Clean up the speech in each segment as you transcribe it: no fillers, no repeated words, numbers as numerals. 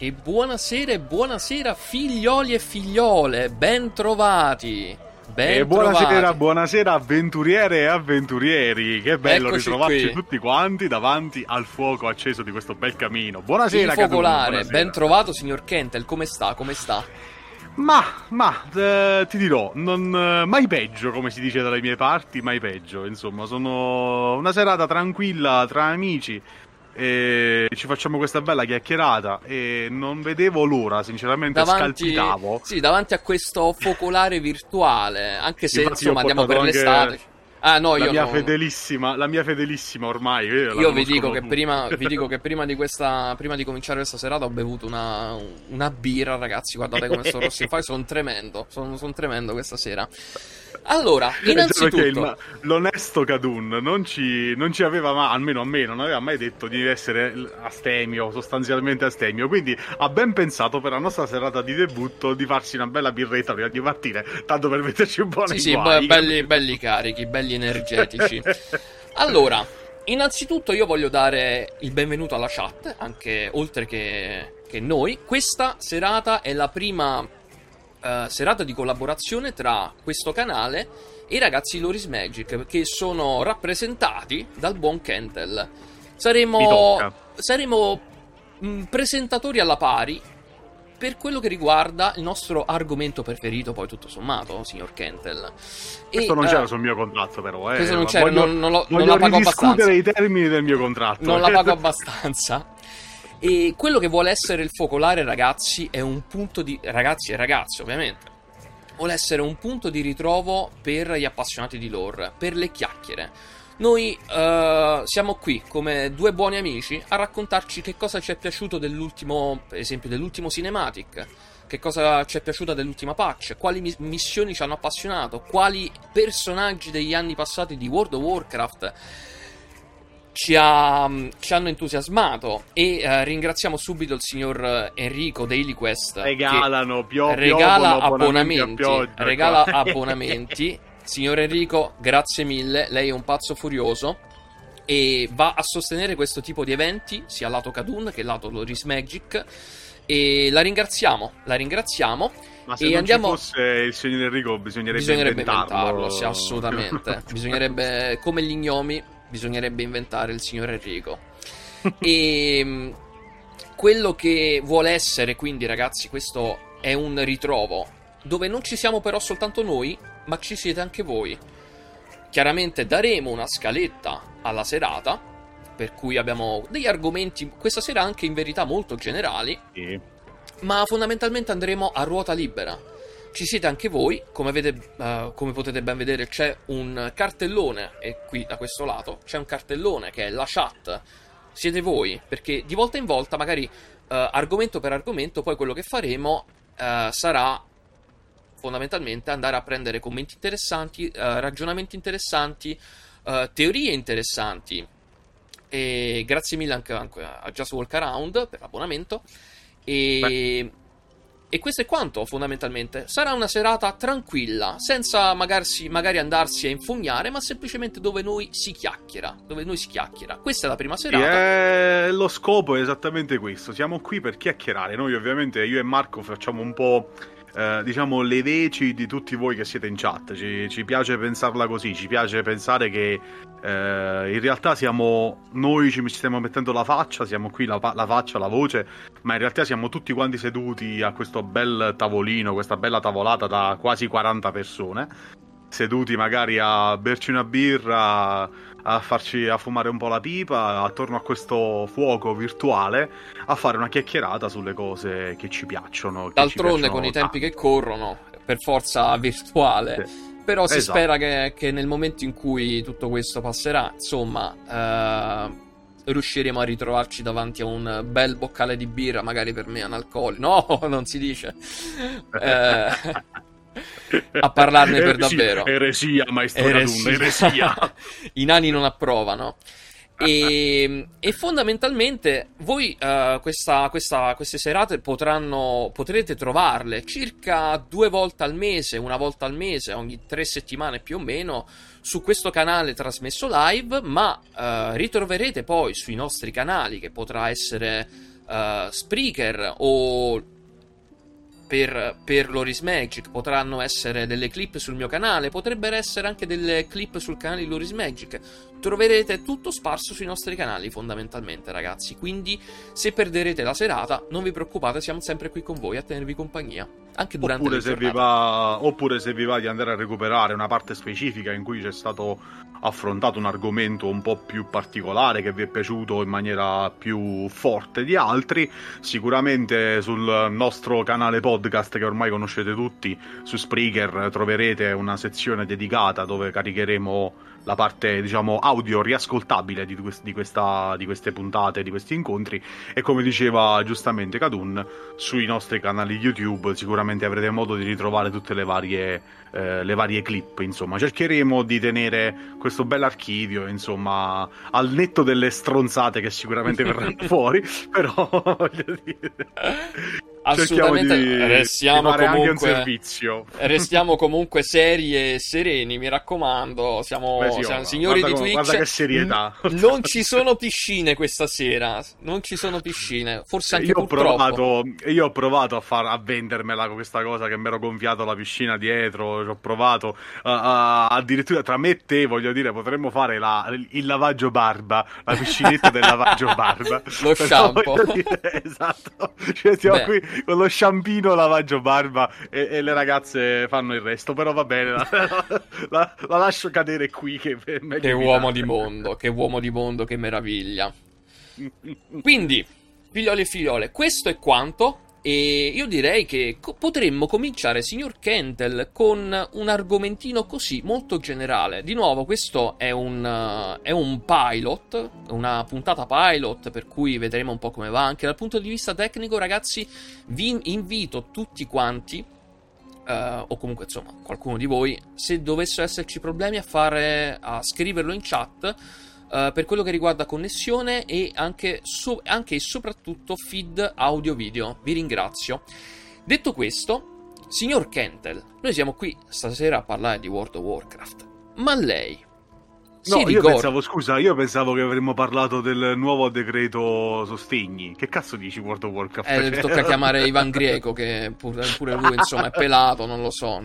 E buonasera figlioli e figliole, ben trovati. E buonasera avventuriere e avventurieri. Che bello Eccoci ritrovarci qui. Tutti quanti davanti al fuoco acceso di questo bel camino. Buonasera, Il focolare, buonasera. ben trovato signor Kentel, come sta? Ti dirò, non mai peggio, come si dice dalle mie parti, mai peggio. Insomma, sono una serata tranquilla tra amici e ci facciamo questa bella chiacchierata e non vedevo l'ora, sinceramente scalpitavo. Sì, davanti a questo focolare virtuale, anche se Infatti insomma io ho andiamo per portato l'estate. anche Ah no, la io mia no. fedelissima ormai. Io vi dico che prima di cominciare questa serata ho bevuto una birra, ragazzi. Guardate come sto rosso. Infatti sono tremendo. Sono tremendo questa sera. Allora, innanzitutto, l'onesto Kadun non ci aveva mai, almeno a me, non aveva mai detto di essere astemio, sostanzialmente astemio. Quindi ha ben pensato per la nostra serata di debutto di farsi una bella birretta prima di partire, tanto per metterci un po' nei guai. belli carichi, belli energetici. Allora, innanzitutto io voglio dare il benvenuto alla chat, anche oltre che noi. Questa serata è la prima serata di collaborazione tra questo canale e i ragazzi di Loris Magic, che sono rappresentati dal buon Kentel. Saremo presentatori alla pari per quello che riguarda il nostro argomento preferito, poi tutto sommato, signor Kentel. Questo non c'era sul mio contratto, però. Questo non c'era, non la voglio pago abbastanza. discutere i termini del mio contratto. Non la pago abbastanza. E quello che vuole essere il focolare, ragazzi, è un punto di... Ragazzi e ragazze, ovviamente. Vuole essere un punto di ritrovo per gli appassionati di lore, per le chiacchiere. Noi siamo qui come due buoni amici a raccontarci che cosa ci è piaciuto dell'ultimo, per esempio dell'ultimo cinematic, che cosa ci è piaciuta dell'ultima patch, quali missioni ci hanno appassionato, quali personaggi degli anni passati di World of Warcraft ci hanno entusiasmato. E ringraziamo subito il signor Enrico Daily Quest, regala abbonamenti. Signor Enrico, grazie mille, lei è un pazzo furioso e va a sostenere questo tipo di eventi sia lato Kadun che lato Loris Magic, e la ringraziamo. Ma se e non andiamo... ci fosse il signor Enrico bisognerebbe inventarlo. Sì, assolutamente. Bisognerebbe, come gli gnomi, bisognerebbe inventare il signor Enrico. E quello che vuole essere, quindi, ragazzi, questo è un ritrovo dove non ci siamo però soltanto noi, ma ci siete anche voi. Chiaramente daremo una scaletta alla serata, per cui abbiamo degli argomenti questa sera anche in verità molto generali, Sì. ma fondamentalmente andremo a ruota libera. Ci siete anche voi, come potete ben vedere c'è un cartellone, e qui da questo lato c'è un cartellone che è la chat. Siete voi, perché di volta in volta, magari argomento per argomento, poi quello che faremo sarà fondamentalmente andare a prendere commenti interessanti, ragionamenti interessanti, teorie interessanti. E grazie mille anche a Just Walk Around per l'abbonamento. E questo è quanto, fondamentalmente. Sarà una serata tranquilla, senza magari andarsi a infognare, ma semplicemente dove noi si chiacchiera. Questa è la prima serata. Lo scopo è esattamente questo. Siamo qui per chiacchierare. Noi ovviamente, io e Marco, facciamo un po'... diciamo le veci di tutti voi che siete in chat. Ci piace pensarla così, ci piace pensare che in realtà noi ci stiamo mettendo la faccia, siamo qui la faccia, la voce, ma in realtà siamo tutti quanti seduti a questo bel tavolino, questa bella tavolata da quasi 40 persone, seduti magari a berci una birra, a fumare un po' la pipa attorno a questo fuoco virtuale, a fare una chiacchierata sulle cose che ci piacciono. D'altronde, con i tempi che corrono, per forza virtuale. Sì. Però si Esatto. spera che nel momento in cui tutto questo passerà, insomma, riusciremo a ritrovarci davanti a un bel boccale di birra, magari per me analcolico. No, non si dice. A parlarne per davvero. Eresia, maestro Kadun, eresia. I nani non approvano. E fondamentalmente voi queste serate potrete trovarle circa 2 volte al mese, una volta al mese, ogni 3 settimane più o meno, su questo canale trasmesso live, ma ritroverete poi sui nostri canali, che potrà essere Spreaker o per Loris Magic, potranno essere delle clip sul mio canale, potrebbero essere anche delle clip sul canale di Loris Magic. Troverete tutto sparso sui nostri canali, fondamentalmente, ragazzi. Quindi, se perderete la serata, non vi preoccupate, siamo sempre qui con voi a tenervi compagnia, anche durante le giornate. Oppure se vi va di andare a recuperare una parte specifica in cui c'è stato affrontato un argomento un po' più particolare che vi è piaciuto in maniera più forte di altri, sicuramente sul nostro canale podcast, che ormai conoscete tutti, su Spreaker troverete una sezione dedicata dove caricheremo la parte, diciamo, audio riascoltabile di queste puntate, di questi incontri, e come diceva giustamente Kadun, sui nostri canali YouTube sicuramente avrete modo di ritrovare tutte le varie clip. Insomma, cercheremo di tenere questo bell'archivio, insomma, al netto delle stronzate che sicuramente verranno fuori, però voglio dire, assolutamente, restiamo fare comunque anche un servizio. Restiamo comunque seri e sereni, mi raccomando. Siamo signori di Twitch. Guarda che serietà. Non ci sono piscine questa sera. Non ci sono piscine. Forse anche purtroppo. Io ho provato a vendermela con questa cosa, che mi ero gonfiato la piscina dietro. Ci ho provato addirittura tra me e te, voglio dire, potremmo fare il lavaggio barba, la piscinetta del lavaggio barba. Lo shampoo. Esatto. Cioè, siamo qui con lo sciampino lavaggio barba e le ragazze fanno il resto. Però va bene, la lascio cadere qui, che uomo di mondo, che meraviglia. Quindi, figlioli e figliole, questo è quanto. E io direi che potremmo cominciare, signor Kentel, con un argomentino così molto generale. Di nuovo, questo è un pilot, una puntata pilot, per cui vedremo un po' come va. Anche dal punto di vista tecnico, ragazzi, vi invito tutti quanti, o comunque insomma qualcuno di voi, se dovessero esserci problemi, a scriverlo in chat. Per quello che riguarda connessione e anche e soprattutto feed audio-video. Vi ringrazio. Detto questo, signor Kentel, noi siamo qui stasera a parlare di World of Warcraft, ma lei io pensavo che avremmo parlato del nuovo decreto sostegni. Che cazzo dici World of Warcraft? Tocca chiamare Ivan Greco, che pure lui insomma è pelato, non lo so,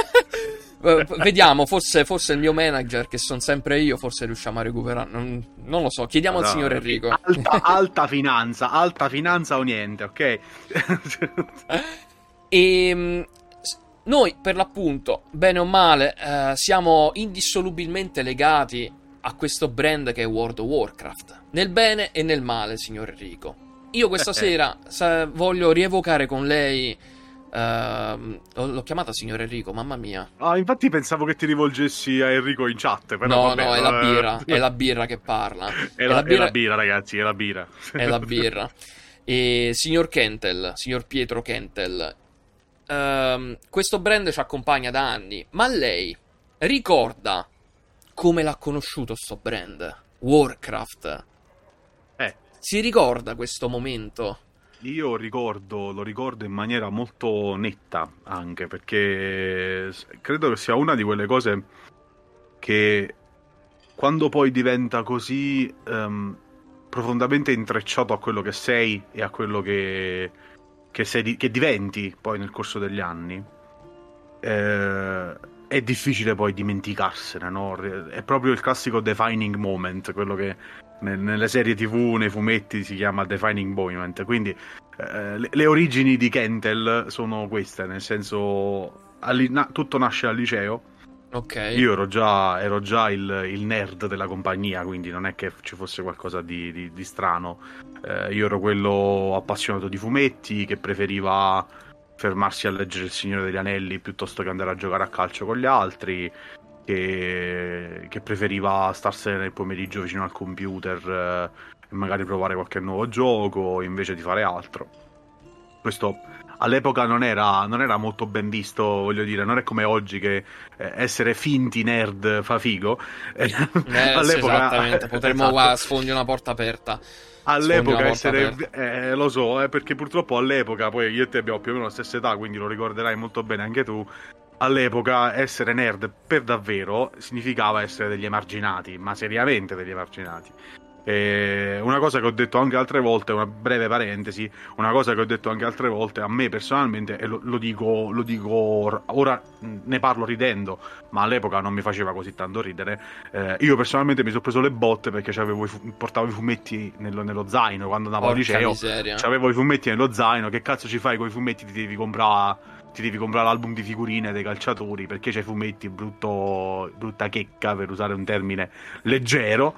vediamo, forse il mio manager, che sono sempre io, forse riusciamo a recuperare, non lo so, chiediamo al signor Enrico. Alta finanza o niente, ok? E noi, per l'appunto, bene o male, siamo indissolubilmente legati a questo brand che è World of Warcraft, nel bene e nel male, signor Enrico. Io questa sera voglio rievocare con lei. L'ho chiamata signor Enrico, mamma mia. Infatti pensavo che ti rivolgessi a Enrico in chat, però no, è la birra. È la birra che parla. È la birra, ragazzi, è la birra. È la birra. E signor Kentel, signor Pietro Kentel, questo brand ci accompagna da anni, ma lei ricorda come l'ha conosciuto sto brand? Warcraft. Si ricorda questo momento? Io lo ricordo in maniera molto netta, anche perché credo che sia una di quelle cose che, quando poi diventa così profondamente intrecciato a quello che sei e a quello che diventi poi nel corso degli anni, è difficile poi dimenticarsene, no? È proprio il classico defining moment, quello che nelle serie TV, nei fumetti si chiama defining moment. Quindi le origini di Kentel sono queste, nel senso tutto nasce al liceo. Ok. Io ero già il nerd della compagnia, quindi non è che ci fosse qualcosa di strano. Io ero quello appassionato di fumetti, che preferiva fermarsi a leggere Il Signore degli Anelli piuttosto che andare a giocare a calcio con gli altri, che preferiva starsene nel pomeriggio vicino al computer e magari provare qualche nuovo gioco invece di fare altro. Questo all'epoca non era molto ben visto, voglio dire, non è come oggi che essere finti nerd fa figo. Sì, All'epoca, esattamente, potremmo, esatto. guarda, sfondi una porta aperta. Sfondi una All'epoca porta essere, aperta. lo so, perché purtroppo all'epoca, poi io e te abbiamo più o meno la stessa età, quindi lo ricorderai molto bene anche tu. All'epoca essere nerd per davvero significava essere degli emarginati, ma seriamente degli emarginati. Una cosa che ho detto anche altre volte, una breve parentesi, una cosa che ho detto anche altre volte, a me personalmente, e lo dico ora, ne parlo ridendo, ma all'epoca non mi faceva così tanto ridere. Io personalmente mi sono preso le botte perché portavo i fumetti nello zaino quando andavo al Porca liceo. miseria. C'avevo i fumetti nello zaino. Che cazzo ci fai con i fumetti? Ti devi comprare l'album di figurine dei calciatori perché c'hai i fumetti, brutta checca, per usare un termine leggero.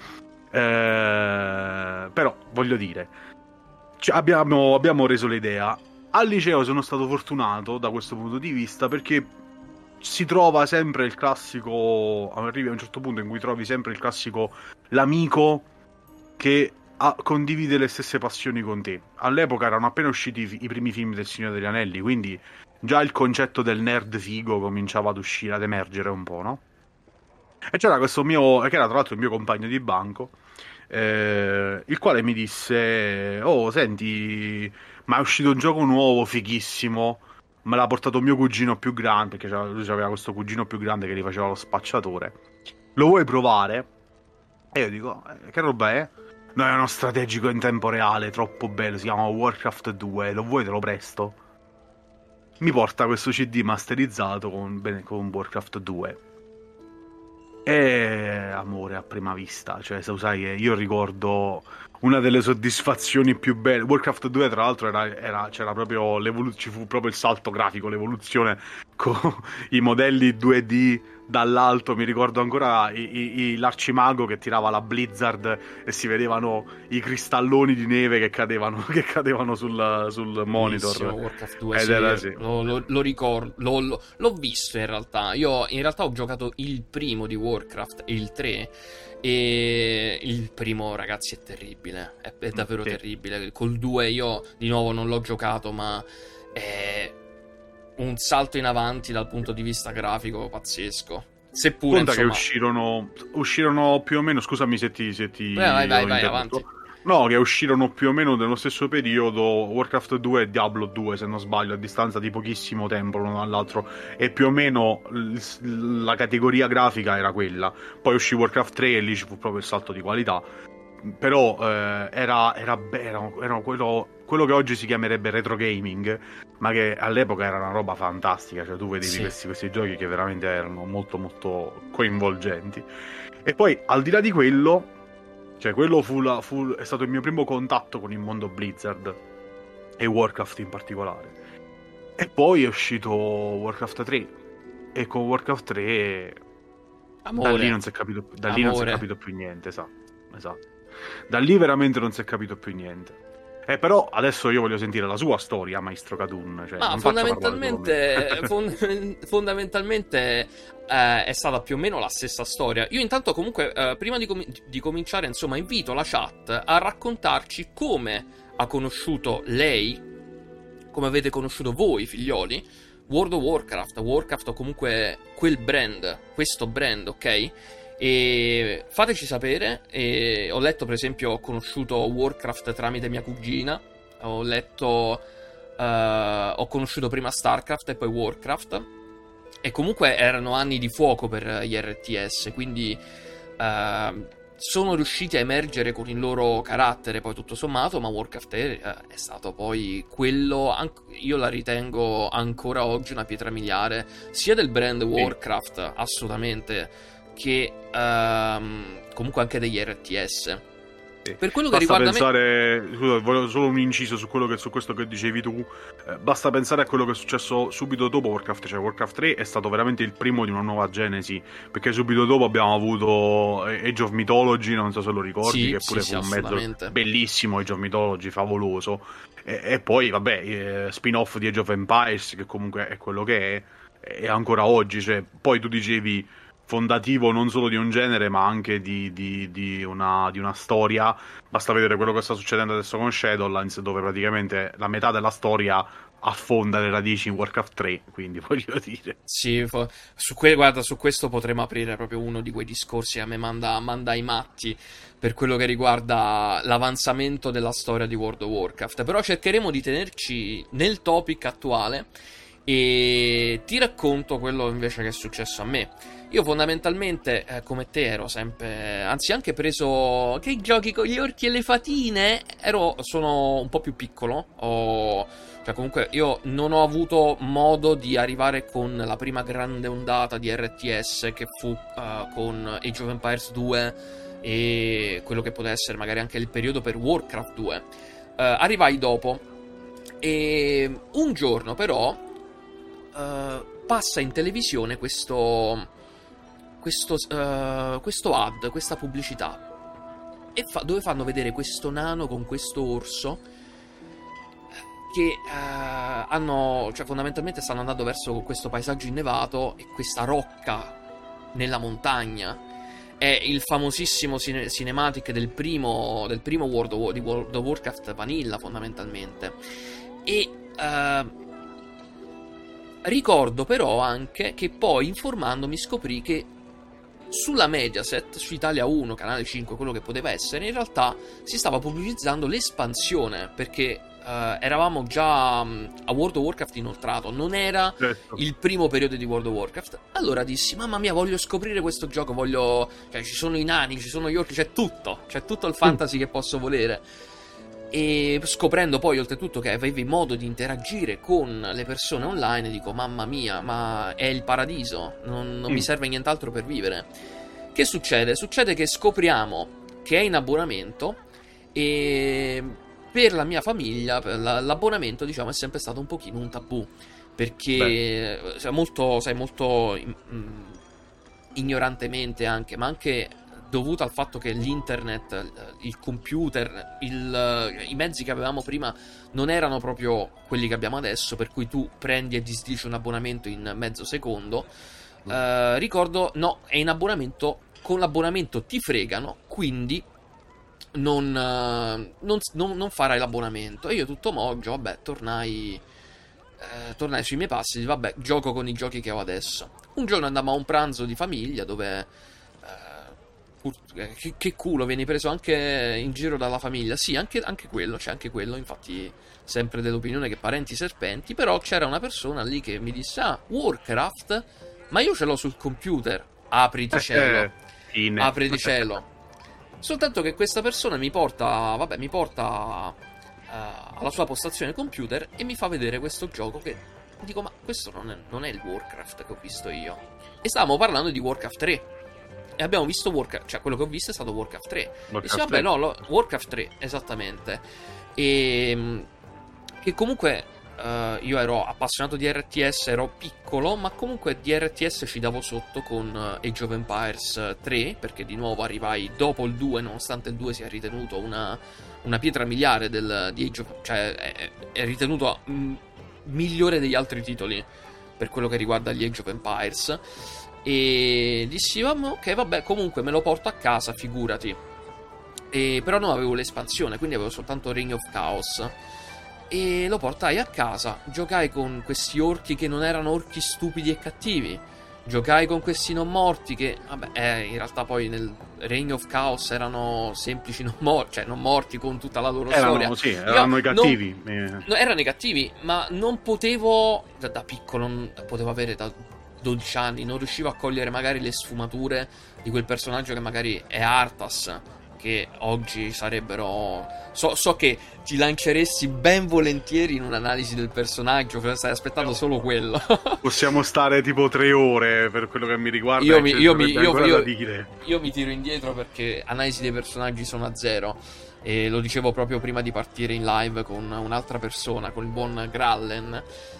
Però voglio dire, abbiamo reso l'idea. Al liceo sono stato fortunato da questo punto di vista perché si trova sempre il classico. Arrivi a un certo punto in cui trovi sempre il classico, l'amico che condivide le stesse passioni con te. All'epoca erano appena usciti i primi film del Signore degli Anelli, quindi già il concetto del nerd figo cominciava ad uscire, ad emergere un po', no? E c'era questo mio, che era tra l'altro il mio compagno di banco, il quale mi disse: Oh, senti, ma è uscito un gioco nuovo, fighissimo. Me l'ha portato mio cugino più grande, perché lui aveva questo cugino più grande che gli faceva lo spacciatore. Lo vuoi provare? E io dico: che roba è? No, è uno strategico in tempo reale, troppo bello, si chiama Warcraft 2, lo vuoi te lo presto? Mi porta questo CD masterizzato con Warcraft 2. E amore a prima vista, cioè se sai che io ricordo una delle soddisfazioni più belle. Warcraft 2 tra l'altro c'era proprio ci fu proprio il salto grafico, l'evoluzione con i modelli 2D dall'alto. Mi ricordo ancora l'arcimago che tirava la Blizzard e si vedevano i cristalloni di neve che cadevano sul monitor. Bellissimo Warcraft 2, Ed sì, era sì. lo ricordo, l'ho visto in realtà. Io in realtà ho giocato il primo di Warcraft e il 3. E il primo, ragazzi, è terribile. È davvero Sì. terribile. Col 2 io di nuovo non l'ho giocato, ma è un salto in avanti dal punto di vista grafico pazzesco. Seppure, Conta che insomma. uscirono più o meno, scusami se ti Vai, ho vai, interrotto. avanti. No, che uscirono più o meno nello stesso periodo Warcraft 2 e Diablo 2, se non sbaglio, a distanza di pochissimo tempo l'uno dall'altro. E più o meno la categoria grafica era quella. Poi uscì Warcraft 3 e lì ci fu proprio il salto di qualità. Però era quello che oggi si chiamerebbe retro gaming, ma che all'epoca era una roba fantastica. Cioè tu vedevi Sì. questi giochi che veramente erano molto molto coinvolgenti. E poi al di là di quello, cioè quello è stato il mio primo contatto con il mondo Blizzard e Warcraft in particolare. E poi è uscito Warcraft 3 e con Warcraft 3 da lì Amore. non si è capito, Amore. più niente, esatto. Da lì veramente non si è capito più niente. Però adesso io voglio sentire la sua storia, Maestro Kadun, cioè Ma non faccia parlare solo fondamentalmente, me. fondamentalmente è stata più o meno la stessa storia. Io intanto comunque, prima di cominciare, insomma, invito la chat a raccontarci come ha conosciuto lei, come avete conosciuto voi, figlioli, World of Warcraft, Warcraft o comunque quel brand, questo brand, ok? E fateci sapere. E ho letto, per esempio, ho conosciuto Warcraft tramite mia cugina. Ho letto. Ho conosciuto prima StarCraft e poi Warcraft. E comunque erano anni di fuoco per gli RTS. Quindi sono riusciti a emergere con il loro carattere, poi tutto sommato. Ma Warcraft è stato poi quello. Io la ritengo ancora oggi una pietra miliare, sia del brand Warcraft, assolutamente, che comunque anche degli RTS. Per quello che Basta riguarda pensare, scusa, volevo solo un inciso su questo che dicevi tu. Basta pensare a quello che è successo subito dopo Warcraft. Cioè Warcraft 3 è stato veramente il primo di una nuova genesi, perché subito dopo abbiamo avuto Age of Mythology, non so se lo ricordi, che pure fu un mezzo bellissimo, Age of Mythology, favoloso. E poi vabbè, spin-off di Age of Empires, che comunque è quello che è ancora oggi. Cioè, poi tu dicevi fondativo non solo di un genere, ma anche di una storia. Basta vedere quello che sta succedendo adesso con Shadowlands, dove praticamente la metà della storia affonda le radici in Warcraft 3, quindi voglio dire. Sì, guarda, su questo potremmo aprire proprio uno di quei discorsi che a me manda ai matti per quello che riguarda l'avanzamento della storia di World of Warcraft. Però cercheremo di tenerci nel topic attuale e ti racconto quello invece che è successo a me. Io fondamentalmente, come te, ero sempre, anzi anche preso che giochi con gli orchi e le fatine, sono un po' più piccolo, cioè comunque io non ho avuto modo di arrivare con la prima grande ondata di RTS che fu con Age of Empires 2 e quello che poteva essere magari anche il periodo per Warcraft 2. Arrivai dopo e un giorno però passa in televisione questo ad, questa pubblicità dove fanno vedere questo nano con questo orso che cioè fondamentalmente stanno andando verso questo paesaggio innevato e questa rocca nella montagna. È il famosissimo cinematic del primo World of Warcraft Vanilla, fondamentalmente. E ricordo però anche che poi, informandomi, scoprì che sulla Mediaset, su Italia 1, Canale 5, quello che poteva essere, in realtà si stava pubblicizzando l'espansione, perché eravamo già a World of Warcraft inoltrato, non era il primo periodo di World of Warcraft. Allora dissi, mamma mia, voglio scoprire questo gioco, cioè ci sono i nani, ci sono gli orchi, c'è tutto il fantasy che posso volere. E scoprendo poi oltretutto che avevi modo di interagire con le persone online, dico, mamma mia, ma è il paradiso, non mi serve nient'altro per vivere. Che succede? Succede che scopriamo che è in abbonamento e per la mia famiglia l'abbonamento, diciamo, è sempre stato un pochino un tabù, perché sei molto ignorantemente anche, ma anche dovuto al fatto che l'internet, il computer, i mezzi che avevamo prima non erano proprio quelli che abbiamo adesso, per cui tu prendi e disdici un abbonamento in mezzo secondo. Ricordo, no, è in abbonamento, con l'abbonamento ti fregano, quindi non farai l'abbonamento. E io tutto moggio, vabbè, tornai sui miei passi, vabbè, gioco con i giochi che ho adesso. Un giorno andammo a un pranzo di famiglia dove che culo, vieni preso anche in giro dalla famiglia. Sì, anche quello, c'è anche quello, infatti sempre dell'opinione che parenti serpenti. Però c'era una persona lì che mi disse, Warcraft, ma io ce l'ho sul computer. Apriti cielo, apriti cielo. Soltanto che questa persona mi porta alla sua postazione computer e mi fa vedere questo gioco che dico, ma questo non è il Warcraft che ho visto io. E stavamo parlando di Warcraft 3 e abbiamo visto Warcraft, cioè quello che ho visto è stato Warcraft 3. E dice, vabbè, no, Warcraft 3, esattamente. E che comunque io ero appassionato di RTS, ero piccolo, ma comunque di RTS ci davo sotto con Age of Empires 3, perché di nuovo arrivai dopo il 2, nonostante il 2 sia ritenuto una pietra miliare di Age of, cioè è ritenuto migliore degli altri titoli per quello che riguarda gli Age of Empires. E dissi, ok, vabbè, comunque me lo porto a casa, figurati. Però non avevo l'espansione, quindi avevo soltanto Reign of Chaos. E lo portai a casa, giocai con questi orchi che non erano orchi stupidi e cattivi, giocai con questi non morti che, vabbè, in realtà poi nel Reign of Chaos erano semplici non morti, cioè non morti con tutta la loro storia. Sì, erano i cattivi. Erano i cattivi, ma non potevo, da piccolo, non potevo avere da 12 anni, non riuscivo a cogliere magari le sfumature di quel personaggio che magari è Arthas, che oggi sarebbero... So che ti lanceresti ben volentieri in un'analisi del personaggio, stai aspettando solo quello. Possiamo stare tipo 3 ore per quello che mi riguarda. Io mi tiro indietro perché analisi dei personaggi sono a zero. E lo dicevo proprio prima di partire in live con un'altra persona, con il buon Grallen.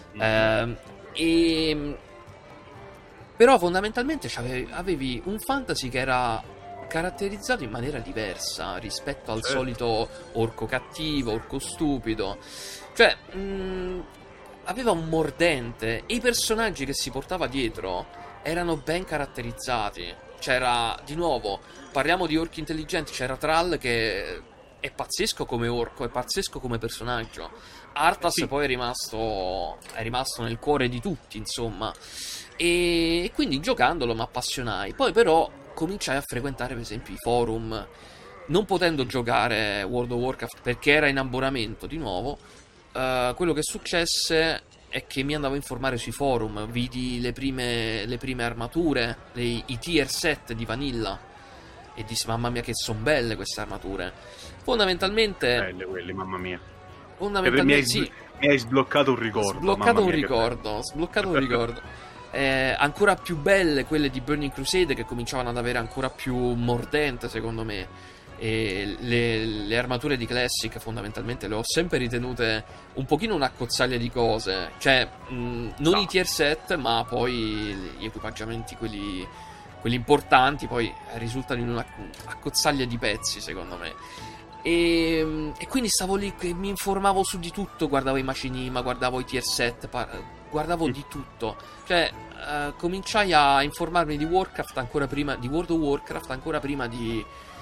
Però fondamentalmente avevi un fantasy che era caratterizzato in maniera diversa rispetto al solito orco cattivo, orco stupido. Cioè aveva un mordente, e i personaggi che si portava dietro erano ben caratterizzati. C'era, di nuovo, parliamo di orchi intelligenti, c'era Thrall che è pazzesco come orco, è pazzesco come personaggio. Arthas poi è rimasto nel cuore di tutti, insomma. E quindi giocandolo mi appassionai. Poi però cominciai a frequentare per esempio i forum, non potendo giocare World of Warcraft perché era in abbonamento di nuovo. Quello che successe è che mi andavo a informare sui forum, vidi le prime armature, i tier set di Vanilla, e dissi mamma mia che sono belle queste armature. Fondamentalmente belle quelle, mamma mia. Fondamentalmente sì, mi hai sbloccato un ricordo. Sbloccato un ricordo. Ancora più belle quelle di Burning Crusade, che cominciavano ad avere ancora più mordente secondo me. E le armature di Classic fondamentalmente le ho sempre ritenute un pochino una cozzaglia di cose, cioè non i tier set, ma poi gli equipaggiamenti quelli importanti poi risultano in una accozzaglia di pezzi secondo me. E quindi stavo lì che mi informavo su di tutto, guardavo i Machinima, guardavo i tier set, guardavo di tutto, cioè cominciai a informarmi di Warcraft ancora prima, di World of Warcraft ancora prima di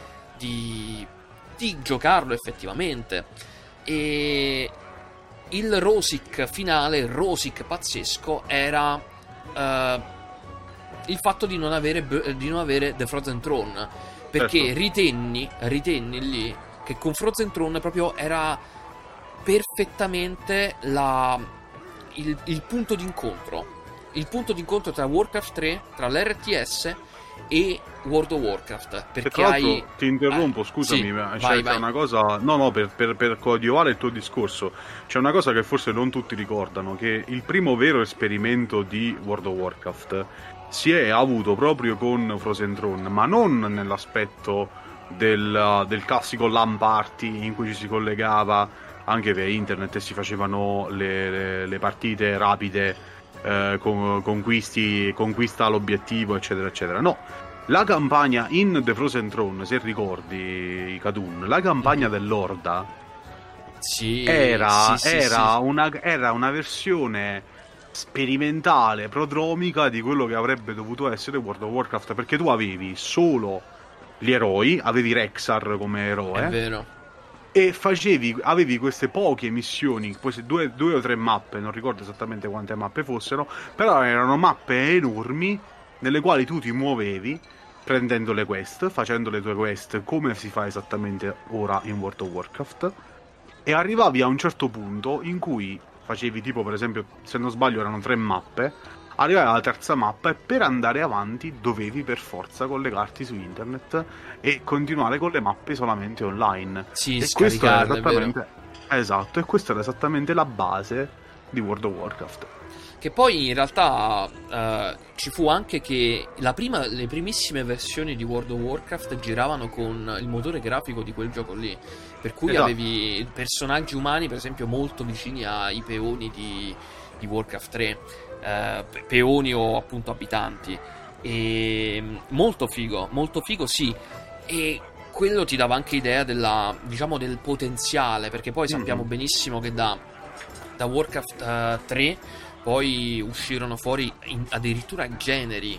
giocarlo effettivamente. E il Rosic finale, il Rosic pazzesco, era il fatto di non avere The Frozen Throne, perché ritenni lì che con Frozen Throne proprio era perfettamente il punto d'incontro tra Warcraft 3, tra l'RTS e World of Warcraft, perché ti interrompo, scusami, sì, c'è una cosa, no, per coadiuvare il tuo discorso, c'è una cosa che forse non tutti ricordano, che il primo vero esperimento di World of Warcraft si è avuto proprio con Frozen Throne, ma non nell'aspetto del classico LAN party in cui ci si collegava anche via internet e si facevano le partite rapide, conquista l'obiettivo, eccetera eccetera. No, la campagna in The Frozen Throne, se ricordi, Kadun, la campagna dell'Orda era una versione sperimentale, prodromica di quello che avrebbe dovuto essere World of Warcraft, perché tu avevi solo gli eroi, avevi Rexxar come eroe, è vero, e avevi queste poche missioni, queste due o tre mappe, non ricordo esattamente quante mappe fossero, però erano mappe enormi nelle quali tu ti muovevi prendendo le quest, facendo le tue quest come si fa esattamente ora in World of Warcraft, e arrivavi a un certo punto in cui facevi tipo, per esempio, se non sbaglio erano 3 mappe, arrivavi alla terza mappa e per andare avanti dovevi per forza collegarti su internet e continuare con le mappe solamente online. Sì, e questo era esattamente, esatto, e questa era esattamente la base di World of Warcraft. Che poi in realtà ci fu anche che le primissime versioni di World of Warcraft giravano con il motore grafico di quel gioco lì, per cui avevi personaggi umani per esempio molto vicini ai peoni di Warcraft 3, peoni o appunto abitanti, e molto figo sì, e quello ti dava anche idea del potenziale, perché poi sappiamo benissimo che da Warcraft 3 poi uscirono fuori addirittura generi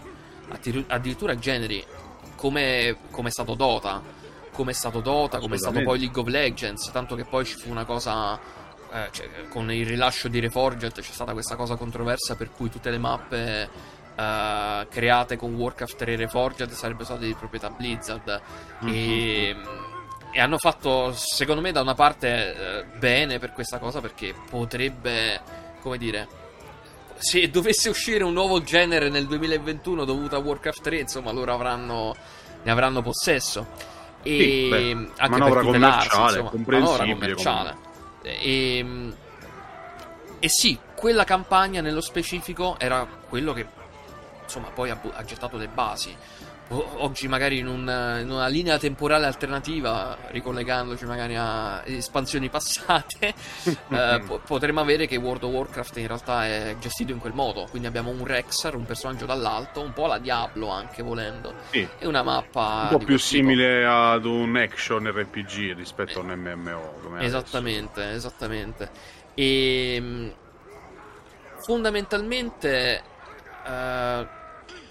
come è stato Dota, come è stato poi League of Legends, tanto che poi ci fu una cosa, con il rilascio di Reforged c'è stata questa cosa controversa per cui tutte le mappe create con Warcraft 3 Reforged sarebbero state di proprietà Blizzard, e hanno fatto, secondo me, da una parte bene per questa cosa, perché potrebbe, come dire, se dovesse uscire un nuovo genere nel 2021 dovuto a Warcraft 3, insomma loro ne avranno possesso, e sì, anche manovra per tutelarsi, commerciale, insomma, comprensibile, manovra commerciale. E sì, quella campagna nello specifico era quello che insomma poi ha gettato le basi. Oggi magari in una linea temporale alternativa, ricollegandoci magari a espansioni passate, potremmo avere che World of Warcraft in realtà è gestito in quel modo, quindi abbiamo un Rexxar, un personaggio dall'alto, un po' la Diablo anche volendo, sì, e una mappa un po' più simile ad un action RPG rispetto a un MMO, come esattamente. E fondamentalmente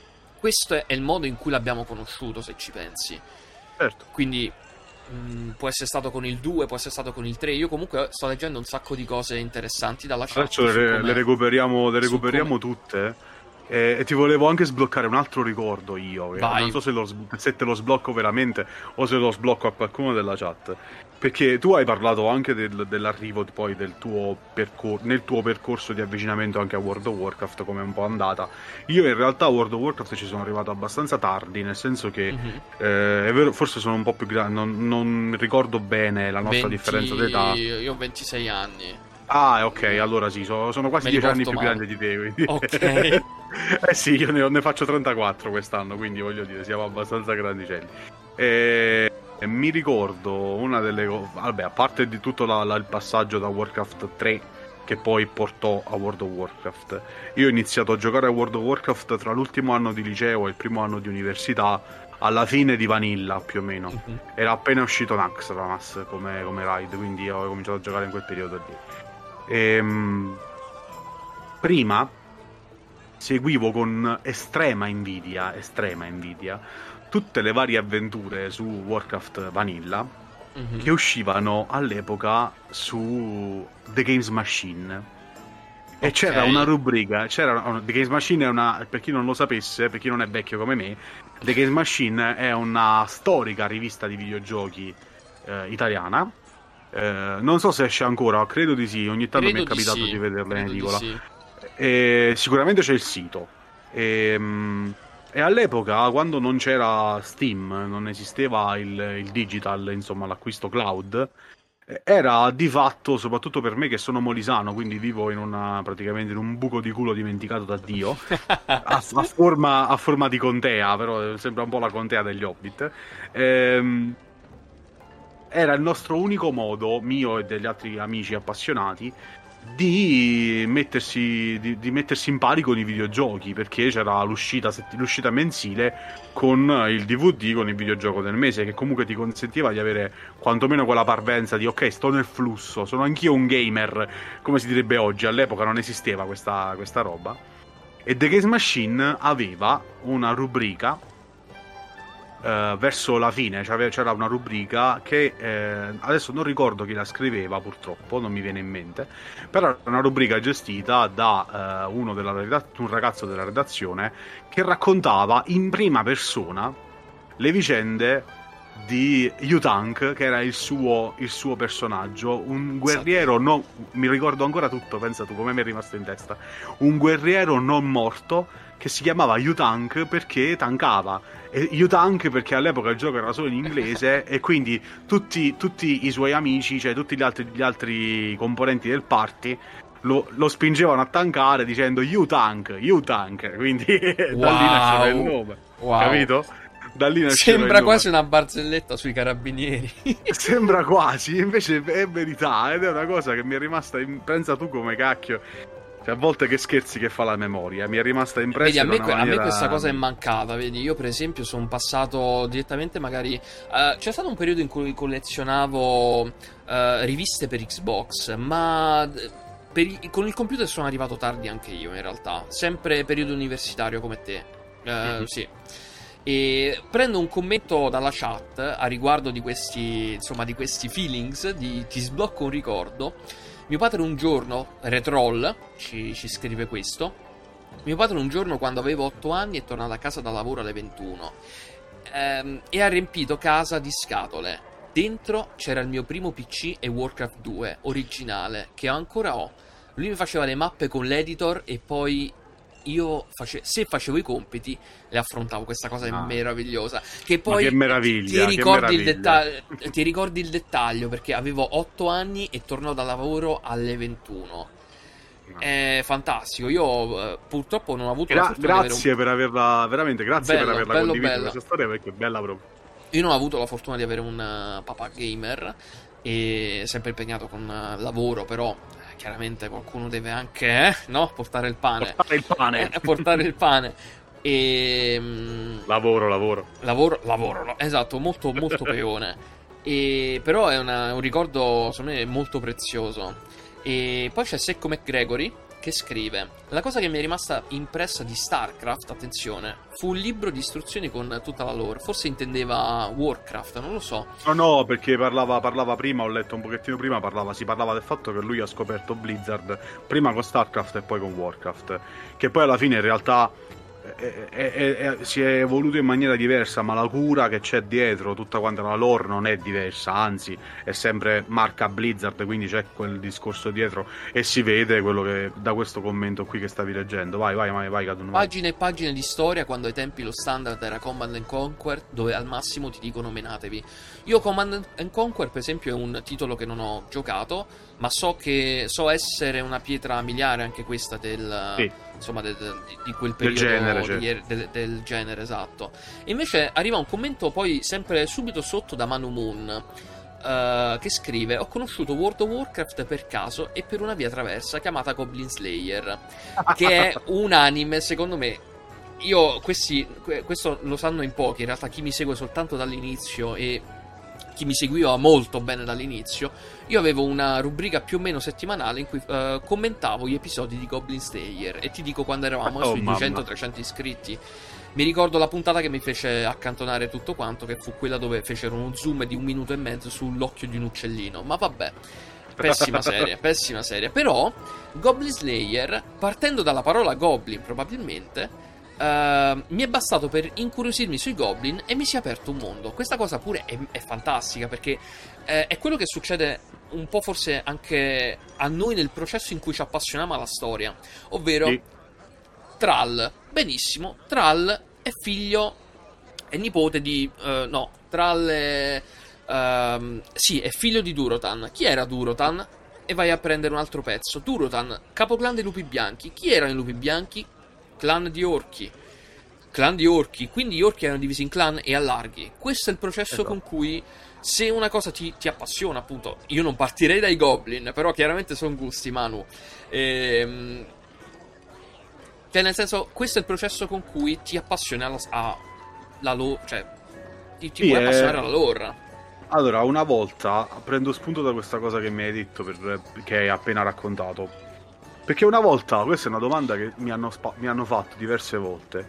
questo è il modo in cui l'abbiamo conosciuto, se ci pensi. Certo. Quindi può essere stato con il 2, può essere stato con il 3. Io comunque sto leggendo un sacco di cose interessanti dalla chat. Adesso le recuperiamo tutte. E ti volevo anche sbloccare un altro ricordo io. Non so se te lo sblocco veramente o se lo sblocco a qualcuno della chat. Perché tu hai parlato anche dell'arrivo poi del tuo nel tuo percorso di avvicinamento anche a World of Warcraft, come è un po' andata. Io in realtà a World of Warcraft ci sono arrivato abbastanza tardi, nel senso che è vero, forse sono un po' più grande, non ricordo bene la nostra differenza d'età. Io ho 26 anni. Ah, ok, allora sì, sono quasi 10 anni più grande di te. Quindi. Ok. Sì, io ne faccio 34 quest'anno, quindi voglio dire, siamo abbastanza grandicelli. E mi ricordo una delle cose, vabbè, a parte di tutto il passaggio da Warcraft 3 che poi portò a World of Warcraft, io ho iniziato a giocare a World of Warcraft tra l'ultimo anno di liceo e il primo anno di università, alla fine di Vanilla più o meno. Era appena uscito Naxxramas come raid, quindi ho cominciato a giocare in quel periodo lì. Prima seguivo con estrema invidia tutte le varie avventure su Warcraft Vanilla che uscivano all'epoca su The Games Machine. E c'era una rubrica, The Games Machine è per chi non lo sapesse, per chi non è vecchio come me, The Games Machine è una storica rivista di videogiochi italiana. Non so se esce ancora, credo di sì, ogni tanto mi è capitato di vederla in edicola. Sicuramente c'è il sito. E all'epoca, quando non c'era Steam, non esisteva il digital, insomma l'acquisto cloud, era di fatto, soprattutto per me che sono molisano, quindi vivo praticamente in un buco di culo dimenticato da Dio, a forma di contea, però sembra un po' la contea degli Hobbit. Era il nostro unico modo, mio e degli altri amici appassionati, di mettersi in pari con i videogiochi, perché c'era l'uscita mensile con il DVD, con il videogioco del mese, che comunque ti consentiva di avere quantomeno quella parvenza di ok, sto nel flusso, sono anch'io un gamer, come si direbbe oggi. All'epoca non esisteva questa roba, e The Games Machine aveva una rubrica verso la fine, c'era una rubrica che adesso non ricordo chi la scriveva, purtroppo non mi viene in mente, però era una rubrica gestita da un ragazzo della redazione che raccontava in prima persona le vicende di U-Tank, che era il suo personaggio, un guerriero mi ricordo ancora tutto, pensa tu come mi è rimasto in testa, un guerriero non morto che si chiamava U-Tank perché tankava, e U-Tank perché all'epoca il gioco era solo in inglese e quindi tutti i suoi amici, cioè tutti gli altri componenti del party lo spingevano a tankare dicendo U-Tank, quindi da lì nasceva il nome, capito? Da lì sembra quasi una barzelletta sui carabinieri. Sembra quasi, invece è verità, ed è una cosa che mi è rimasta pensa tu come cacchio, cioè, a volte che scherzi che fa la memoria, mi è rimasta impressa. Vedi, a me questa cosa è mancata, vedi, io per esempio sono passato direttamente magari c'è stato un periodo in cui collezionavo riviste per Xbox, ma con il computer sono arrivato tardi anche io in realtà, sempre periodo universitario come te. Sì. E prendo un commento dalla chat a riguardo di questi feelings, ti sblocco un ricordo. Mio padre un giorno, Retroll ci scrive questo, mio padre un giorno quando avevo 8 anni è tornato a casa da lavoro alle 21 e ha riempito casa di scatole. Dentro c'era il mio primo PC e Warcraft 2 originale, che ancora ho. Lui mi faceva le mappe con l'editor e poi io se facevo i compiti le affrontavo. Questa cosa è meravigliosa, che poi che meraviglia, ti ricordi il dettaglio, perché avevo 8 anni e torno da lavoro alle 21. È fantastico. Io purtroppo non ho avuto la fortuna grazie per averla condiviso questa storia, perché è bella proprio. Io non ho avuto la fortuna di avere un papà gamer e sempre impegnato con lavoro, però chiaramente qualcuno deve anche portare il pane. Portare il pane. E lavoro, esatto, molto molto peone. Però è un ricordo secondo me molto prezioso. E poi c'è Secco McGregory che scrive: la cosa che mi è rimasta impressa di StarCraft, attenzione, fu un libro di istruzioni con tutta la lore. Forse intendeva Warcraft, non lo so. No, perché parlava prima, ho letto un pochettino prima, si parlava del fatto che lui ha scoperto Blizzard prima con StarCraft e poi con Warcraft, che poi alla fine in realtà si è evoluto in maniera diversa, ma la cura che c'è dietro, tutta quanta la lore non è diversa, anzi è sempre marca Blizzard, quindi c'è quel discorso dietro e si vede quello che da questo commento qui che stavi leggendo. Vai Cadun, vai. Pagine e pagine di storia, quando ai tempi lo standard era Command and Conquer, dove al massimo ti dicono menatevi. Io Command and Conquer, per esempio, è un titolo che non ho giocato, ma so essere una pietra miliare anche questa del... Sì. Insomma, di quel periodo del genere, esatto. E invece arriva un commento poi sempre subito sotto da Manu Moon, che scrive: ho conosciuto World of Warcraft per caso e per una via traversa chiamata Goblin Slayer, che è un anime, secondo me. Questo lo sanno in pochi, in realtà chi mi segue soltanto dall'inizio e chi mi seguiva molto bene dall'inizio, io avevo una rubrica più o meno settimanale in cui commentavo gli episodi di Goblin Slayer, e ti dico quando eravamo sui 200-300 iscritti. Mi ricordo la puntata che mi fece accantonare tutto quanto, che fu quella dove fecero uno zoom di 1 minuto e mezzo sull'occhio di un uccellino. Ma vabbè, pessima serie. Però Goblin Slayer, partendo dalla parola goblin probabilmente, mi è bastato per incuriosirmi sui goblin e mi si è aperto un mondo. Questa cosa pure è fantastica, perché è quello che succede un po' forse anche a noi nel processo in cui ci appassioniamo alla storia, ovvero sì. Thrall, benissimo, Thrall è figlio e nipote di Thrall è figlio di Durotan. Chi era Durotan? E vai a prendere un altro pezzo. Durotan, capoclan dei lupi bianchi. Chi erano i lupi bianchi? Clan di orchi, quindi gli orchi erano divisi in clan e allarghi. Questo è il processo con cui, se una cosa ti appassiona, appunto, io non partirei dai goblin, però chiaramente sono gusti, Manu. Cioè, nel senso, questo è il processo con cui ti appassioni alla lore, cioè ti puoi appassionare alla lore. Allora, una volta prendo spunto da questa cosa che mi hai detto, che hai appena raccontato. Perché una volta, questa è una domanda che mi hanno fatto diverse volte,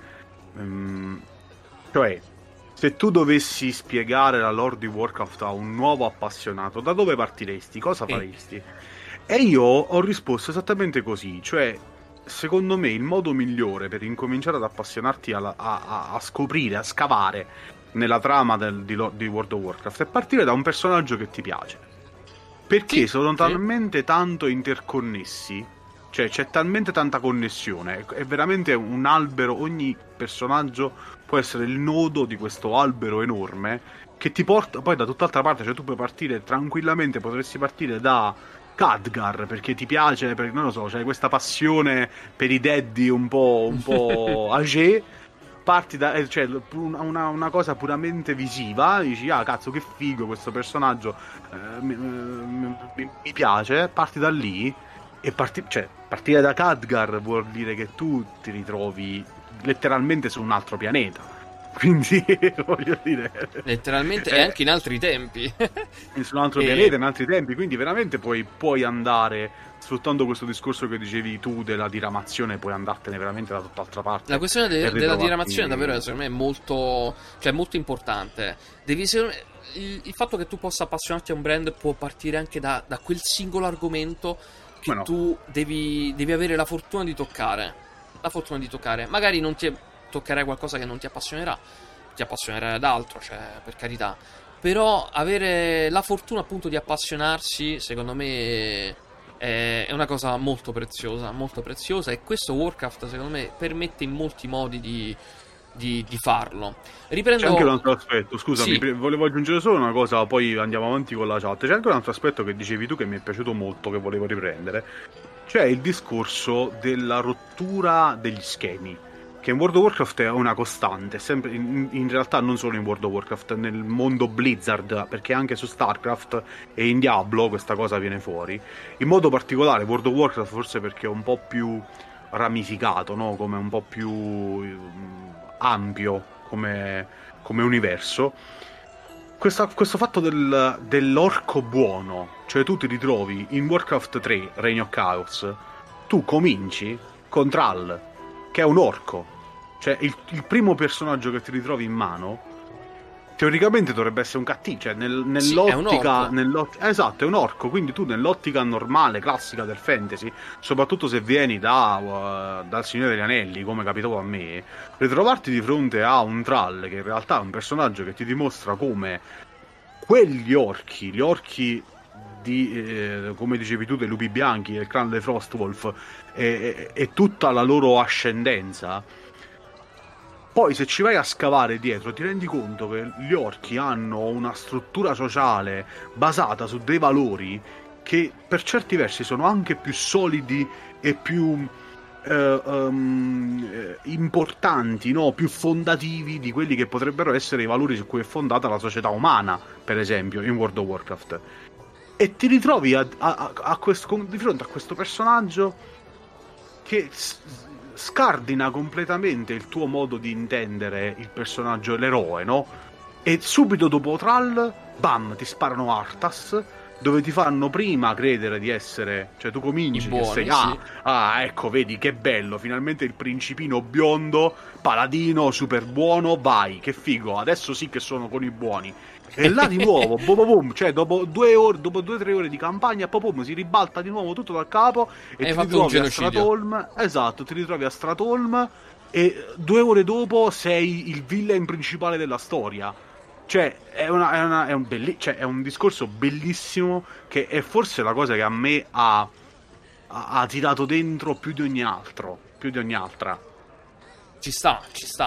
cioè, se tu dovessi spiegare la lore di Warcraft a un nuovo appassionato, da dove partiresti? Cosa faresti? E io ho risposto esattamente così, cioè, secondo me il modo migliore per incominciare ad appassionarti a scoprire, a scavare nella trama di World of Warcraft è partire da un personaggio che ti piace, perché sono talmente tanto interconnessi. Cioè, c'è talmente tanta connessione, è veramente un albero, ogni personaggio può essere il nodo di questo albero enorme che ti porta poi da tutt'altra parte. Cioè, tu puoi partire tranquillamente, potresti partire da Khadgar perché ti piace, perché non lo so, c'hai questa passione per i daddy un po' age, parti da cioè una cosa puramente visiva, dici cazzo che figo questo personaggio, mi piace, parti da lì. E partire da Khadgar vuol dire che tu ti ritrovi letteralmente su un altro pianeta. Quindi, voglio dire... Letteralmente e anche in altri tempi. Su un altro pianeta, in altri tempi. Quindi veramente puoi andare, sfruttando questo discorso che dicevi tu della diramazione, puoi andartene veramente da tutt'altra parte. La questione della diramazione davvero, secondo me, è molto importante. Il fatto che tu possa appassionarti a un brand può partire anche da quel singolo argomento che tu devi avere la fortuna di toccare. Magari non ti toccherai qualcosa che non ti appassionerà ad altro, cioè, per carità. Però avere la fortuna appunto di appassionarsi, secondo me, è una cosa molto preziosa, e questo Warcraft, secondo me, permette in molti modi di farlo. Riprendo... C'è anche un altro aspetto, scusami, volevo aggiungere solo una cosa, poi andiamo avanti con la chat. C'è anche un altro aspetto che dicevi tu che mi è piaciuto molto, che volevo riprendere, cioè il discorso della rottura degli schemi, che in World of Warcraft è una costante, sempre in realtà non solo in World of Warcraft, nel mondo Blizzard, perché anche su StarCraft e in Diablo questa cosa viene fuori. In modo particolare World of Warcraft forse perché è un po' più ramificato, no? Come un po' più ampio come universo. Questo fatto dell'orco buono, cioè tu ti ritrovi in Warcraft 3 Reign of Chaos, tu cominci con Thrall, che è un orco. Cioè, il primo personaggio che ti ritrovi in mano teoricamente dovrebbe essere un cattivo, cioè nell'ottica, esatto, è un orco, quindi tu nell'ottica normale, classica del fantasy, soprattutto se vieni dal Signore degli Anelli, come capitò a me, ritrovarti di fronte a un Thrall che in realtà è un personaggio che ti dimostra come quegli orchi, gli orchi di, come dicevi tu, dei lupi bianchi, del clan dei Frostwolf e tutta la loro ascendenza. Poi se ci vai a scavare dietro ti rendi conto che gli orchi hanno una struttura sociale basata su dei valori che per certi versi sono anche più solidi e più importanti, no? Più fondativi di quelli che potrebbero essere i valori su cui è fondata la società umana, per esempio, in World of Warcraft. E ti ritrovi di fronte a questo personaggio che scardina completamente il tuo modo di intendere il personaggio, l'eroe, no? E subito dopo Thrall, bam, ti sparano Arthas, dove ti fanno prima credere di essere, cioè tu cominci buoni, che sei sì. ecco, vedi che bello, finalmente il principino biondo, paladino, super buono, vai, che figo, adesso sì che sono con i buoni. E là di nuovo, cioè dopo 2 ore, dopo 2-3 ore di campagna, si ribalta di nuovo tutto dal capo e ti ritrovi a Stratholme. Esatto, ti ritrovi a Stratholme e 2 ore dopo sei il villain principale della storia. Cioè, è un discorso bellissimo, che è forse la cosa che a me ha tirato dentro più di ogni altra. Ci sta.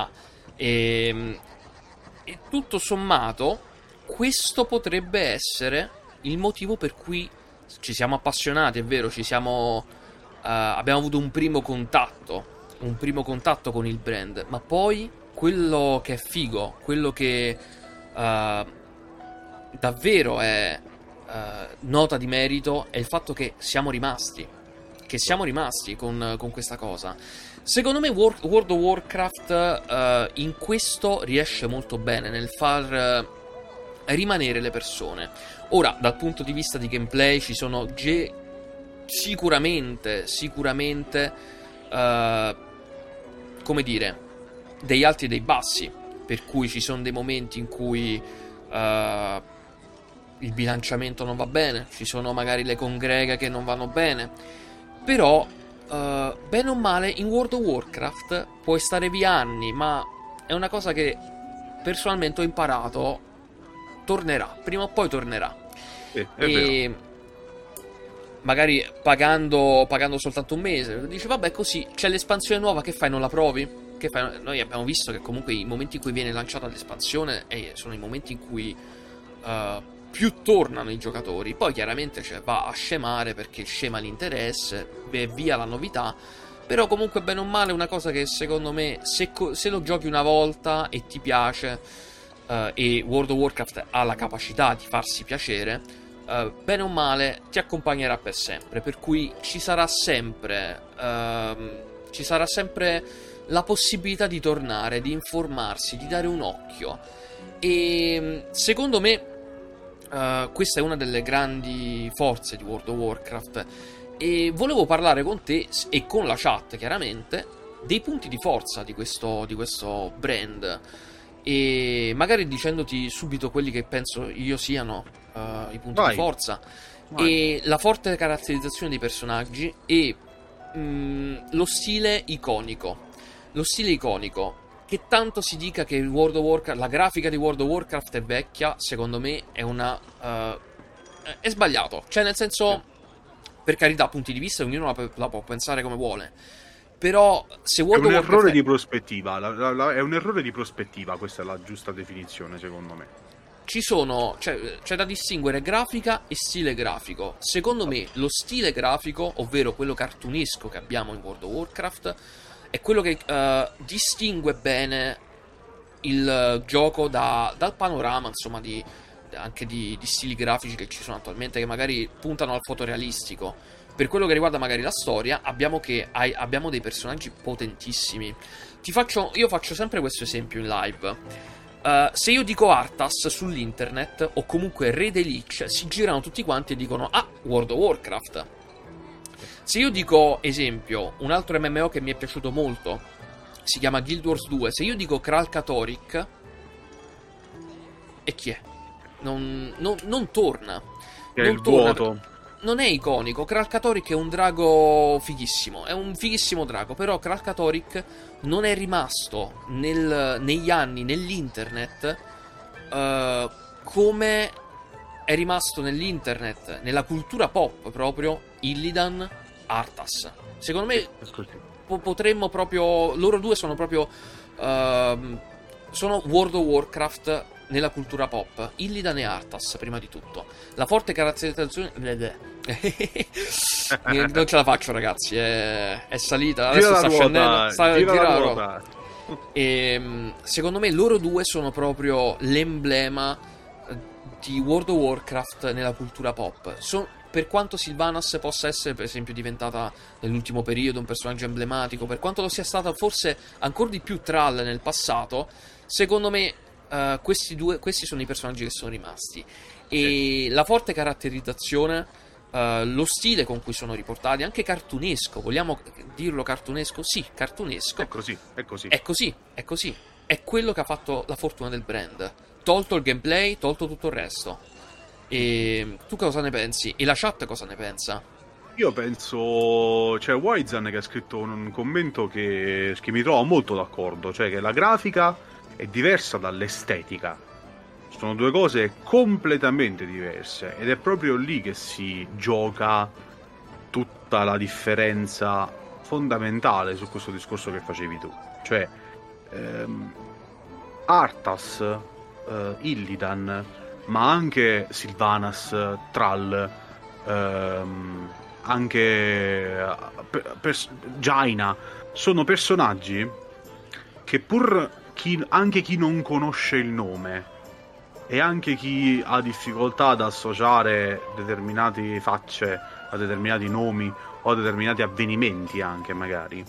E tutto sommato, questo potrebbe essere il motivo per cui ci siamo appassionati, è vero, abbiamo avuto un primo contatto con il brand, ma poi quello che è figo, quello che davvero è nota di merito è il fatto che siamo rimasti con questa cosa. Secondo me World of Warcraft in questo riesce molto bene nel far rimanere le persone. Ora, dal punto di vista di gameplay ci sono sicuramente come dire, degli alti e dei bassi, per cui ci sono dei momenti in cui il bilanciamento non va bene, ci sono magari le congreghe che non vanno bene, però bene o male in World of Warcraft puoi stare via anni, ma è una cosa che personalmente ho imparato, prima o poi tornerà. È vero. Magari pagando soltanto un mese, dici vabbè, così c'è l'espansione nuova, che fai, non la provi? Che fai? Noi abbiamo visto che comunque i momenti in cui viene lanciata l'espansione sono i momenti in cui più tornano i giocatori. Poi chiaramente va a scemare perché scema l'interesse e via la novità. Però comunque bene o male è una cosa che secondo me se lo giochi una volta e ti piace, e World of Warcraft ha la capacità di farsi piacere, bene o male ti accompagnerà per sempre. Per cui ci sarà sempre la possibilità di tornare, di informarsi, di dare un occhio. E secondo me questa è una delle grandi forze di World of Warcraft. E volevo parlare con te e con la chat, chiaramente, dei punti di forza di questo brand, e magari dicendoti subito quelli che penso io siano i punti di forza. E la forte caratterizzazione dei personaggi e lo stile iconico. Che tanto si dica che World of Warcraft, la grafica di World of Warcraft è vecchia, secondo me è è sbagliato. Cioè, nel senso, per carità, punti di vista, ognuno la può pensare come vuole. Però se World of Warcraft è un errore di prospettiva. È un errore di prospettiva, questa è la giusta definizione, secondo me. C'è da distinguere grafica e stile grafico. Secondo me lo stile grafico, ovvero quello cartunesco che abbiamo in World of Warcraft, è quello che distingue bene il gioco dal panorama, insomma, anche di stili grafici che ci sono attualmente, che magari puntano al fotorealistico. Per quello che riguarda magari la storia, abbiamo dei personaggi potentissimi. Io faccio sempre questo esempio in live. Se io dico Arthas sull'internet, o comunque Re de Lich, si girano tutti quanti e dicono: ah, World of Warcraft. Se io dico, esempio, un altro MMO che mi è piaciuto molto, si chiama Guild Wars 2, se io dico Kralkatoric, e chi è? Non torna. È Non il torna. vuoto. Non è iconico. Kralkatoric è un drago fighissimo. È un fighissimo drago. Però Kralkatoric non è rimasto negli anni, nell'internet, come è rimasto nell'internet, nella cultura pop proprio, Illidan, Arthas. Secondo me potremmo proprio. Loro due sono proprio. Sono World of Warcraft nella cultura pop. Illidan e Arthas, prima di tutto. La forte caratterizzazione. Non ce la faccio, ragazzi. È salita. Adesso sta scendendo. Gira la ruota. E secondo me loro due sono proprio l'emblema di World of Warcraft nella cultura pop. Per quanto Sylvanas possa essere, per esempio, diventata nell'ultimo periodo un personaggio emblematico, per quanto lo sia stata forse ancora di più Thrall nel passato, secondo me questi sono i personaggi che sono rimasti. E la forte caratterizzazione, lo stile con cui sono riportati, anche cartunesco, vogliamo dirlo cartunesco? Sì, cartunesco. È così. È quello che ha fatto la fortuna del brand. Tolto il gameplay, tolto tutto il resto. E tu cosa ne pensi? E la chat cosa ne pensa? Io penso, c'è Wizan che ha scritto un commento che mi trovo molto d'accordo, cioè che la grafica è diversa dall'estetica. Sono due cose completamente diverse ed è proprio lì che si gioca tutta la differenza fondamentale su questo discorso che facevi tu. Cioè, Arthas, Illidan, ma anche Sylvanas, Thrall, anche Jaina, sono personaggi che anche chi non conosce il nome e anche chi ha difficoltà ad associare determinate facce a determinati nomi o a determinati avvenimenti anche magari,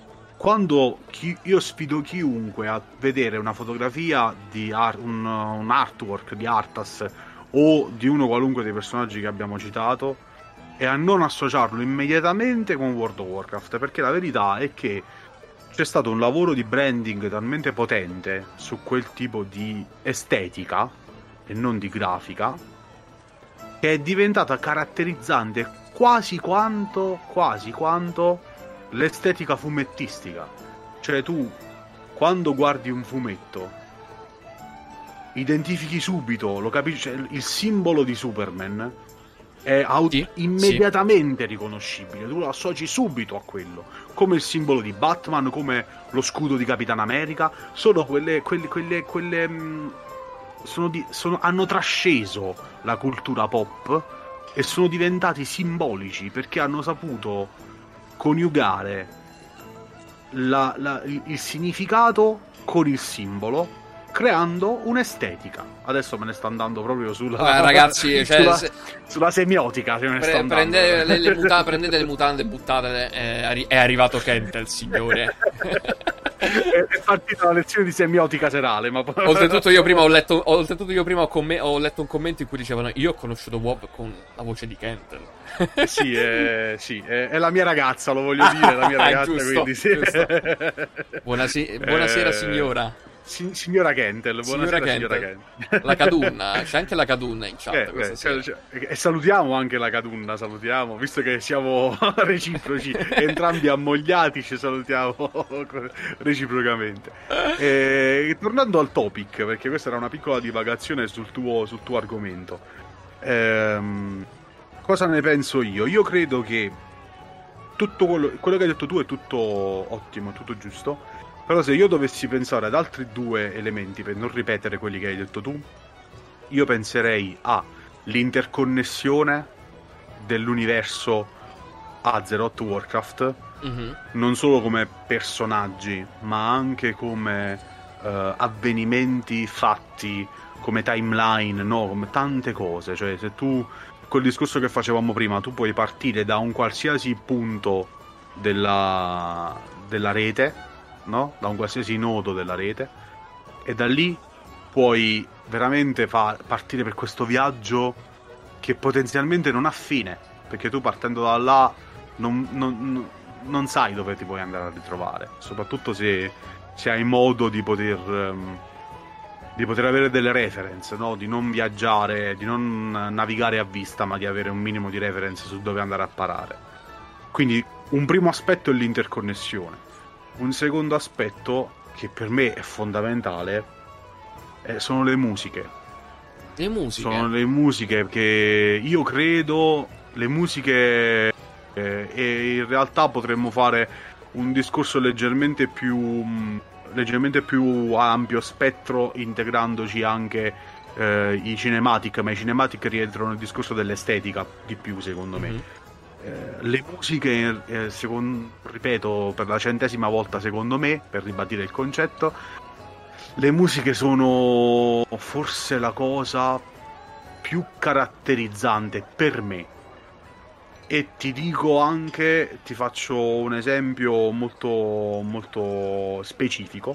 io sfido chiunque a vedere una fotografia di un artwork di Arthas o di uno qualunque dei personaggi che abbiamo citato e a non associarlo immediatamente con World of Warcraft, perché la verità è che c'è stato un lavoro di branding talmente potente su quel tipo di estetica e non di grafica che è diventata caratterizzante quasi quanto l'estetica fumettistica. Cioè tu, quando guardi un fumetto, identifichi subito, lo capisci, cioè, il simbolo di Superman è immediatamente riconoscibile, tu lo associ subito a quello, come il simbolo di Batman, come lo scudo di Capitan America. Sono hanno trasceso la cultura pop e sono diventati simbolici perché hanno saputo coniugare il significato con il simbolo, creando un'estetica. Adesso me ne sta andando proprio ragazzi, sulla semiotica. Prendete le mutande e buttatele. È arrivato Kent, il signore. È partita la lezione di semiotica serale. Ma oltretutto io prima ho letto un commento in cui dicevano: io ho conosciuto WoW con la voce di Kent. Sì, è la mia ragazza, lo voglio dire, la mia ragazza, giusto, quindi sì. Buonasera signora. Signora Kentel, buonasera signora Kentel. La Cadunna, c'è anche la Cadunna in chat. E salutiamo anche la Cadunna, visto che siamo reciproci, entrambi ammogliati, ci salutiamo reciprocamente. Tornando al topic, perché questa era una piccola divagazione sul tuo argomento. Cosa ne penso io? Io credo che tutto quello che hai detto tu è tutto ottimo, tutto giusto. Però se io dovessi pensare ad altri due elementi per non ripetere quelli che hai detto tu, io penserei all'interconnessione dell'universo Azeroth Warcraft, non solo come personaggi, ma anche come avvenimenti fatti, come timeline, no? Come tante cose. Cioè, se tu, quel discorso che facevamo prima, tu puoi partire da un qualsiasi punto della rete, no? Da un qualsiasi nodo della rete, e da lì puoi veramente partire per questo viaggio che potenzialmente non ha fine, perché tu partendo da là non sai dove ti puoi andare a ritrovare, soprattutto se hai modo di poter avere delle reference, no? Di non viaggiare, di non navigare a vista, ma di avere un minimo di reference su dove andare a parare. Quindi un primo aspetto è l'interconnessione. Un secondo aspetto, che per me è fondamentale, sono le musiche. Le musiche? Sono le musiche che io credo, le musiche, e in realtà potremmo fare un discorso leggermente più ampio spettro, integrandoci anche i cinematic, ma i cinematic rientrano nel discorso dell'estetica di più, secondo me. Le musiche, ripeto per la 100ª volta, secondo me, per ribadire il concetto, le musiche sono forse la cosa più caratterizzante per me. E ti dico anche, ti faccio un esempio molto, molto specifico.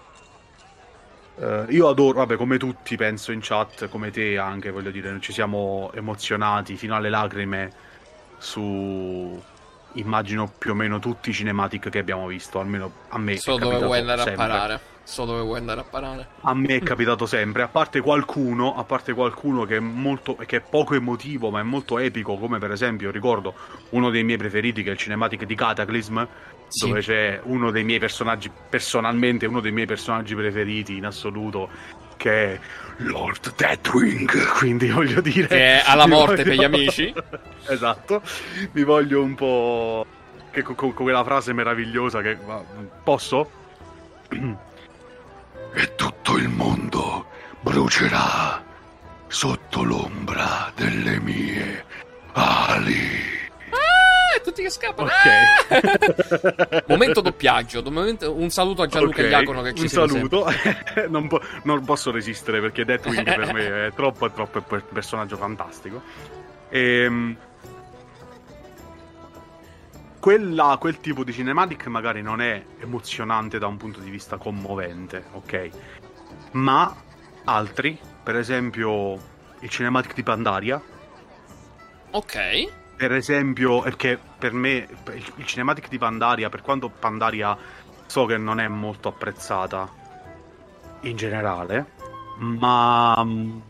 Io adoro, vabbè, come tutti penso in chat, come te anche, voglio dire, ci siamo emozionati fino alle lacrime su, immagino, più o meno tutti i cinematic che abbiamo visto, almeno a me. So dove vuoi andare a parare. So dove vuoi andare a parare. A me è capitato sempre, a parte qualcuno che è poco emotivo, ma è molto epico, come per esempio, ricordo uno dei miei preferiti, che è il cinematic di Cataclysm, sì, dove c'è uno dei miei personaggi, personalmente uno dei miei personaggi preferiti in assoluto, che è Lord Deathwing, quindi voglio dire, che è alla morte per gli amici. Esatto, mi voglio un po', che con quella frase meravigliosa che posso? E tutto il mondo brucerà sotto l'ombra delle mie ali. Tutti che scappano. Ok. Momento doppiaggio. Un saluto a Gianluca Iacono, che ci un saluto. Non posso resistere, perché Deathwing per me è troppo personaggio fantastico. Quel tipo di cinematic magari non è emozionante da un punto di vista commovente, ok? Ma altri, per esempio il cinematic di Pandaria. Ok. Per esempio, perché per me il cinematic di Pandaria, per quanto Pandaria so che non è molto apprezzata in generale, ma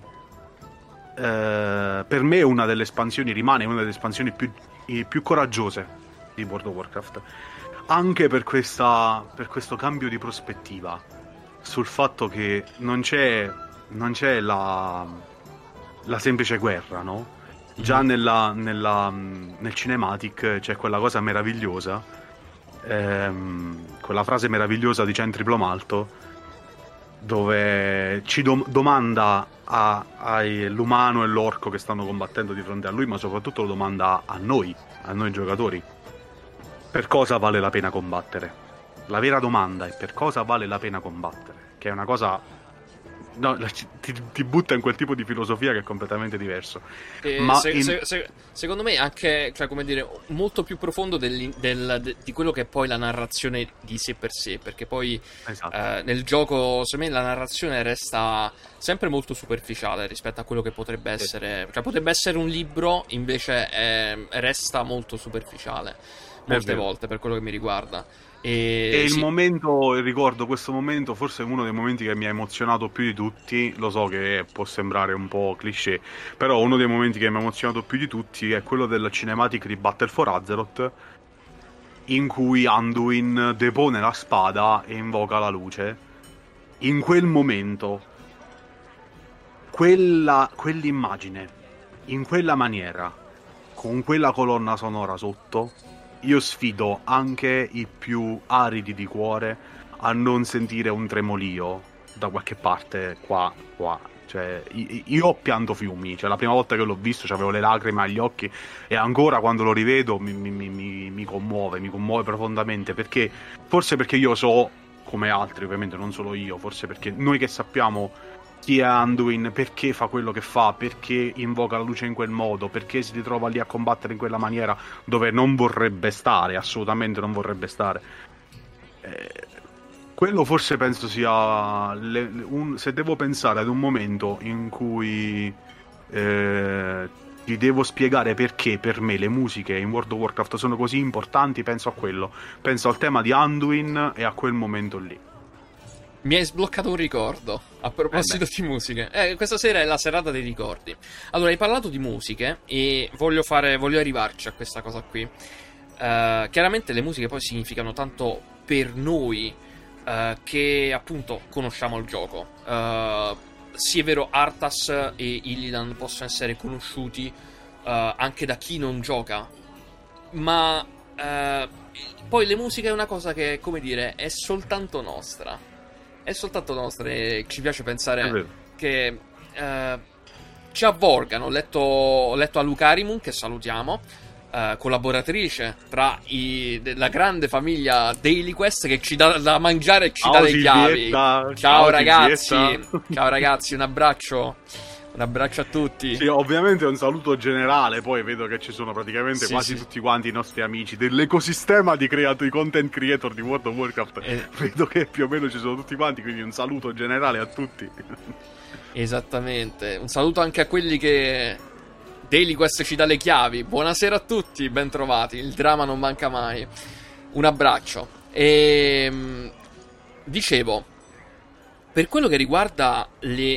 per me rimane una delle espansioni più coraggiose di World of Warcraft, anche per questo cambio di prospettiva sul fatto che non c'è la semplice guerra, no? Già nel cinematic c'è quella cosa meravigliosa, quella frase meravigliosa di Centri Plomalto, dove ci domanda all'umano e l'orco che stanno combattendo di fronte a lui, ma soprattutto lo domanda a noi giocatori: per cosa vale la pena combattere? La vera domanda è: per cosa vale la pena combattere? Che è una cosa, no, ti butta in quel tipo di filosofia che è completamente diverso. Ma secondo me anche, cioè, come dire, molto più profondo di quello che è poi la narrazione di sé per sé, perché poi esatto, nel gioco, secondo me, la narrazione resta sempre molto superficiale rispetto a quello che potrebbe essere. Cioè, potrebbe essere un libro, invece resta molto superficiale molte volte, per quello che mi riguarda. E il momento, ricordo questo momento, forse è uno dei momenti che mi ha emozionato più di tutti. Lo so che può sembrare un po' cliché, però uno dei momenti che mi ha emozionato più di tutti è quello del cinematic di Battle for Azeroth, in cui Anduin depone la spada e invoca la luce. In quel momento, quell'immagine, in quella maniera, con quella colonna sonora sotto, io sfido anche i più aridi di cuore a non sentire un tremolio da qualche parte qua. Cioè, io ho pianto fiumi. Cioè, la prima volta che l'ho visto avevo le lacrime agli occhi, e ancora quando lo rivedo mi commuove profondamente, perché forse perché io so, come altri ovviamente, non solo io, forse perché noi che sappiamo chi è Anduin, perché fa quello che fa, perché invoca la luce in quel modo, perché si ritrova lì a combattere in quella maniera dove non vorrebbe stare, assolutamente non vorrebbe stare. Quello forse penso sia se devo pensare ad un momento in cui ti devo spiegare perché per me le musiche in World of Warcraft sono così importanti, penso a quello. Penso al tema di Anduin e a quel momento lì. Mi hai sbloccato un ricordo a proposito di musiche. Questa sera è la serata dei ricordi. Allora, hai parlato di musiche e voglio arrivarci a questa cosa qui. Chiaramente le musiche poi significano tanto per noi che appunto conosciamo il gioco. Sì, è vero, Arthas e Illidan possono essere conosciuti anche da chi non gioca, ma poi le musiche è una cosa che, come dire, è soltanto nostra. È soltanto nostra e ci piace pensare che ci avvolgano. Ho letto a Lucarimun, che salutiamo, collaboratrice tra la grande famiglia Daily Quest, che ci dà da mangiare e ci dà le chiavi. Ciao ragazzi, ciao ragazzi, un abbraccio a tutti. Sì, ovviamente un saluto generale. Poi vedo che ci sono praticamente quasi tutti quanti i nostri amici dell'ecosistema di content creator di World of Warcraft. Vedo che più o meno ci sono tutti quanti, quindi un saluto generale a tutti. Esattamente, un saluto anche a quelli che Daily Quest ci dà le chiavi. Buonasera a tutti, ben trovati, il dramma non manca mai. Un abbraccio. E dicevo, per quello che riguarda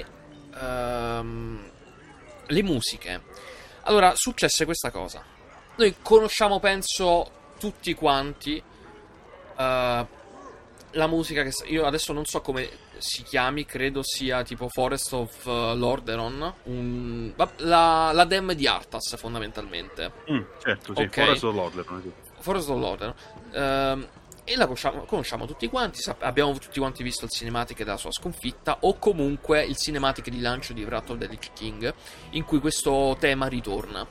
le musiche, allora successe questa cosa. Noi conosciamo, penso, tutti quanti la musica che io adesso non so come si chiami, credo sia tipo Forest of Lordaeron, la demo di Arthas fondamentalmente. Certo, sì, okay. Forest of Lordaeron, sì. Forest of Lordaeron. E la conosciamo tutti quanti. Abbiamo tutti quanti visto il cinematic della sua sconfitta, o comunque il cinematic di lancio di Wrath of the Lich King, in cui questo tema ritorna.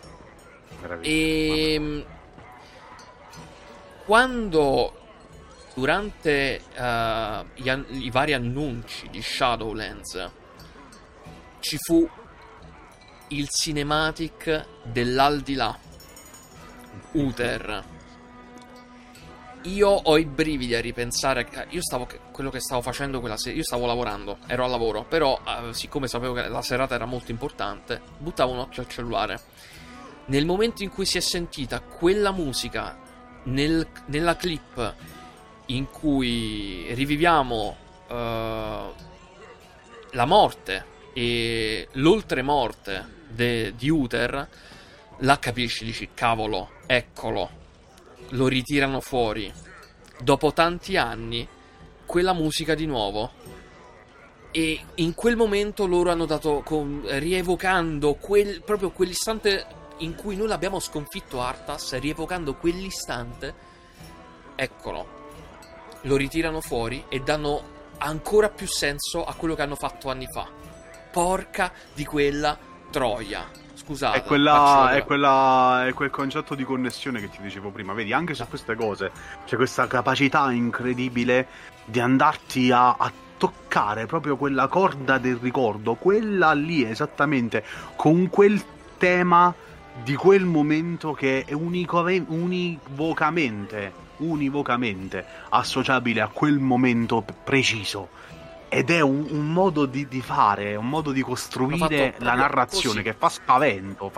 E quando durante i vari annunci di Shadowlands ci fu il cinematic dell'Aldilà, Uther, io ho i brividi a ripensare. Quello che stavo facendo quella sera, io stavo lavorando, ero al lavoro, però siccome sapevo che la serata era molto importante, buttavo un occhio al cellulare. Nel momento in cui si è sentita quella musica nella clip in cui riviviamo la morte e l'oltremorte di Uther, là capisci, dici cavolo, eccolo, lo ritirano fuori dopo tanti anni, quella musica di nuovo. E in quel momento loro hanno dato, rievocando proprio quell'istante in cui noi l'abbiamo sconfitto Arthas, rievocando quell'istante, eccolo, lo ritirano fuori e danno ancora più senso a quello che hanno fatto anni fa. Porca di quella troia. Scusate, è quel concetto di connessione che ti dicevo prima. Vedi, anche su queste cose c'è questa capacità incredibile di andarti a toccare proprio quella corda del ricordo, quella lì esattamente, con quel tema di quel momento che è univocamente associabile a quel momento preciso. Ed è un modo di fare, un modo di costruire la narrazione così, che fa spavento.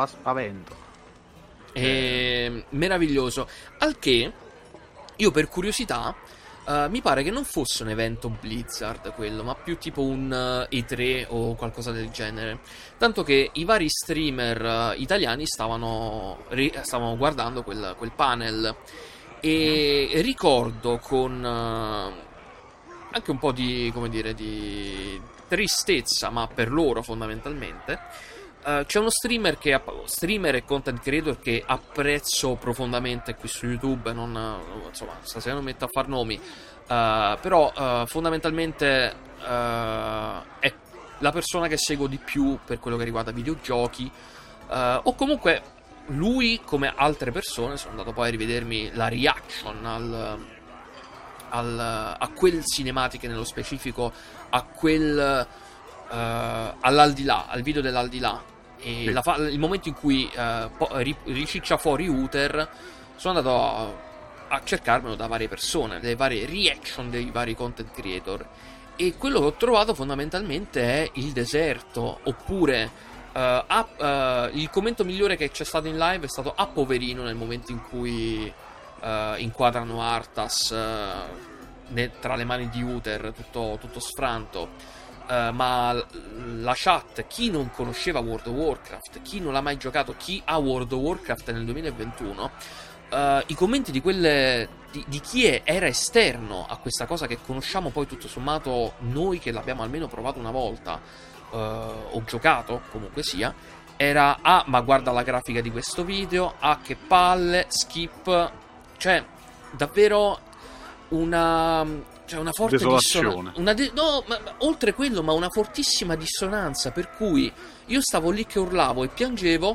Meraviglioso. Al che io, per curiosità, mi pare che non fosse un evento Blizzard quello, ma più tipo un E3 o qualcosa del genere. Tanto che i vari streamer italiani stavano guardando quel panel. E ricordo con anche un po' di, come dire, di tristezza, ma per loro fondamentalmente, c'è uno streamer e content creator che apprezzo profondamente qui su YouTube. Insomma, stasera non metto a far nomi, però fondamentalmente è la persona che seguo di più per quello che riguarda videogiochi, o comunque lui, come altre persone, sono andato poi a rivedermi la reaction a quel cinematic, nello specifico a quel all'aldilà, al video dell'aldilà, e il momento in cui riciccia fuori Uther. Sono andato a cercarmelo da varie persone, le varie reaction dei vari content creator, e quello che ho trovato fondamentalmente è il deserto, oppure il commento migliore che c'è stato in live è stato "ah poverino" nel momento in cui inquadrano Arthas tra le mani di Uther, tutto sfranto. Ma la chat, chi non conosceva World of Warcraft, chi non l'ha mai giocato, chi ha World of Warcraft nel 2021, i commenti di chi era esterno a questa cosa che conosciamo poi tutto sommato noi che l'abbiamo almeno provato una volta o giocato comunque sia, era "ah ma guarda la grafica di questo video, ah che palle, skip", cioè davvero una forte desolazione. no, ma oltre quello, ma una fortissima dissonanza, per cui io stavo lì che urlavo e piangevo,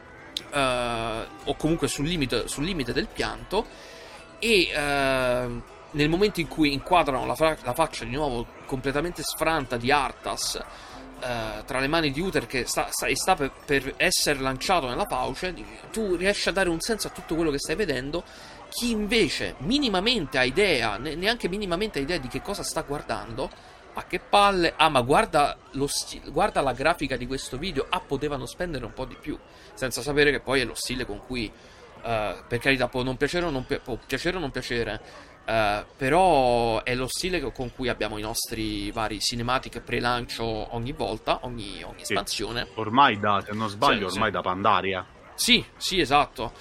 o comunque sul limite del pianto, e nel momento in cui inquadrano la faccia di nuovo completamente sfranta di Arthas tra le mani di Uther che sta per essere lanciato nella fauce, tu riesci a dare un senso a tutto quello che stai vedendo. Chi invece minimamente ha idea, neanche minimamente ha idea di che cosa sta guardando, "ah che palle, ah ma guarda guarda la grafica di questo video, ah potevano spendere un po' di più", senza sapere che poi è lo stile con cui, per carità, può piacere o non piacere, però è lo stile con cui abbiamo i nostri vari cinematic pre-lancio ogni volta, ogni espansione. Ormai se non sbaglio, Sì, ormai sì. da Pandaria. Sì, esatto.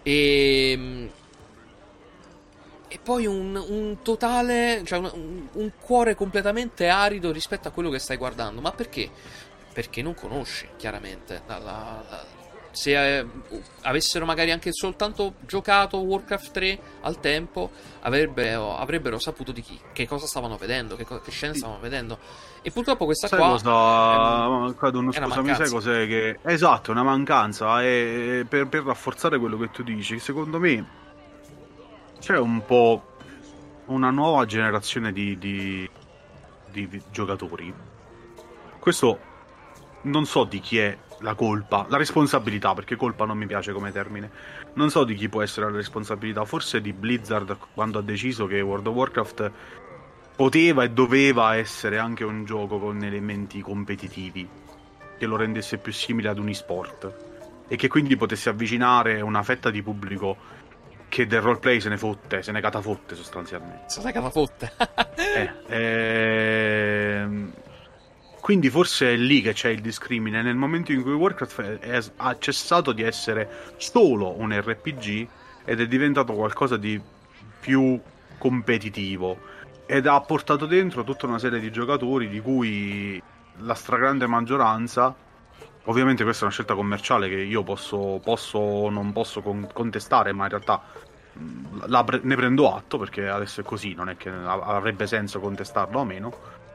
E poi un totale, cioè un cuore completamente arido rispetto a quello che stai guardando. Ma perché? Perché non conosci, chiaramente. Se avessero magari anche soltanto giocato Warcraft 3 al tempo, avrebbero saputo di che cosa stavano vedendo, che scene stavano vedendo. E purtroppo questa Sai qua cosa? Scusami, sai mancanza. cos'è che. Esatto, è una mancanza. E per rafforzare quello che tu dici, secondo me c'è un po' una nuova generazione di giocatori. Questo non so di chi è la colpa, la responsabilità, perché colpa non mi piace come termine. Non so di chi può essere la responsabilità, forse di Blizzard, quando ha deciso che World of Warcraft poteva e doveva essere anche un gioco con elementi competitivi, che lo rendesse più simile ad un e-sport e che quindi potesse avvicinare una fetta di pubblico che del roleplay se ne catafotte sostanzialmente. Se sai catafotte. Quindi forse è lì che c'è il discrimine, nel momento in cui Warcraft ha cessato di essere solo un RPG ed è diventato qualcosa di più competitivo ed ha portato dentro tutta una serie di giocatori di cui la stragrande maggioranza, ovviamente questa è una scelta commerciale che io posso o non posso contestare, ma in realtà ne prendo atto perché adesso è così, non è che avrebbe senso contestarlo o meno.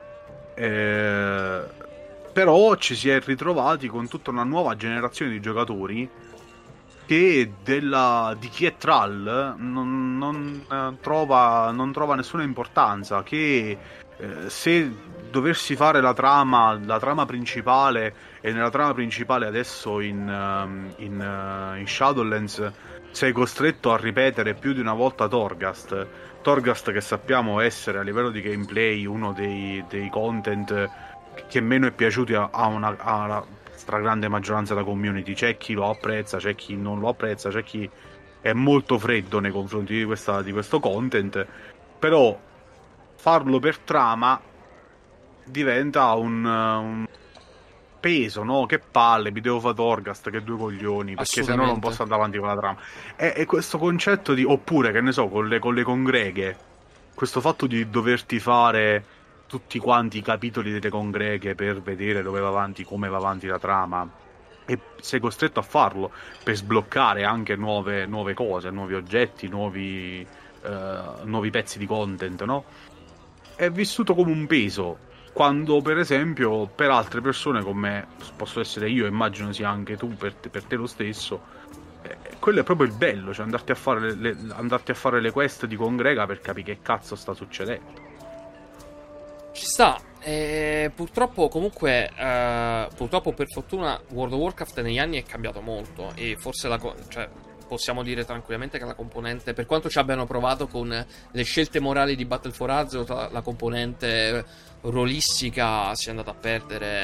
Però ci si è ritrovati con tutta una nuova generazione di giocatori che di chi è Thrall non trova nessuna importanza, che se dovessi fare la trama principale, e nella trama principale adesso in Shadowlands sei costretto a ripetere più di una volta Torghast che sappiamo essere a livello di gameplay uno dei content che meno è piaciuti alla stragrande maggioranza della community. C'è chi lo apprezza, c'è chi non lo apprezza, c'è chi è molto freddo nei confronti di questo content, però farlo per trama diventa un peso, no? Che palle, mi devo fare Torghast, che due coglioni, perché se no non posso andare avanti con la trama. E questo concetto oppure, che ne so, con le congreghe, questo fatto di doverti fare tutti quanti i capitoli delle congreghe per vedere dove va avanti, come va avanti la trama, e sei costretto a farlo per sbloccare anche nuove cose, nuovi oggetti, nuovi pezzi di content, no? È vissuto come un peso, quando per esempio per altre persone come posso essere io, immagino sia anche tu, per te lo stesso, quello è proprio il bello, cioè andarti a fare le quest di congrega per capire che cazzo sta succedendo. Ci sta. Purtroppo comunque purtroppo per fortuna World of Warcraft negli anni è cambiato molto, e forse cioè, possiamo dire tranquillamente che la componente, per quanto ci abbiano provato con le scelte morali di Battle for Azeroth, la componente rolistica si è andata a perdere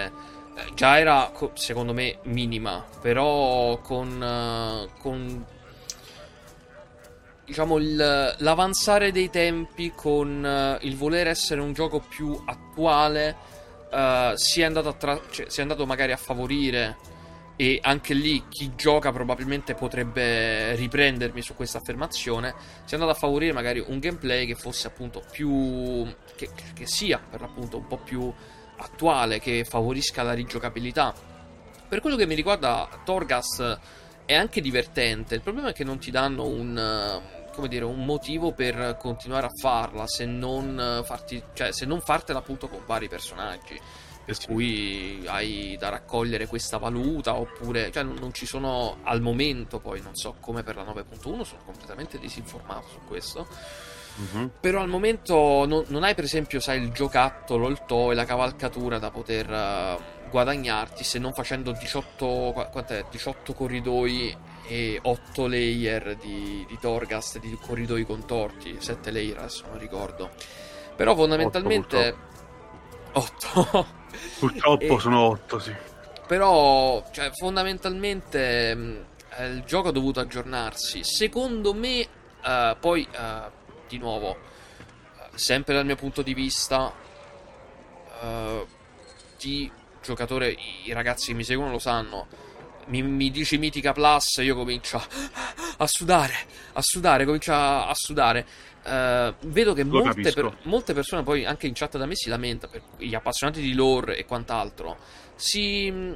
già era secondo me minima, però con diciamo l'avanzare dei tempi, con il voler essere un gioco più attuale, si è andato cioè, si è andato magari a favorire, e anche lì chi gioca probabilmente potrebbe riprendermi su questa affermazione, si è andato a favorire magari un gameplay che fosse appunto più che sia per l'appunto un po' più attuale, che favorisca la rigiocabilità. Per quello che mi riguarda, Torghast è anche divertente. Il problema è che non ti danno come dire, un motivo per continuare a farla, se non cioè, se non fartela appunto con vari personaggi. Per cui hai da raccogliere questa valuta, oppure cioè non ci sono al momento, poi non so come per la 9.1, sono completamente disinformato su questo. Però al momento non hai per esempio, sai, il giocattolo, il toy, la cavalcatura da poter guadagnarti, se non facendo 18 corridoi e 8 layer di Torghast, di corridoi contorti, 7 layer adesso non ricordo. Però fondamentalmente 8 purtroppo sono 8, sì. Però cioè, fondamentalmente il gioco ha dovuto aggiornarsi, secondo me. Poi di nuovo, sempre dal mio punto di vista di giocatore, i ragazzi che mi seguono lo sanno, mi dici Mitica Plus, io comincio a sudare, comincio a sudare. Vedo che molte persone poi anche in chat da me si lamentano, per gli appassionati di lore e quant'altro, si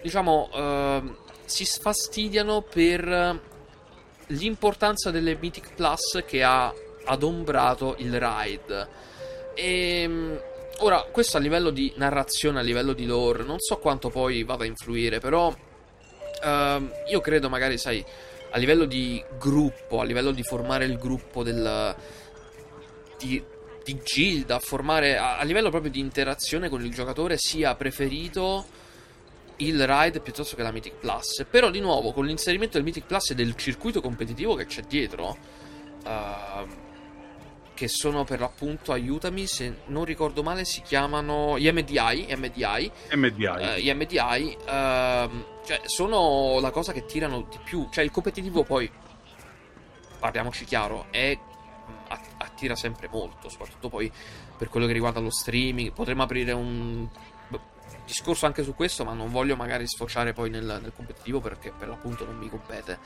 sfastidiano per l'importanza delle Mythic Plus che ha adombrato il raid. E ora, questo a livello di narrazione, a livello di lore, non so quanto poi vada a influire, però io credo magari, sai, a livello di gruppo, a livello di formare il gruppo di Gilda, formare a livello proprio di interazione con il giocatore, sia preferito il raid piuttosto che la Mythic Plus. Però di nuovo, con l'inserimento del Mythic Plus e del circuito competitivo che c'è dietro, che sono per l'appunto, aiutami se non ricordo male, si chiamano gli MDI, cioè sono la cosa che tirano di più. Cioè il competitivo, poi parliamoci chiaro, attira sempre molto, soprattutto poi per quello che riguarda lo streaming. Potremmo aprire un discorso anche su questo, ma non voglio magari sfociare poi nel competitivo, perché per l'appunto non mi compete.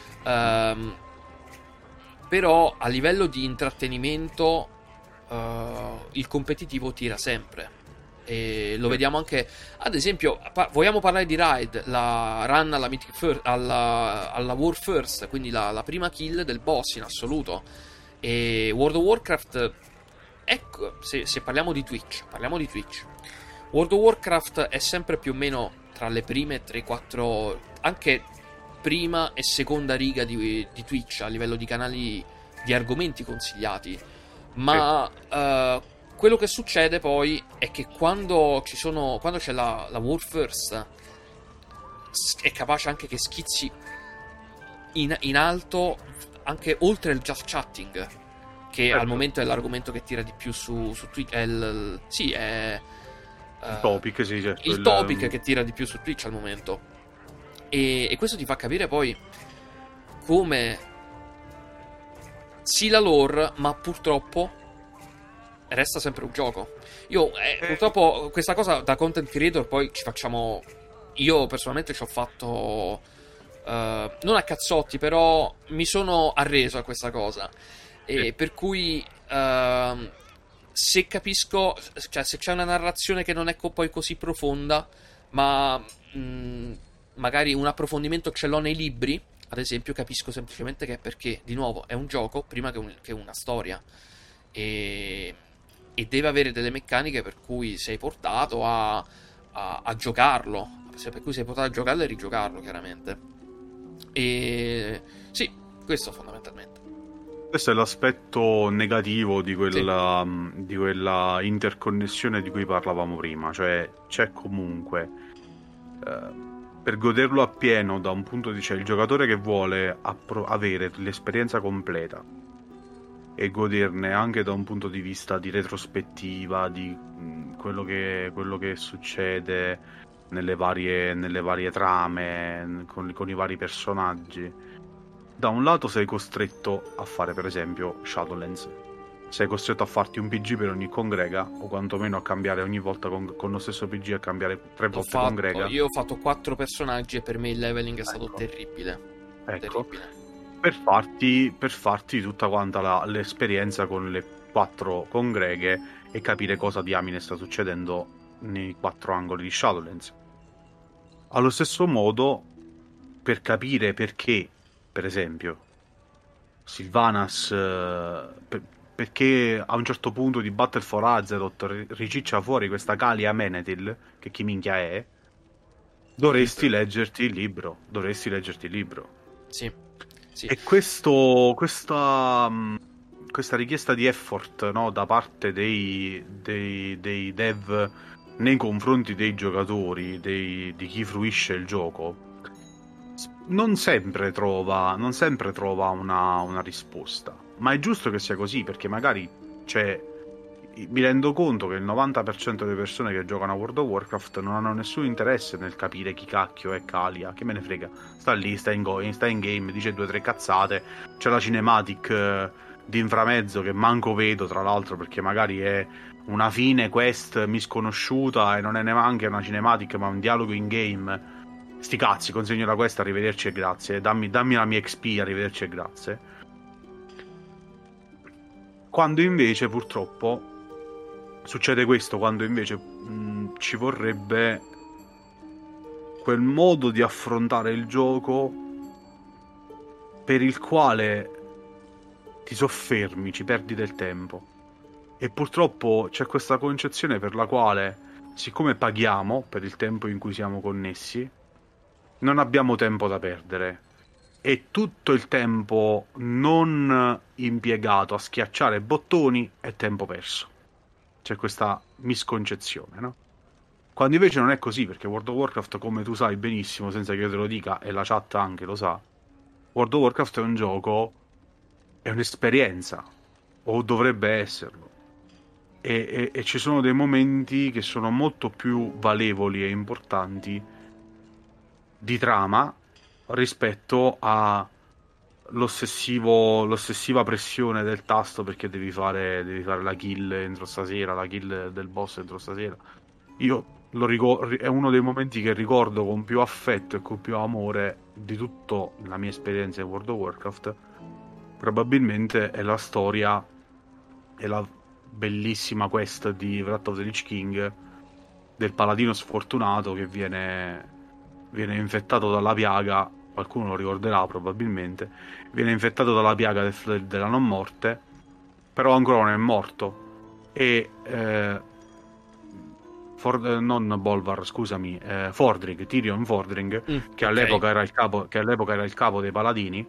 Però a livello di intrattenimento il competitivo tira sempre, e lo vediamo anche, ad esempio, vogliamo parlare di raid, la run alla Mythic First, alla War First, quindi la prima kill del boss in assoluto. E World of Warcraft, ecco, se parliamo di Twitch, World of Warcraft è sempre più o meno tra le prime 3-4, anche prima e seconda riga di Twitch a livello di canali di argomenti consigliati. Ma quello che succede poi è che quando c'è la War First, è capace anche che schizzi in alto, anche oltre il just chatting, che al momento è l'argomento che tira di più su Twitch. È il topic, sì, certo, il topic che tira di più su Twitch al momento. E questo ti fa capire poi come sì la lore, ma purtroppo resta sempre un gioco. Purtroppo questa cosa da content creator poi ci facciamo. Io personalmente ci ho fatto non a cazzotti, però mi sono arreso a questa cosa. E per cui se capisco, cioè se c'è una narrazione che non è poi così profonda, ma magari un approfondimento ce l'ho nei libri, ad esempio, capisco semplicemente che è perché, di nuovo, è un gioco prima che una storia, e deve avere delle meccaniche per cui sei portato a giocarlo, per cui sei portato a giocarlo e rigiocarlo, chiaramente. E sì, questo fondamentalmente. Questo è l'aspetto negativo di quella interconnessione di cui parlavamo prima. Cioè c'è comunque, per goderlo appieno, da un punto di il giocatore che vuole avere l'esperienza completa e goderne anche da un punto di vista di retrospettiva di quello che succede, nelle varie trame, con i vari personaggi. Da un lato sei costretto a fare, per esempio, Shadowlands. Sei costretto a farti un PG per ogni congrega, o quantomeno a cambiare ogni volta con lo stesso PG, a cambiare 3 volte congrega. Io ho fatto 4 personaggi e per me il leveling è stato Ecco. terribile. Ecco, Terribile. per farti tutta quanta l'esperienza con le 4 congreghe e capire cosa diamine sta succedendo nei 4 angoli di Shadowlands. Allo stesso modo, per capire perché, per esempio, Sylvanas, perché a un certo punto di Battle for Azeroth riciccia fuori questa Calia Menethil, che chi minchia è, dovresti leggerti il libro. Sì. Sì. E questa richiesta di effort, no, da parte dei dev nei confronti dei giocatori, di chi fruisce il gioco, non sempre trova una risposta. Ma è giusto che sia così, perché magari mi rendo conto che il 90% delle persone che giocano a World of Warcraft non hanno nessun interesse nel capire chi cacchio è Kalia, che me ne frega, sta lì, sta in game, dice 2 o 3 cazzate, c'è la cinematic di inframezzo che manco vedo, tra l'altro, perché magari è una fine quest misconosciuta e non è neanche una cinematic ma un dialogo in game. Sti cazzi, consegno la quest, arrivederci e grazie, dammi la mia XP, arrivederci e grazie. Quando invece purtroppo succede questo, quando invece ci vorrebbe quel modo di affrontare il gioco per il quale ti soffermi, ci perdi del tempo. E purtroppo c'è questa concezione per la quale, siccome paghiamo per il tempo in cui siamo connessi, non abbiamo tempo da perdere. E tutto il tempo non impiegato a schiacciare bottoni è tempo perso. C'è questa misconcezione, no? Quando invece non è così, perché World of Warcraft, come tu sai benissimo, senza che io te lo dica, e la chat anche lo sa, World of Warcraft è un gioco, è un'esperienza, o dovrebbe esserlo. E ci sono dei momenti che sono molto più valevoli e importanti di trama rispetto a l'ossessiva pressione del tasto perché devi fare la kill entro stasera, la kill del boss entro stasera. Io è uno dei momenti che ricordo con più affetto e con più amore di tutta la mia esperienza in World of Warcraft. Probabilmente è la storia e la bellissima quest di Wrath of the Lich King del paladino sfortunato che viene infettato dalla piaga. Qualcuno lo ricorderà probabilmente. Viene infettato dalla piaga della non morte, però ancora non è morto. E non scusami, Fordring, Tyrion Fordring, che all'epoca era il capo dei paladini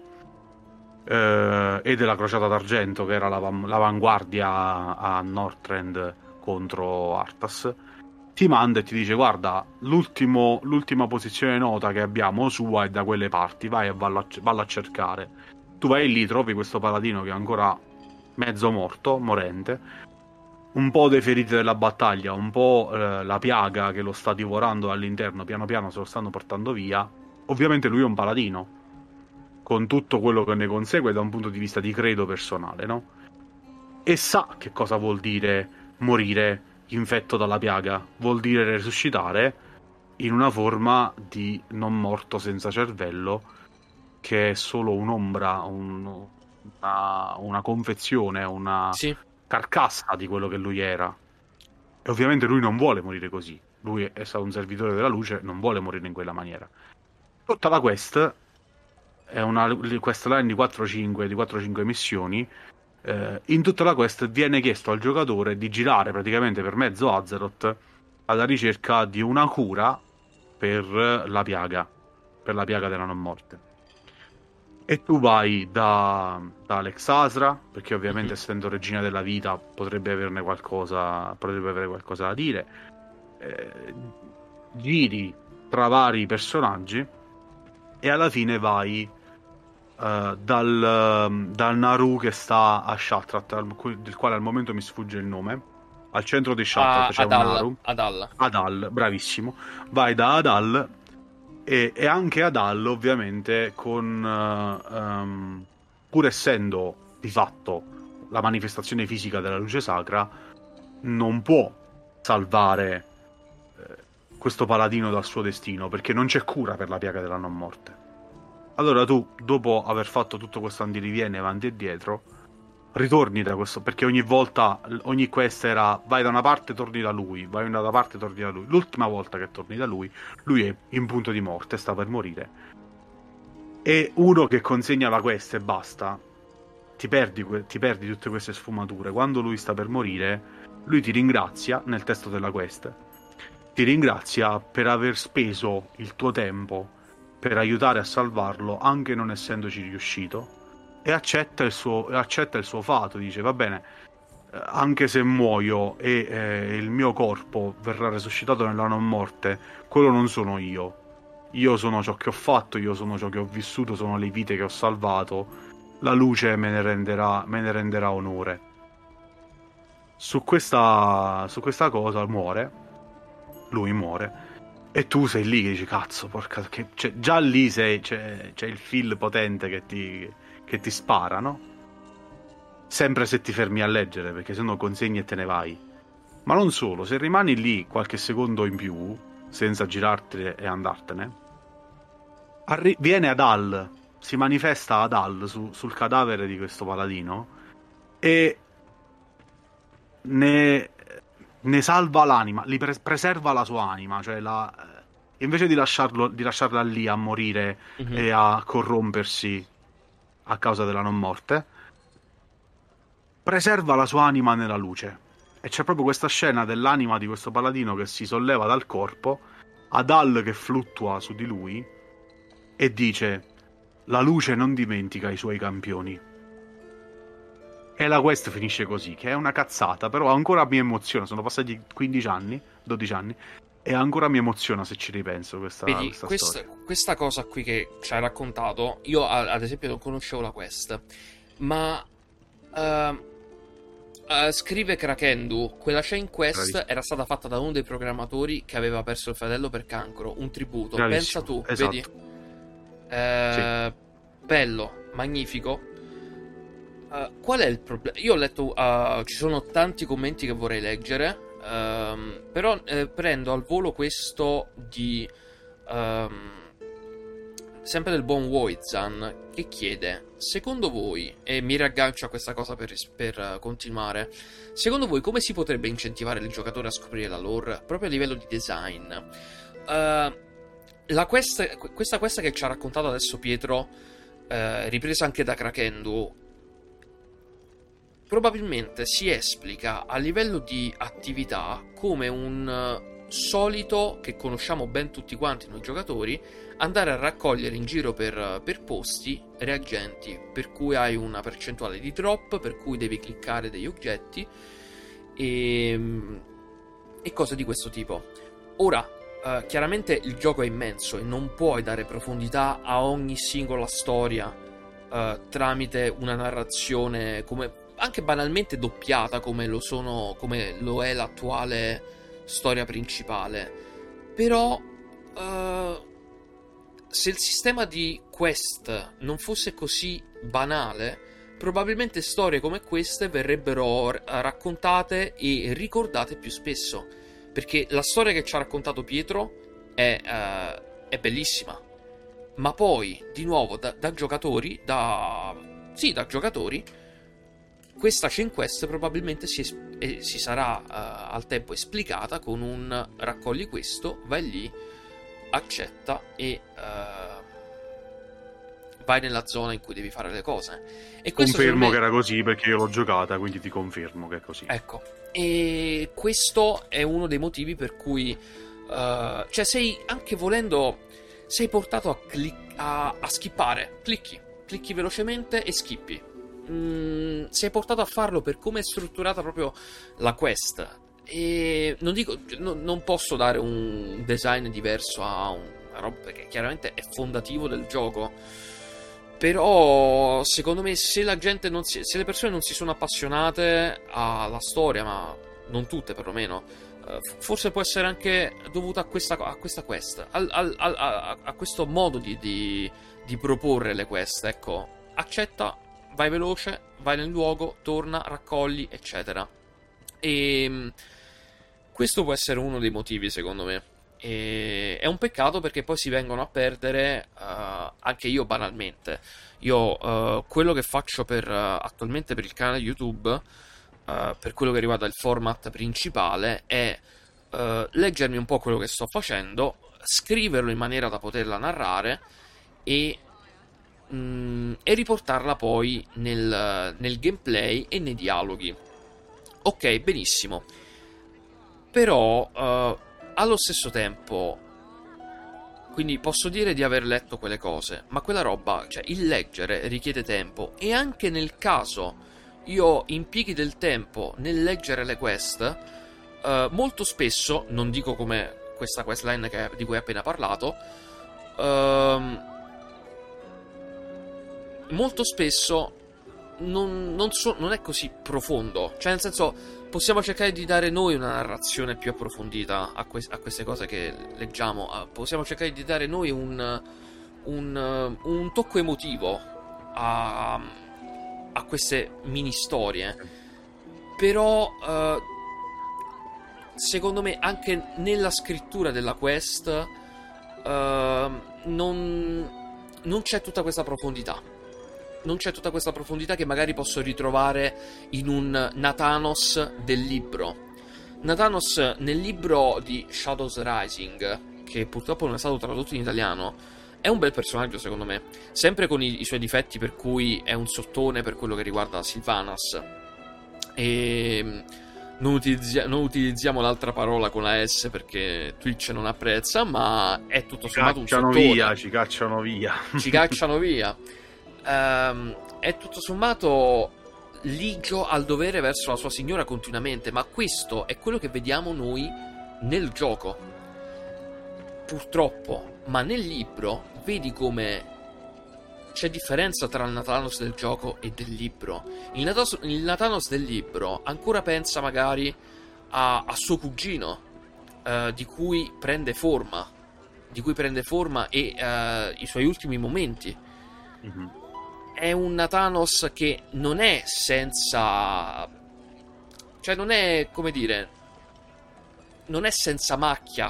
e della Crociata d'Argento, che era l'avanguardia a Northrend contro Arthas. Ti manda e ti dice: guarda, l'ultima posizione nota che abbiamo sua è da quelle parti, vai e valla a cercare. Tu vai lì, trovi questo paladino che è ancora mezzo morente, un po' dei feriti della battaglia, un po' la piaga che lo sta divorando all'interno, piano piano se lo stanno portando via. Ovviamente lui è un paladino, con tutto quello che ne consegue da un punto di vista di credo personale, no? E sa che cosa vuol dire morire infetto dalla piaga, vuol dire resuscitare in una forma di non morto senza cervello, che è solo un'ombra, una confezione, una carcassa di quello che lui era. E ovviamente lui non vuole morire così, lui è stato un servitore della luce, non vuole morire in quella maniera. Tutta la quest è una questline di 4-5 missioni. In tutta la quest viene chiesto al giocatore di girare praticamente per mezzo Azeroth alla ricerca di una cura per la piaga della non morte. E tu vai da Alex Asra, perché ovviamente essendo regina della vita potrebbe avere qualcosa da dire. Giri tra vari personaggi e alla fine vai dal Naru che sta a Shattrath, del quale al momento mi sfugge il nome, al centro di Shattrath c'è un Aru. Adal, bravissimo. Vai da Adal e anche Adal ovviamente pur essendo di fatto la manifestazione fisica della luce sacra, non può salvare questo paladino dal suo destino, perché non c'è cura per la piaga della non morte. Allora tu, dopo aver fatto tutto questo andiriviene avanti e dietro, ritorni da questo, perché ogni volta, ogni quest era vai da una parte, torni da lui, vai da una parte, torni da lui. L'ultima volta che torni da lui è in punto di morte, sta per morire. E uno che consegna la quest e basta, ti perdi tutte queste sfumature. Quando lui sta per morire, lui ti ringrazia nel testo della quest, ti ringrazia per aver speso il tuo tempo per aiutare a salvarlo, anche non essendoci riuscito, e accetta il suo fato. Dice va bene, anche se muoio e il mio corpo verrà resuscitato nella non morte, quello non sono io sono ciò che ho fatto, io sono ciò che ho vissuto, sono le vite che ho salvato, la luce me ne renderà onore. Su questa cosa lui muore, e tu sei lì che dici cazzo, porca, cioè, già lì c'è il feel potente che ti spara, no? Sempre se ti fermi a leggere, perché se no consegni e te ne vai. Ma non solo, se rimani lì qualche secondo in più senza girartene e andartene, viene Adal, si manifesta Adal sul cadavere di questo paladino e ne salva l'anima, li preserva la sua anima, cioè invece di lasciarla lì a morire e a corrompersi a causa della non morte, preserva la sua anima nella luce. E c'è proprio questa scena dell'anima di questo paladino che si solleva dal corpo, Adal che fluttua su di lui e dice: la luce non dimentica i suoi campioni. E la quest finisce così, che è una cazzata, però ancora mi emoziona. Sono passati 15 anni, 12 anni, e ancora mi emoziona se ci ripenso questa storia. Questa cosa qui che ci hai raccontato, io ad esempio non conoscevo la quest, ma scrive Krakendu, quella chain quest era stata fatta da uno dei programmatori che aveva perso il fratello per cancro, un tributo. Bravissimo. Pensa tu, esatto. vedi? Sì. Bello, magnifico. Qual è il problema? Io ho letto, ci sono tanti commenti che vorrei leggere, però prendo al volo questo di sempre del buon Woizan, che chiede: secondo voi, e mi riaggancio a questa cosa per continuare, secondo voi come si potrebbe incentivare il giocatore a scoprire la lore proprio a livello di design? Questa quest che ci ha raccontato adesso Pietro, ripresa anche da Krakendu, probabilmente si esplica a livello di attività come un solito che conosciamo ben tutti quanti noi giocatori, andare a raccogliere in giro per posti reagenti, per cui hai una percentuale di drop, per cui devi cliccare degli oggetti e cose di questo tipo. Ora, chiaramente il gioco è immenso e non puoi dare profondità a ogni singola storia tramite una narrazione come anche banalmente doppiata, come lo è l'attuale storia principale. Però se il sistema di quest non fosse così banale, probabilmente storie come queste verrebbero raccontate e ricordate più spesso, perché la storia che ci ha raccontato Pietro è bellissima, ma poi di nuovo da giocatori, questa chain quest probabilmente si sarà al tempo esplicata con un raccogli questo, vai lì, accetta e vai nella zona in cui devi fare le cose. E confermo che era così perché io l'ho giocata, quindi ti confermo che è così. Ecco, e questo è uno dei motivi per cui cioè sei, anche volendo, sei portato a skippare, clicchi velocemente e skippi. Sei portato a farlo per come è strutturata proprio la quest. E non posso dare un design diverso a una roba, perché chiaramente è fondativo del gioco. Però secondo me se le persone non si sono appassionate alla storia, ma non tutte perlomeno, forse può essere anche dovuta a questa quest, a questo modo di proporre le quest. Ecco, accetta, vai veloce, vai nel luogo, torna, raccogli, eccetera. E questo può essere uno dei motivi, secondo me. E è un peccato perché poi si vengono a perdere, anche io banalmente. Io quello che faccio attualmente per il canale YouTube, per quello che riguarda il format principale, è leggermi un po' quello che sto facendo, scriverlo in maniera da poterla narrare e riportarla poi nel gameplay e nei dialoghi. Ok, benissimo. Però allo stesso tempo, quindi posso dire di aver letto quelle cose, ma quella roba, cioè il leggere richiede tempo, e anche nel caso io impieghi del tempo nel leggere le quest, molto spesso, non dico come questa questline di cui hai appena parlato, molto spesso non è così profondo. Cioè, nel senso, possiamo cercare di dare noi una narrazione più approfondita a queste cose che leggiamo. Possiamo cercare di dare noi un tocco emotivo a queste mini storie. Però secondo me anche nella scrittura della quest non c'è tutta questa profondità. Non c'è tutta questa profondità che magari posso ritrovare in un Nathanos del libro. Nathanos nel libro di Shadows Rising, che purtroppo non è stato tradotto in italiano, è un bel personaggio secondo me, sempre con i suoi difetti, per cui è un sottone per quello che riguarda Sylvanas. E non utilizziamo l'altra parola con la S perché Twitch non apprezza, ma è tutto sommato un sottone. Ci cacciano via. Ci cacciano via. È tutto sommato ligio al dovere verso la sua signora continuamente, ma questo è quello che vediamo noi nel gioco, purtroppo. Ma nel libro vedi come c'è differenza tra il Nathanos del gioco e del libro. Il Nathanos del libro ancora pensa magari a suo cugino, di cui prende forma e i suoi ultimi momenti. Mm-hmm. È un Nathanos che non è senza... cioè non è, come dire, non è senza macchia.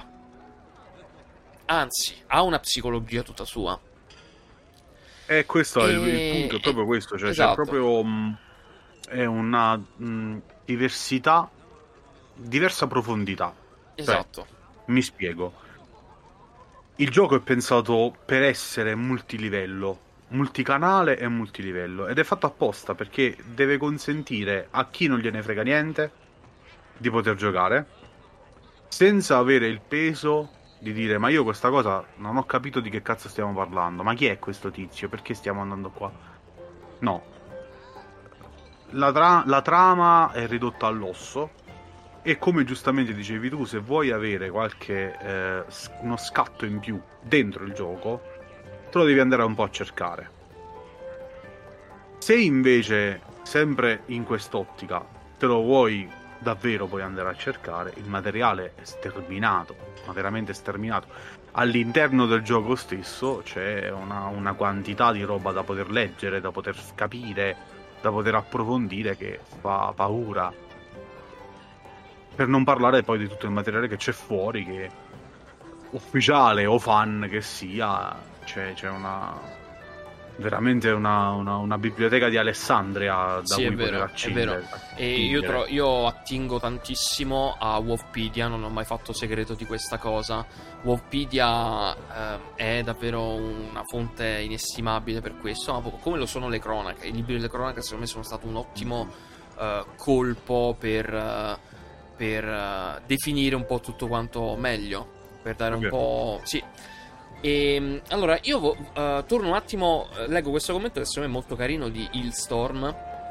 Anzi, ha una psicologia tutta sua. E questo è il punto, è proprio questo. Cioè, esatto. C'è proprio... è una diversità, diversa profondità. Esatto. Cioè, mi spiego. Il gioco è pensato per essere multilivello, multicanale e multilivello, ed è fatto apposta perché deve consentire a chi non gliene frega niente di poter giocare senza avere il peso di dire: ma io questa cosa non ho capito di che cazzo stiamo parlando, ma chi è questo tizio, perché stiamo andando qua? No, la trama è ridotta all'osso, e come giustamente dicevi tu, se vuoi avere qualche uno scatto in più dentro il gioco, te lo devi andare un po' a cercare. Se invece, sempre in quest'ottica, te lo vuoi davvero poi andare a cercare, il materiale è sterminato, ma veramente sterminato. All'interno del gioco stesso c'è una quantità di roba da poter leggere, da poter capire, da poter approfondire, che fa paura. Per non parlare poi di tutto il materiale che c'è fuori, che ufficiale o fan che sia, c'è veramente una biblioteca di Alessandria da cui poter accedere. E io attingo tantissimo a Wolfpedia, non ho mai fatto segreto di questa cosa. Wolfpedia è davvero una fonte inestimabile per questo, ma come lo sono le cronache. I libri delle cronache secondo me sono stato un ottimo colpo per definire un po' tutto quanto meglio, per dare un po'... Sì. E allora io torno un attimo, leggo questo commento che secondo me è molto carino di Illstorm,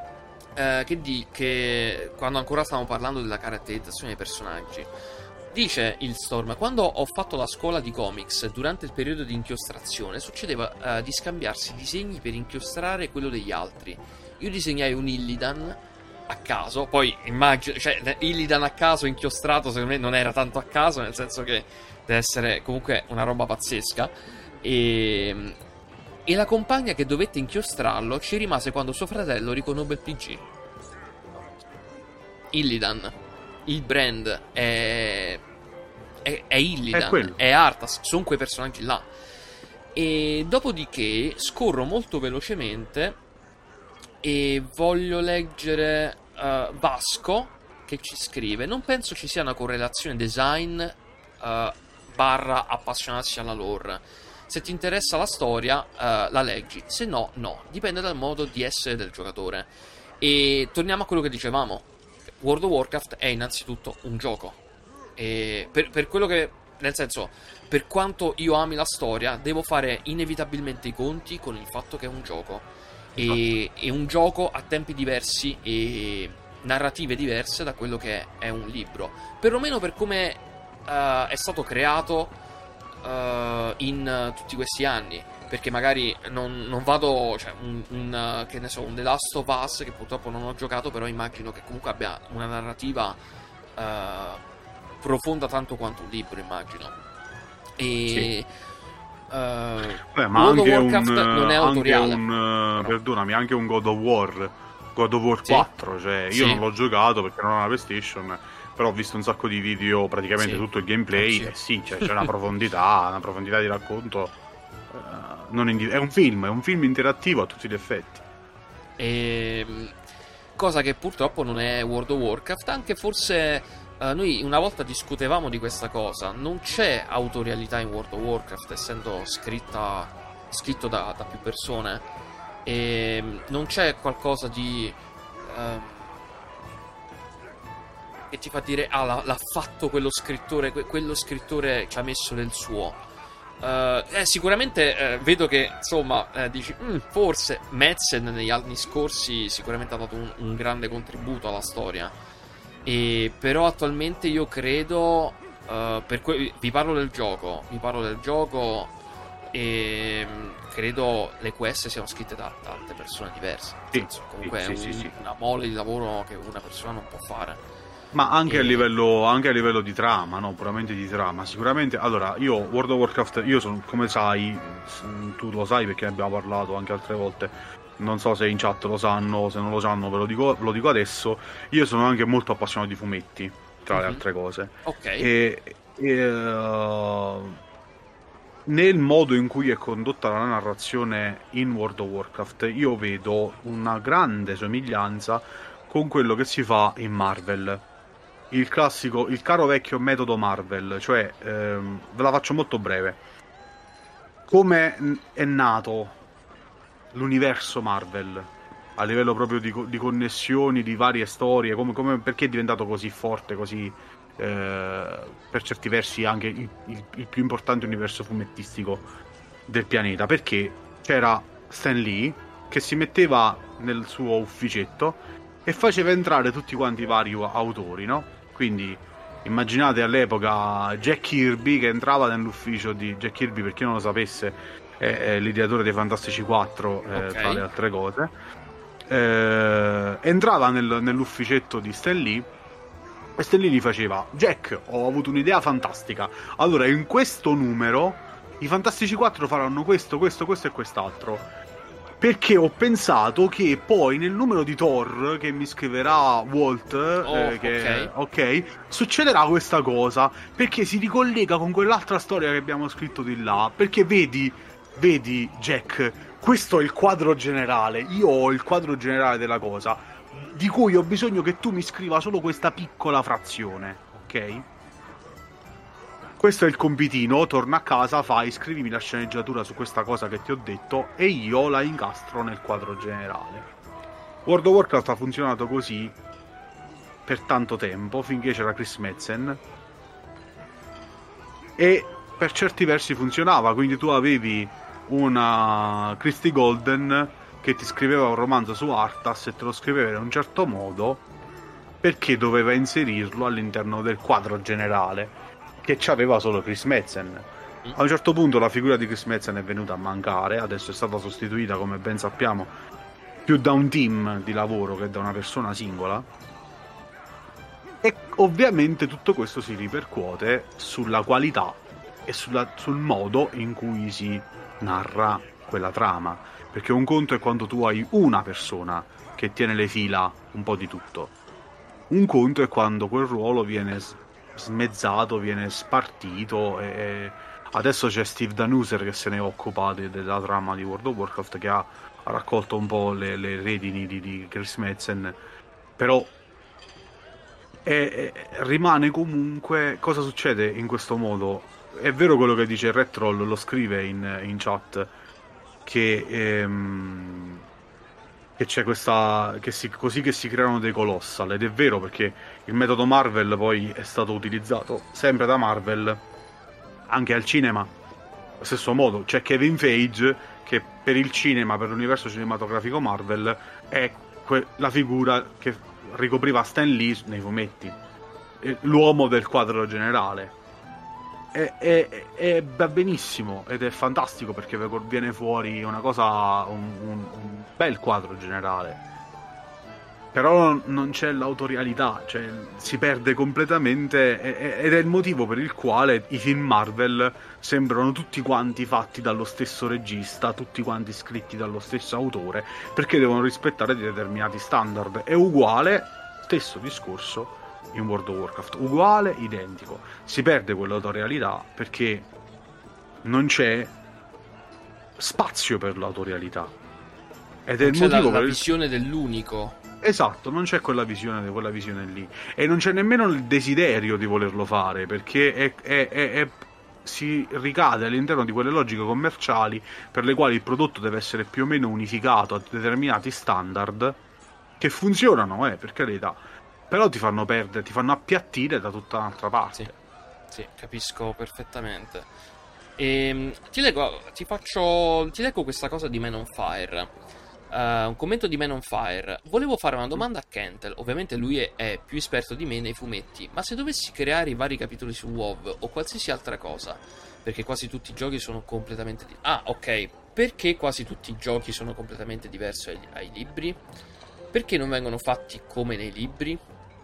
che quando ancora stavamo parlando della caratterizzazione dei personaggi, dice Illstorm: quando ho fatto la scuola di comics durante il periodo di inchiostrazione succedeva di scambiarsi disegni per inchiostrare quello degli altri. Io disegnai un Illidan a caso. Poi immagino, cioè Illidan a caso inchiostrato secondo me non era tanto a caso, nel senso che deve essere comunque una roba pazzesca. E la compagna che dovette inchiostrarlo ci rimase quando suo fratello riconobbe il PG. Illidan, il brand è Illidan, è Arthas, sono quei personaggi là. E dopodiché scorro molto velocemente e voglio leggere Vasco che ci scrive: non penso ci sia una correlazione design barra appassionarsi alla lore. Se ti interessa la storia la leggi, se no no, dipende dal modo di essere del giocatore. E torniamo a quello che dicevamo: World of Warcraft è innanzitutto un gioco. E per quello che, nel senso, per quanto io ami la storia, devo fare inevitabilmente i conti con il fatto che è un gioco. E un gioco a tempi diversi e narrative diverse da quello che è un libro. Perlomeno per come è stato creato in tutti questi anni. Perché magari non vado, cioè che ne so, un The Last of Us, che purtroppo non ho giocato, però immagino che comunque abbia una narrativa profonda tanto quanto un libro, immagino. E sì. Ma World of anche Warcraft non è autoriale. Perdonami, anche un God of War 4, cioè io non l'ho giocato perché non ho una PlayStation, però ho visto un sacco di video, praticamente tutto il gameplay, e cioè, c'è una profondità di racconto. È un film interattivo a tutti gli effetti. Cosa che purtroppo non è World of Warcraft, anche forse noi una volta discutevamo di questa cosa. Non c'è autorialità in World of Warcraft, essendo scritto da più persone, e non c'è qualcosa di che ti fa dire l'ha fatto quello scrittore ci ha messo del suo. Sicuramente vedo che insomma dici forse Metzen negli anni scorsi sicuramente ha dato un grande contributo alla storia, però attualmente io credo vi parlo del gioco e credo le quest siano scritte da tante persone diverse, comunque è una mole di lavoro che una persona non può fare. Ma anche a livello di trama, no? Puramente di trama. Sicuramente, allora, io World of Warcraft, io sono, come sai, tu lo sai perché ne abbiamo parlato anche altre volte, non so se in chat lo sanno, se non lo sanno ve lo dico adesso, io sono anche molto appassionato di fumetti, tra le altre cose. Ok. Nel modo in cui è condotta la narrazione in World of Warcraft, io vedo una grande somiglianza con quello che si fa in Marvel. Il caro vecchio metodo Marvel, cioè ve la faccio molto breve. Come è nato l'universo Marvel a livello proprio di connessioni, di varie storie, perché è diventato così forte, così per certi versi anche il più importante universo fumettistico del pianeta? Perché c'era Stan Lee che si metteva nel suo ufficetto e faceva entrare tutti quanti i vari autori, no? Quindi immaginate all'epoca Jack Kirby che entrava nell'ufficio di Jack Kirby, per chi non lo sapesse è l'ideatore dei Fantastici 4, tra le altre cose. Entrava nell'ufficetto di Stan Lee e Stan Lee gli faceva: Jack, ho avuto un'idea fantastica, allora in questo numero i Fantastici 4 faranno questo e quest'altro, perché ho pensato che poi nel numero di Thor che mi scriverà Walt succederà questa cosa, perché si ricollega con quell'altra storia che abbiamo scritto di là, perché vedi Jack, questo è il quadro generale, io ho il quadro generale della cosa, di cui ho bisogno che tu mi scriva solo questa piccola frazione, ok? Questo è il compitino, torna a casa, scrivimi la sceneggiatura su questa cosa che ti ho detto e io la incastro nel quadro generale. World of Warcraft ha funzionato così per tanto tempo, finché c'era Chris Metzen, e per certi versi funzionava, quindi tu avevi una Christie Golden che ti scriveva un romanzo su Arthas e te lo scriveva in un certo modo perché doveva inserirlo all'interno del quadro generale che c'aveva solo Chris Metzen. A un certo punto la figura di Chris Metzen è venuta a mancare, adesso è stata sostituita, come ben sappiamo, più da un team di lavoro che da una persona singola. E ovviamente tutto questo si ripercuote sulla qualità e sul modo in cui si narra quella trama. Perché un conto è quando tu hai una persona che tiene le fila un po' di tutto. Un conto è quando quel ruolo viene smezzato, viene spartito e adesso c'è Steve Danuser che se ne occupa della trama di World of Warcraft, che ha raccolto un po' le redini di Chris Metzen, però rimane comunque. Cosa succede in questo modo? È vero quello che dice Red Troll, lo scrive in chat, che c'è questa così che si creano dei colossal, ed è vero, perché il metodo Marvel poi è stato utilizzato sempre da Marvel anche al cinema. Allo stesso modo c'è Kevin Feige che per il cinema, per l'universo cinematografico Marvel, è la figura che ricopriva Stan Lee nei fumetti, l'uomo del quadro generale. Va benissimo ed è fantastico, perché viene fuori una cosa, un bel quadro generale, però non c'è l'autorialità, cioè si perde completamente, ed è il motivo per il quale i film Marvel sembrano tutti quanti fatti dallo stesso regista, tutti quanti scritti dallo stesso autore, perché devono rispettare determinati standard. È uguale, stesso discorso in World of Warcraft, uguale, identico. Si perde quell'autorialità perché non c'è spazio per l'autorialità, ed è Non il c'è motivo la per il visione dell'unico. Esatto, non c'è quella visione lì, e non c'è nemmeno il desiderio di volerlo fare, perché si ricade all'interno di quelle logiche commerciali per le quali il prodotto deve essere più o meno unificato a determinati standard, che funzionano, per carità, però ti fanno perdere, ti fanno appiattire da tutta un'altra parte. Sì, capisco perfettamente. Ti leggo questa cosa di Man on Fire. Un commento di Man on Fire. Volevo fare una domanda a Kentel. Ovviamente lui è più esperto di me nei fumetti, ma se dovessi creare i vari capitoli su WoW o qualsiasi altra cosa, perché quasi tutti i giochi sono completamente ok. Perché quasi tutti i giochi sono completamente diversi ai libri? Perché non vengono fatti come nei libri?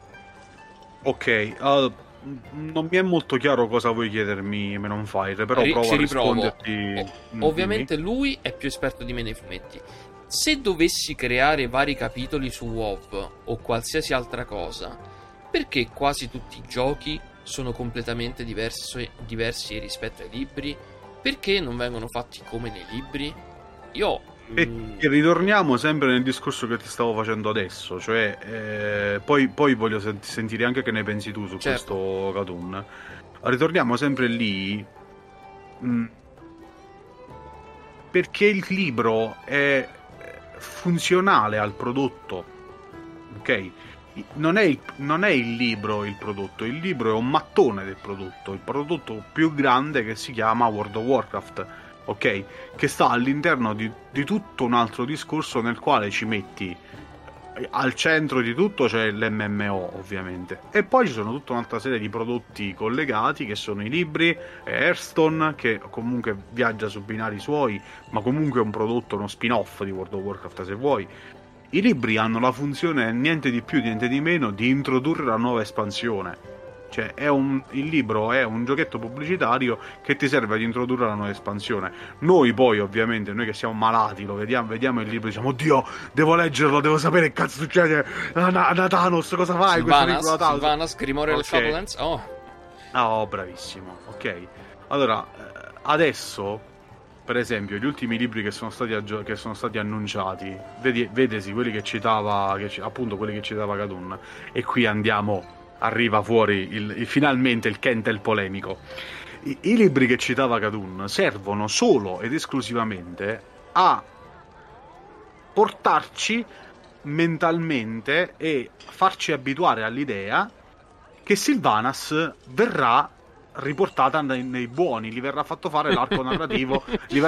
Ok, non mi è molto chiaro cosa vuoi chiedermi, Man on Fire, però provo Ci a riprovo. risponderti. Ovviamente lui è più esperto di me nei fumetti. Se dovessi creare vari capitoli su WoW o qualsiasi altra cosa, perché quasi tutti i giochi sono completamente diversi rispetto ai libri? Perché non vengono fatti come nei libri? E ritorniamo sempre nel discorso che ti stavo facendo adesso, cioè poi voglio sentire anche che ne pensi tu su questo cartoon. Ritorniamo sempre lì, perché il libro è funzionale al prodotto, ok? Non è il libro il prodotto, il libro è un mattone del prodotto, il prodotto più grande, che si chiama World of Warcraft, ok? Che sta all'interno di tutto un altro discorso, nel quale ci metti al centro di tutto c'è l'MMO, ovviamente, e poi ci sono tutta un'altra serie di prodotti collegati, che sono i libri, Hearthstone, che comunque viaggia su binari suoi, ma comunque è un prodotto, uno spin-off di World of Warcraft, se vuoi. I libri hanno la funzione, niente di più, niente di meno, di introdurre la nuova espansione. Cioè, il libro è un giochetto pubblicitario che ti serve ad introdurre la nuova espansione. Noi poi, ovviamente, noi che siamo malati, lo vediamo il libro e diciamo: oddio, devo leggerlo, devo sapere che cazzo succede a Thanos, cosa fai? Sylvanas, Grimoire of Shadowlands. Oh, bravissimo, ok. Allora, adesso, per esempio, gli ultimi libri che sono stati annunciati, vedesi quelli che citava, appunto quelli che citava Kadun, e qui arriva fuori finalmente il Kentel polemico. I libri che citava Kadun servono solo ed esclusivamente a portarci mentalmente e farci abituare all'idea che Sylvanas verrà riportata nei buoni, gli verrà fatto fare l'arco narrativo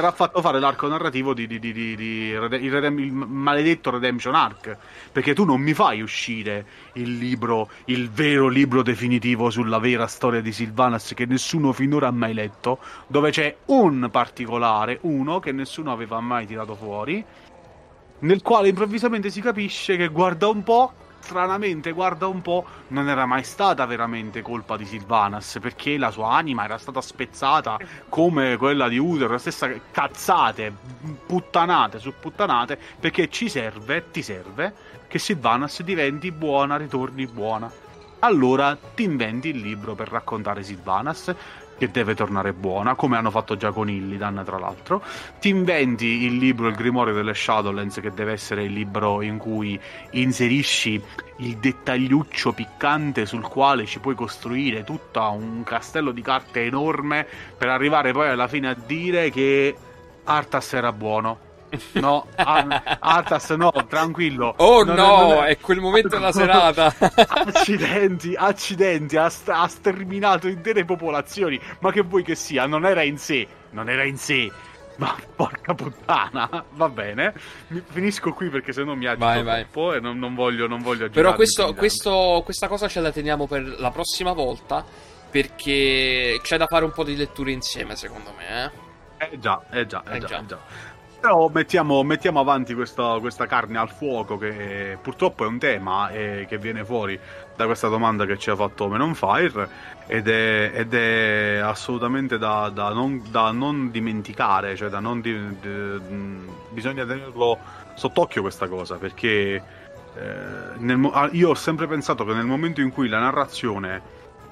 il maledetto Redemption Arc, perché tu non mi fai uscire il vero libro definitivo sulla vera storia di Sylvanas, che nessuno finora ha mai letto, dove c'è un particolare, uno che nessuno aveva mai tirato fuori, nel quale improvvisamente si capisce che guarda un po', stranamente guarda un po', non era mai stata veramente colpa di Sylvanas, perché la sua anima era stata spezzata come quella di Uther, la stessa cazzate, puttanate su puttanate, perché ti serve che Sylvanas diventi buona, ritorni buona. Allora ti inventi il libro per raccontare Sylvanas, che deve tornare buona, come hanno fatto già con Illidan, tra l'altro. Ti inventi il libro Il Grimorio delle Shadowlands, che deve essere il libro in cui inserisci il dettagliuccio piccante sul quale ci puoi costruire tutto un castello di carte enorme per arrivare poi alla fine a dire che Arthas era buono. No, Arthas no, tranquillo. Oh non no, è è quel momento della serata. Accidenti, ha sterminato intere popolazioni. Ma che vuoi che sia? Non era in sé. Ma porca puttana, va bene. Finisco qui perché sennò mi agito troppo e non voglio Però questa cosa ce la teniamo per la prossima volta, perché c'è da fare un po' di letture insieme, secondo me, eh già. Però mettiamo avanti questa carne al fuoco, che purtroppo è un tema che viene fuori da questa domanda che ci ha fatto Men on Fire, ed è assolutamente da non dimenticare, cioè bisogna tenerlo sott'occhio questa cosa, perché io ho sempre pensato che nel momento in cui la narrazione...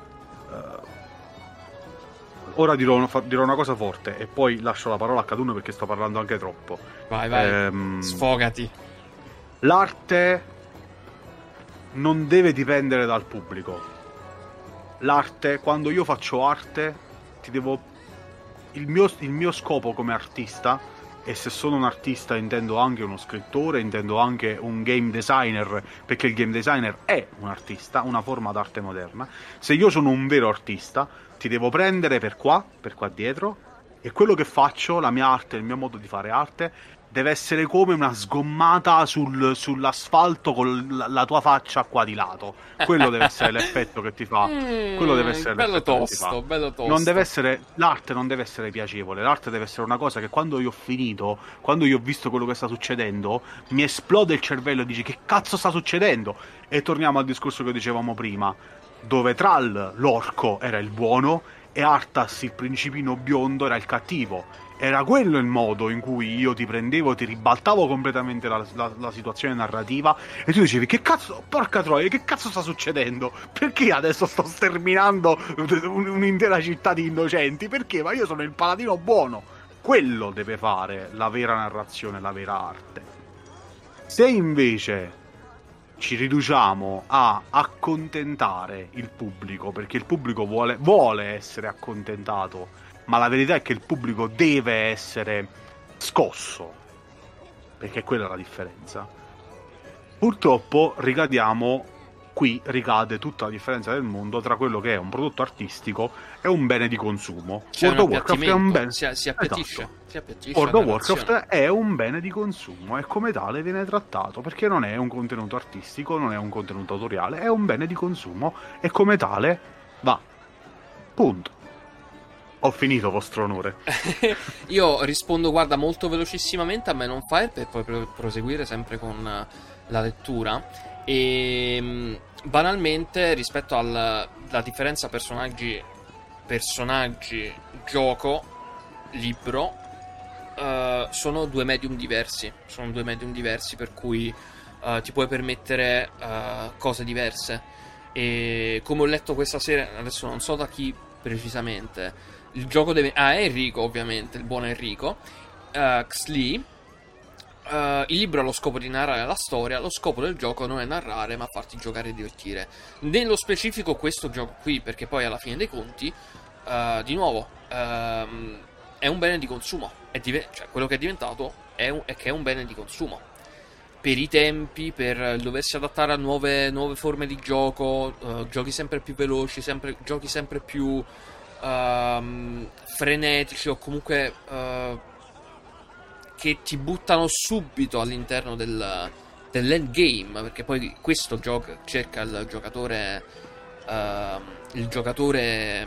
Ora dirò una cosa forte e poi lascio la parola a Caduno perché sto parlando anche troppo. Vai, sfogati. L'arte non deve dipendere dal pubblico. L'arte, quando io faccio arte, il mio scopo come artista, e se sono un artista intendo anche uno scrittore, intendo anche un game designer, perché il game designer è un artista, una forma d'arte moderna. Se io sono un vero artista, ti devo prendere per qua dietro, e quello che faccio, la mia arte, il mio modo di fare arte, deve essere come una sgommata sull'asfalto con la tua faccia qua di lato. Quello deve essere l'effetto che ti fa. Quello deve essere l'effetto che ti fa. Bello tosto. Non deve essere, l'arte non deve essere piacevole. L'arte deve essere una cosa che quando io ho finito, quando io ho visto quello che sta succedendo, mi esplode il cervello e dici che cazzo sta succedendo? E torniamo al discorso che dicevamo prima, dove Thrall, l'orco, era il buono e Arthas, il principino biondo, era il cattivo. Era quello il modo in cui io ti prendevo, ti ribaltavo completamente la situazione narrativa, e tu dicevi: che cazzo, porca troia, che cazzo sta succedendo? Perché adesso sto sterminando un'intera città di innocenti? Perché? Ma io sono il paladino buono. Quello deve fare la vera narrazione, la vera arte. Se invece ci riduciamo a accontentare il pubblico, perché il pubblico vuole essere accontentato, ma la verità è che il pubblico deve essere scosso, perché quella è la differenza. Purtroppo ricade tutta la differenza del mondo tra quello che è un prodotto artistico e un bene di consumo. World of Warcraft è un bene, si appiattisce. World of Warcraft è un bene di consumo e come tale viene trattato, perché non è un contenuto artistico, non è un contenuto autoriale, è un bene di consumo e come tale va. Punto. Ho finito, vostro onore. Io rispondo, guarda, molto velocissimamente a Men on Fire per poi proseguire sempre con la lettura. E banalmente, rispetto alla differenza personaggi, gioco, libro, sono due medium diversi. Sono due medium diversi, per cui ti puoi permettere cose diverse. E come ho letto questa sera, adesso non so da chi precisamente, il gioco deve... è Enrico, ovviamente, il buon Enrico Xli. Il libro ha lo scopo di narrare la storia, lo scopo del gioco non è narrare ma farti giocare e divertire. Nello specifico questo gioco qui, perché poi alla fine dei conti, di nuovo, è un bene di consumo, cioè quello che è diventato è che è un bene di consumo. Per i tempi, per doversi adattare a nuove forme di gioco, giochi sempre più veloci, giochi sempre più frenetici, o comunque che ti buttano subito all'interno dell'endgame, perché poi questo gioco cerca il giocatore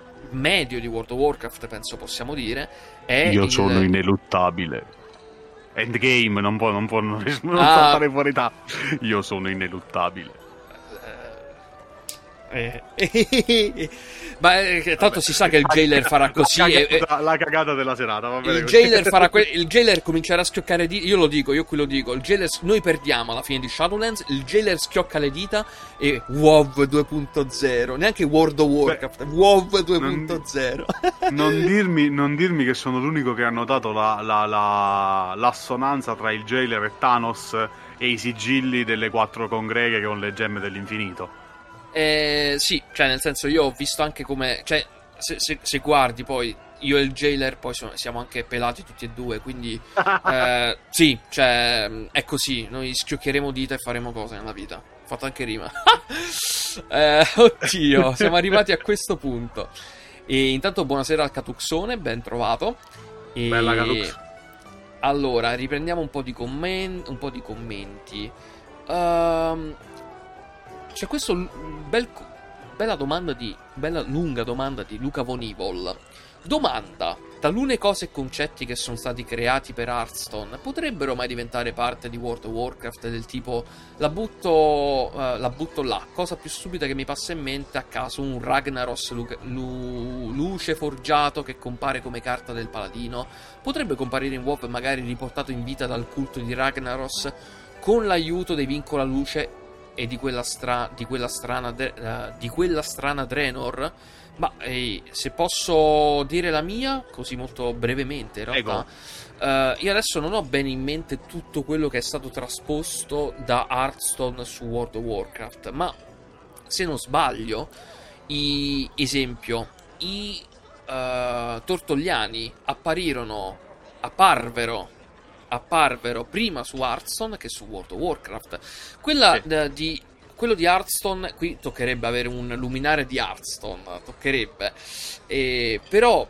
medio di World of Warcraft, penso possiamo dire. Io sono ineluttabile. Endgame non saltare fuori da. Io sono ineluttabile. Ma tanto si sa che il jailer farà così. La cagata della serata, va bene. Il jailer farà il jailer comincerà a schioccare dita. Io qui lo dico. Il jailer, noi perdiamo alla fine di Shadowlands. Il jailer schiocca le dita e WoW 2.0. Neanche World of Warcraft. WoW 2.0. Non dirmi che sono l'unico che ha notato l'assonanza tra il jailer e Thanos e i sigilli delle 4 congreghe con le gemme dell'infinito. Sì, cioè nel senso io ho visto anche come, cioè se guardi poi io e il jailer poi siamo anche pelati tutti e due, quindi sì, cioè è così, noi schiocchieremo dita e faremo cose nella vita. Ho fatto anche rima. Oddio, siamo arrivati a questo punto. E intanto buonasera al Catuxone, ben trovato. Bella Catux. Allora, riprendiamo un po' di commenti. C'è questa bella lunga domanda di Luca Von Evil. Domanda: talune cose e concetti che sono stati creati per Hearthstone potrebbero mai diventare parte di World of Warcraft? Del tipo, la butto là, cosa più stupida che mi passa in mente a caso, un Ragnaros luce forgiato che compare come carta del paladino. Potrebbe comparire in WoW, magari riportato in vita dal culto di Ragnaros, con l'aiuto dei Vincola Luce e di quella strana Draenor. Ma se posso dire la mia, così molto brevemente in realtà, io adesso non ho bene in mente tutto quello che è stato trasposto da Hearthstone su World of Warcraft, ma se non sbaglio i Tortogliani apparvero prima su Hearthstone che su World of Warcraft. Quello di Hearthstone, qui toccherebbe avere un luminare di Hearthstone, toccherebbe. Però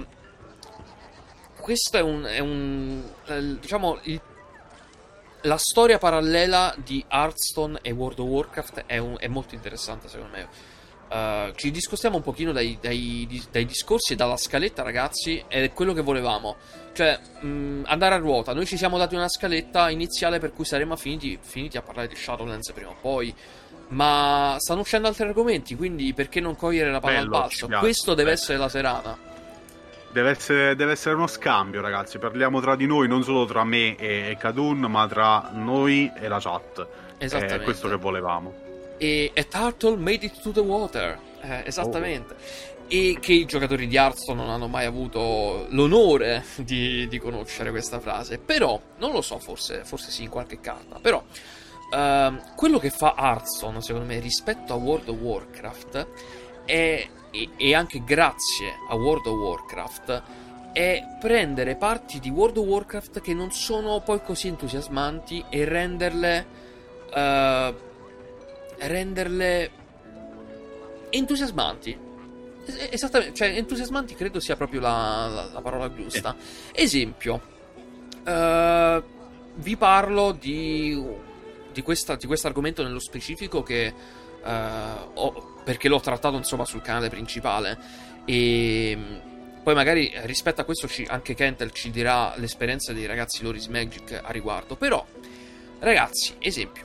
questo è diciamo la storia parallela di Hearthstone e World of Warcraft è molto interessante secondo me. Ci discostiamo un pochino dai discorsi e dalla scaletta, ragazzi, è quello che volevamo, cioè andare a ruota. Noi ci siamo dati una scaletta iniziale per cui saremmo finiti a parlare di Shadowlands prima o poi, ma stanno uscendo altri argomenti, quindi perché non cogliere la palla al balzo? Questo deve essere la serata. Deve essere uno scambio, ragazzi. Parliamo tra di noi, non solo tra me e Kadun, ma tra noi e la chat. Esattamente. È questo che volevamo. E a turtle made it to the water. Esattamente. E che i giocatori di Hearthstone non hanno mai avuto l'onore di conoscere questa frase. Però, non lo so, forse sì in qualche carta. Però, quello che fa Hearthstone, secondo me, rispetto a World of Warcraft, e anche grazie a World of Warcraft, è prendere parti di World of Warcraft che non sono poi così entusiasmanti e renderle entusiasmanti. Esattamente, cioè entusiasmanti credo sia proprio la parola giusta. Esempio, vi parlo di questo argomento nello specifico che perché l'ho trattato insomma sul canale principale, e poi magari rispetto a questo anche Kentel ci dirà l'esperienza dei ragazzi Loris Magic a riguardo. Però ragazzi, esempio,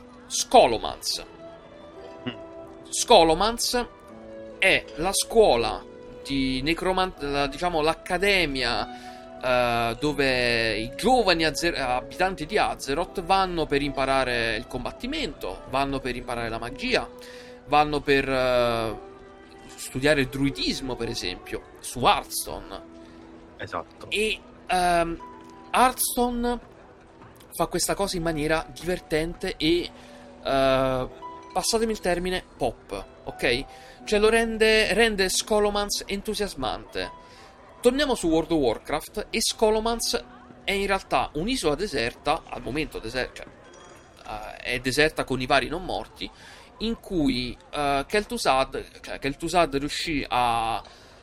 Scholomance è la scuola di diciamo l'accademia dove i giovani abitanti di Azeroth vanno per imparare il combattimento, vanno per imparare la magia, vanno per studiare il druidismo, per esempio, su Hearthstone. Esatto. E Hearthstone fa questa cosa in maniera divertente e passatemi il termine, pop, ok? Cioè lo rende Scholomance entusiasmante. Torniamo su World of Warcraft e Scholomance è in realtà un'isola deserta, al momento deserta, cioè, è deserta con i vari non morti, in cui Kel'Thuzad riuscì a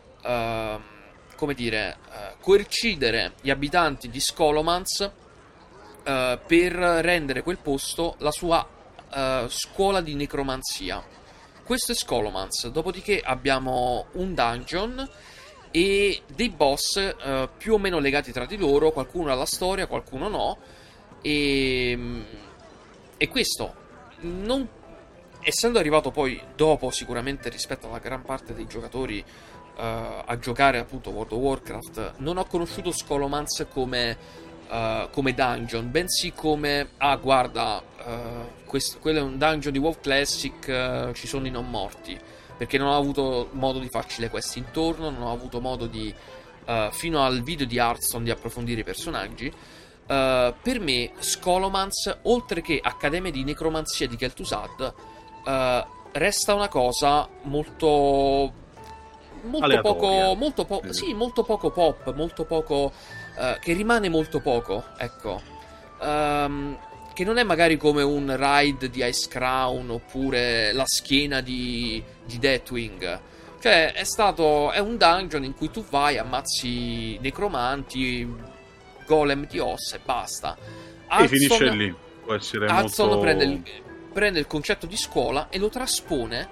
coercidere gli abitanti di Scholomance per rendere quel posto la sua scuola di necromanzia. Questo è Scholomance. Dopodiché abbiamo un dungeon e dei boss più o meno legati tra di loro, qualcuno ha la storia, qualcuno no, E, e questo, non, essendo arrivato poi dopo sicuramente rispetto alla gran parte dei giocatori a giocare appunto World of Warcraft, non ho conosciuto Scholomance come dungeon, bensì come guarda, quello è un dungeon di WoW Classic, ci sono i non morti, perché non ho avuto modo di farci le quest intorno, non ho avuto modo di fino al video di Hearthstone di approfondire i personaggi. Per me Scholomance, oltre che Accademia di Necromanzia di Kel'Thuzad, resta una cosa molto aleatoria. sì, molto poco pop, molto poco, che rimane molto poco, ecco. Che non è magari come un raid di Icecrown oppure la schiena di Deathwing. Cioè, è un dungeon in cui tu vai, ammazzi necromanti, golem di ossa e basta. E finisce lì. Può essere Hudson molto... prende il concetto di scuola e lo traspone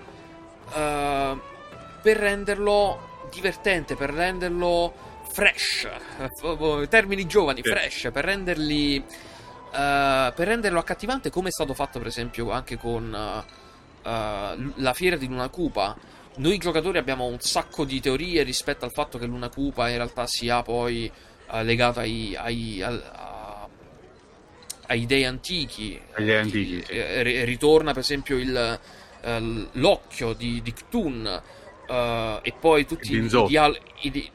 per renderlo divertente, per renderlo fresh, termini giovani, fresh, per renderlo accattivante, come è stato fatto per esempio anche con la fiera di Luna Cupa. Noi giocatori abbiamo un sacco di teorie rispetto al fatto che Luna Cupa in realtà sia poi legato ai dei antichi. Agli antichi, sì. Ritorna per esempio l'occhio di Cthulhu, e poi tutti i dialoghi.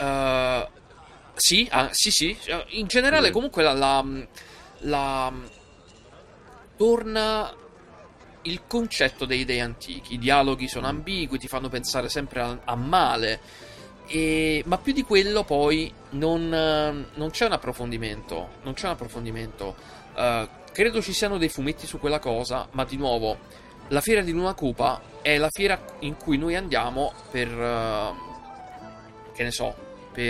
Sì, sì. In generale, comunque, torna il concetto dei dei antichi. I dialoghi sono ambigui, ti fanno pensare sempre a male. Ma più di quello, poi non c'è un approfondimento. Non c'è un approfondimento. Credo ci siano dei fumetti su quella cosa, ma di nuovo, la fiera di Luna Cupa è la fiera in cui noi andiamo per che ne so,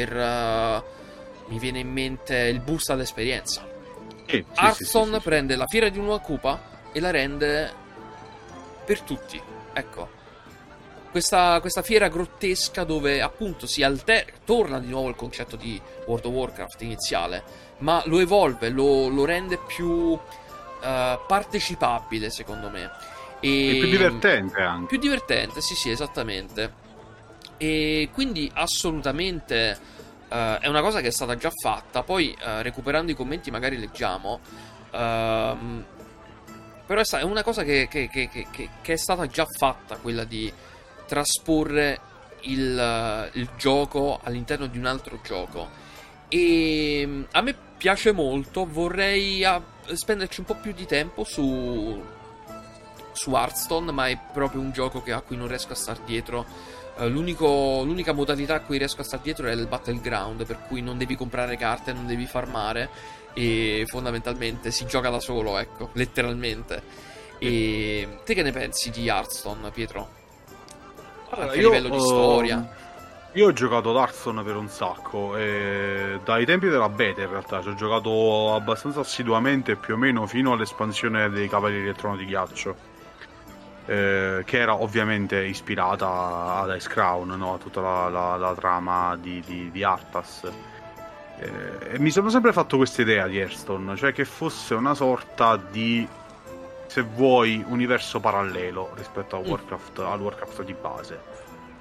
mi viene in mente il boost all'esperienza. Hearthstone prende la fiera di Luna Cupa e la rende per tutti, ecco. Questa fiera grottesca dove appunto torna di nuovo il concetto di World of Warcraft iniziale, ma lo evolve, lo rende più partecipabile, secondo me. E più divertente anche. Più divertente, sì, esattamente. E quindi assolutamente è una cosa che è stata già fatta. Poi recuperando i commenti magari leggiamo. Però è una cosa che è stata già fatta, quella di trasporre il gioco all'interno di un altro gioco. E a me piace molto. Vorrei spenderci un po' più di tempo su Hearthstone, ma è proprio un gioco a cui non riesco a star dietro. L'unica modalità a cui riesco a star dietro è il Battleground, per cui non devi comprare carte, non devi farmare e fondamentalmente si gioca da solo, ecco, letteralmente. E te che ne pensi di Hearthstone, Pietro? Allora, Anche a livello di storia. Io ho giocato ad Hearthstone per un sacco, dai tempi della beta in realtà, ci ho giocato abbastanza assiduamente, più o meno fino all'espansione dei Cavalieri del Trono di Ghiaccio, che era ovviamente ispirata ad Icecrown, no? A tutta la trama di Arthas. E mi sono sempre fatto questa idea di Hearthstone, cioè che fosse una sorta di, se vuoi, universo parallelo rispetto a Warcraft, al Warcraft di base,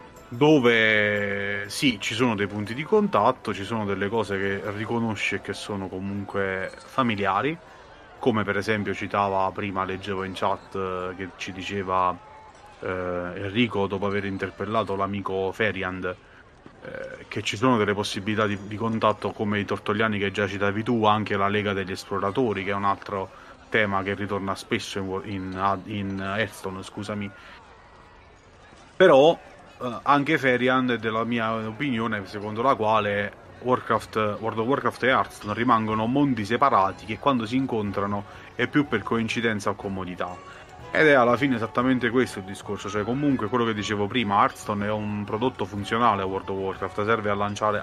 dove sì, ci sono dei punti di contatto, ci sono delle cose che riconosci e che sono comunque familiari, come per esempio leggevo in chat che ci diceva Enrico, dopo aver interpellato l'amico Feriand, che ci sono delle possibilità di contatto come i Tortogliani che già citavi tu, anche la Lega degli Esploratori, che è un altro tema che ritorna spesso in Hearthstone, scusami. Però anche Feriand è della mia opinione, secondo la quale World of Warcraft e Hearthstone rimangono mondi separati che quando si incontrano è più per coincidenza o comodità. Ed è alla fine esattamente questo il discorso, cioè comunque quello che dicevo prima, Hearthstone è un prodotto funzionale a World of Warcraft, serve a lanciare,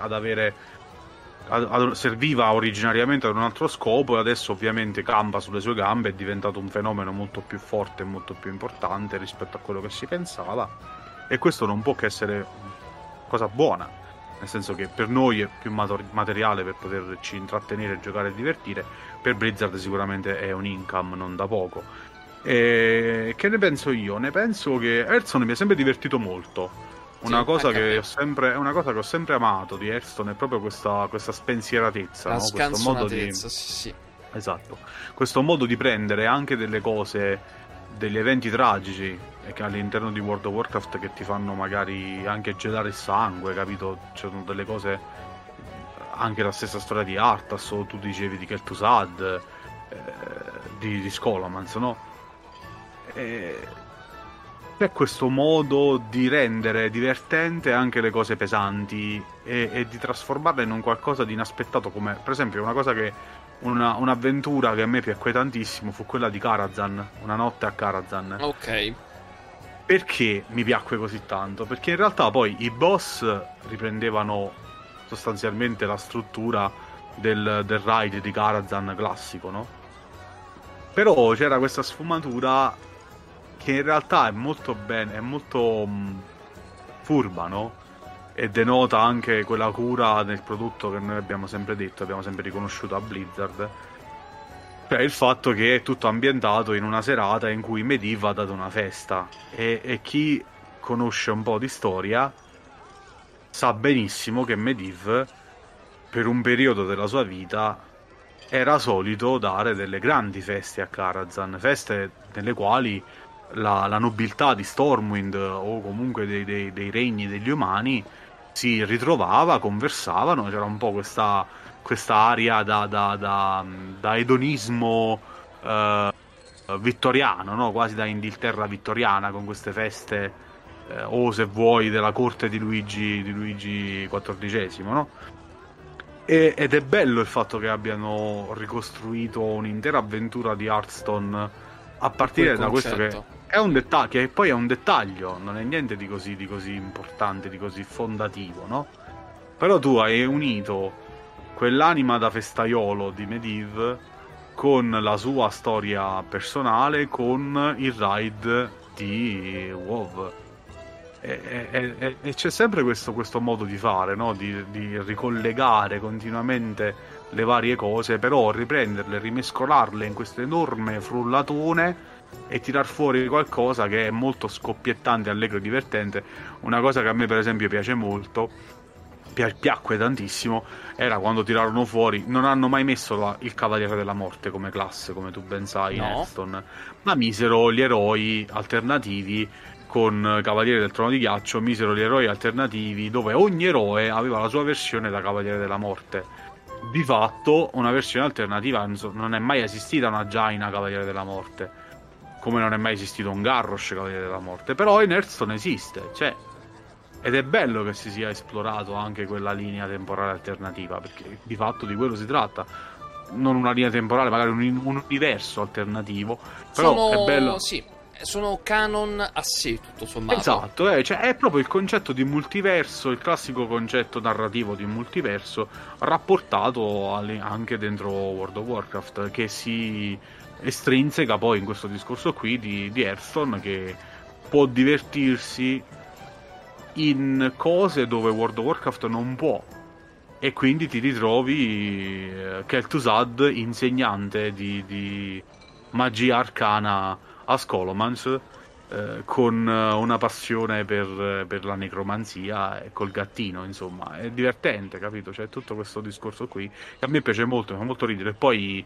serviva originariamente ad un altro scopo e adesso ovviamente campa sulle sue gambe, è diventato un fenomeno molto più forte e molto più importante rispetto a quello che si pensava, e questo non può che essere cosa buona. nel senso che per noi è più materiale per poterci intrattenere, giocare e divertire, per Blizzard sicuramente è un income non da poco. E che ne penso io? Ne penso che Hearthstone mi ha sempre divertito molto. Una cosa che ho sempre amato di Hearthstone è proprio questa spensieratezza, la no? Questo modo di... sì. Esatto, questo modo di prendere anche delle cose, degli eventi tragici che all'interno di World of Warcraft che ti fanno magari anche gelare il sangue, capito? C'erano delle cose, anche la stessa storia di Arthas, o tu dicevi di Kel'Thuzad, di Scholomance, no? C'è questo modo di rendere divertente anche le cose pesanti e di trasformarle in un qualcosa di inaspettato, come per esempio un'avventura che a me piacque tantissimo fu quella di Karazhan, Una notte a Karazhan. Ok. Perché mi piacque così tanto? Perché in realtà poi i boss riprendevano sostanzialmente la struttura del raid di Karazhan classico, no? Però c'era questa sfumatura che in realtà è molto furba, no? E denota anche quella cura nel prodotto che noi abbiamo sempre detto, abbiamo sempre riconosciuto a Blizzard, cioè il fatto che è tutto ambientato in una serata in cui Medivh ha dato una festa, e chi conosce un po' di storia sa benissimo che Medivh per un periodo della sua vita era solito dare delle grandi feste a Karazhan, feste nelle quali la nobiltà di Stormwind o comunque dei regni degli umani si ritrovava, conversavano, c'era un po' questa aria da edonismo vittoriano, no? Quasi da Inghilterra vittoriana, con queste feste o se vuoi della corte di Luigi XIV, no? Ed è bello il fatto che abbiano ricostruito un'intera avventura di Hearthstone a partire da questo, che è un dettaglio, che poi è un dettaglio, non è niente di così importante, di così fondativo, no? Però tu hai unito quell'anima da festaiolo di Medivh con la sua storia personale, con il raid di WoW. E c'è sempre questo modo di fare, no? Di ricollegare continuamente le varie cose, però riprenderle, rimescolarle in questo enorme frullatone e tirar fuori qualcosa che è molto scoppiettante, allegro e divertente. Una cosa che a me per esempio piace molto, piacque tantissimo, era quando tirarono fuori, non hanno mai messo il Cavaliere della Morte come classe, come tu ben sai, in Hearthstone, ma misero gli eroi alternativi. Con Cavaliere del Trono di Ghiaccio misero gli eroi alternativi, dove ogni eroe aveva la sua versione da Cavaliere della Morte. Di fatto una versione alternativa non è mai esistita, una Jaina Cavaliere della Morte, come non è mai esistito un Garrosh Cavaliere della Morte. Però in Hearthstone esiste, cioè, ed è bello che si sia esplorato anche quella linea temporale alternativa, perché di fatto di quello si tratta. Non una linea temporale, magari un universo alternativo, però è bello. Sì, sono canon a sé, tutto sommato. Esatto, cioè è proprio il concetto di multiverso, il classico concetto narrativo di multiverso rapportato anche dentro World of Warcraft, che si estrinseca poi in questo discorso qui di Hearthstone, che può divertirsi in cose dove World of Warcraft non può, e quindi ti ritrovi Kel'Thuzad insegnante di magia arcana a Scholomance, con una passione per la necromanzia e col gattino, insomma è divertente, capito? C'è tutto questo discorso qui che a me piace molto, mi fa molto ridere. E poi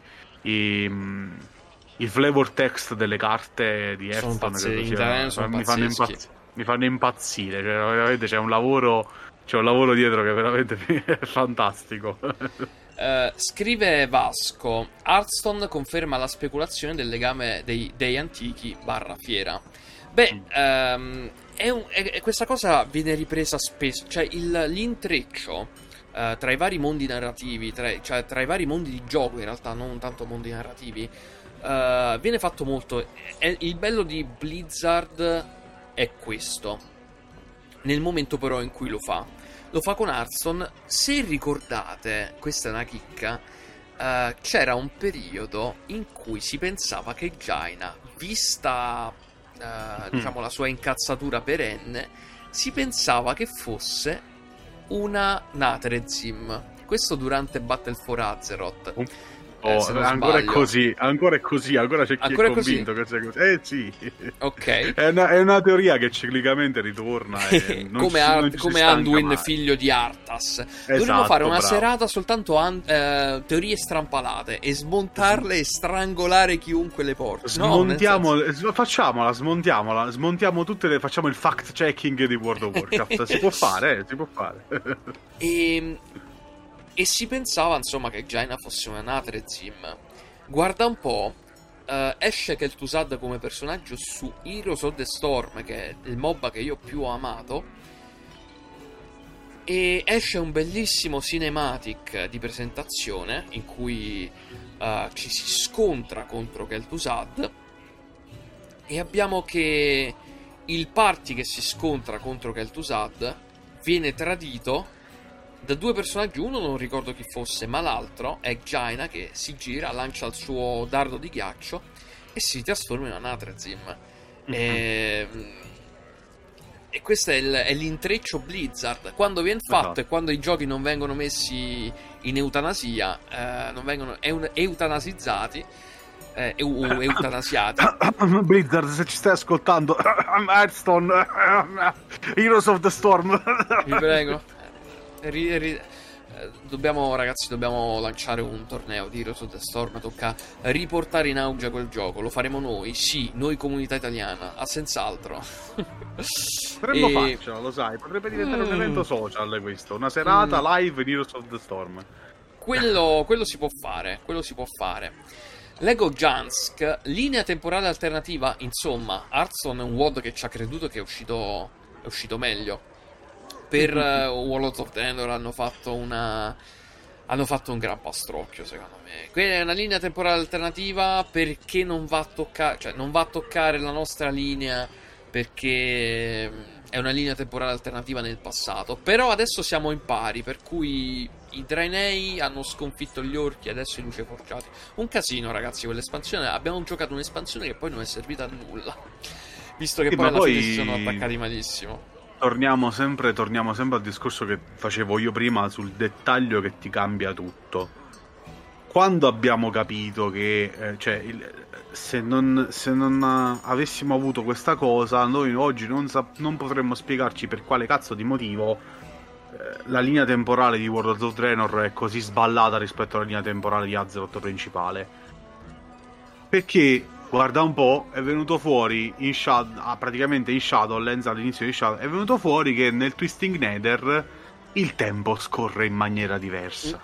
i flavor text delle carte di Hearthstone mi fanno impazzire, cioè, veramente c'è un lavoro dietro che è veramente è fantastico. Scrive Vasco: Hearthstone conferma la speculazione del legame dei dei antichi / fiera. Beh, questa cosa viene ripresa spesso, cioè l'intreccio tra i vari mondi narrativi, tra i vari mondi di gioco, in realtà non tanto mondi narrativi, viene fatto molto. Il bello di Blizzard è questo, nel momento però in cui lo fa con Hearthstone. Se ricordate, questa è una chicca, c'era un periodo in cui si pensava che Jaina, vista diciamo la sua incazzatura perenne, si pensava che fosse una Nathrezim. Questo durante Battle for Azeroth. Se non ancora sbaglio. ancora è così, ancora c'è chi Ancora è è così? convinto che sia così. Sì. Ok. È una teoria che ciclicamente ritorna e non come non ci si come stanca Anduin, mai. figlio di Arthas. Dovremmo Esatto, fare una bravo. serata soltanto teorie strampalate e smontarle e strangolare chiunque le porti. No, nel senso- Smontiamola, smontiamo tutte le, facciamo il fact checking di World of Warcraft. Si può fare, si può fare. E si pensava, insomma, che Jaina fosse una Nathrezim. Guarda un po', esce Kel'Thuzad come personaggio su Heroes of the Storm, che è il MOBA che io più ho amato, e esce un bellissimo cinematic di presentazione in cui ci si scontra contro Kel'Thuzad, e abbiamo che il party che si scontra contro Kel'Thuzad viene tradito da due personaggi. Uno non ricordo chi fosse, ma l'altro è Jaina, che si gira, lancia il suo dardo di ghiaccio e si trasforma in una Nathrezim. E questo è l'intreccio Blizzard. Quando viene fatto Esatto. e quando i giochi non vengono messi in eutanasia, non vengono eutanasizzati, eutanasiati. Blizzard, se ci stai ascoltando, Hearthstone, Heroes of the Storm. Vi prego. Dobbiamo lanciare un torneo di Heroes of the Storm. Tocca riportare in auge quel gioco. Lo faremo noi, sì, noi comunità italiana, senz'altro. Potremmo farcela, lo sai, potrebbe diventare un evento social questo, una serata live in Heroes of the Storm. Quello si può fare, Lego Jansk, linea temporale alternativa. Insomma, Hearthstone è un WoD che ci ha creduto che è uscito meglio. Per Warlords of Draenor hanno fatto un gran pastrocchio, secondo me. Quella è una linea temporale alternativa perché non va a toccare la nostra linea, perché è una linea temporale alternativa nel passato. Però adesso siamo in pari, per cui i Draenei hanno sconfitto gli orchi, adesso i luce forgiati. Un casino, ragazzi, quell'espansione. Abbiamo giocato un'espansione che poi non è servita a nulla, visto che poi alla fine si sono attaccati malissimo. Torniamo sempre al discorso che facevo io prima sul dettaglio che ti cambia tutto. Quando abbiamo capito che se non avessimo avuto questa cosa, noi oggi non potremmo spiegarci per quale cazzo di motivo la linea temporale di World of Draenor è così sballata rispetto alla linea temporale di Azeroth principale. Perché guarda un po', è venuto fuori praticamente in Shadowlands, all'inizio di Shadowlands, è venuto fuori che nel Twisting Nether il tempo scorre in maniera diversa.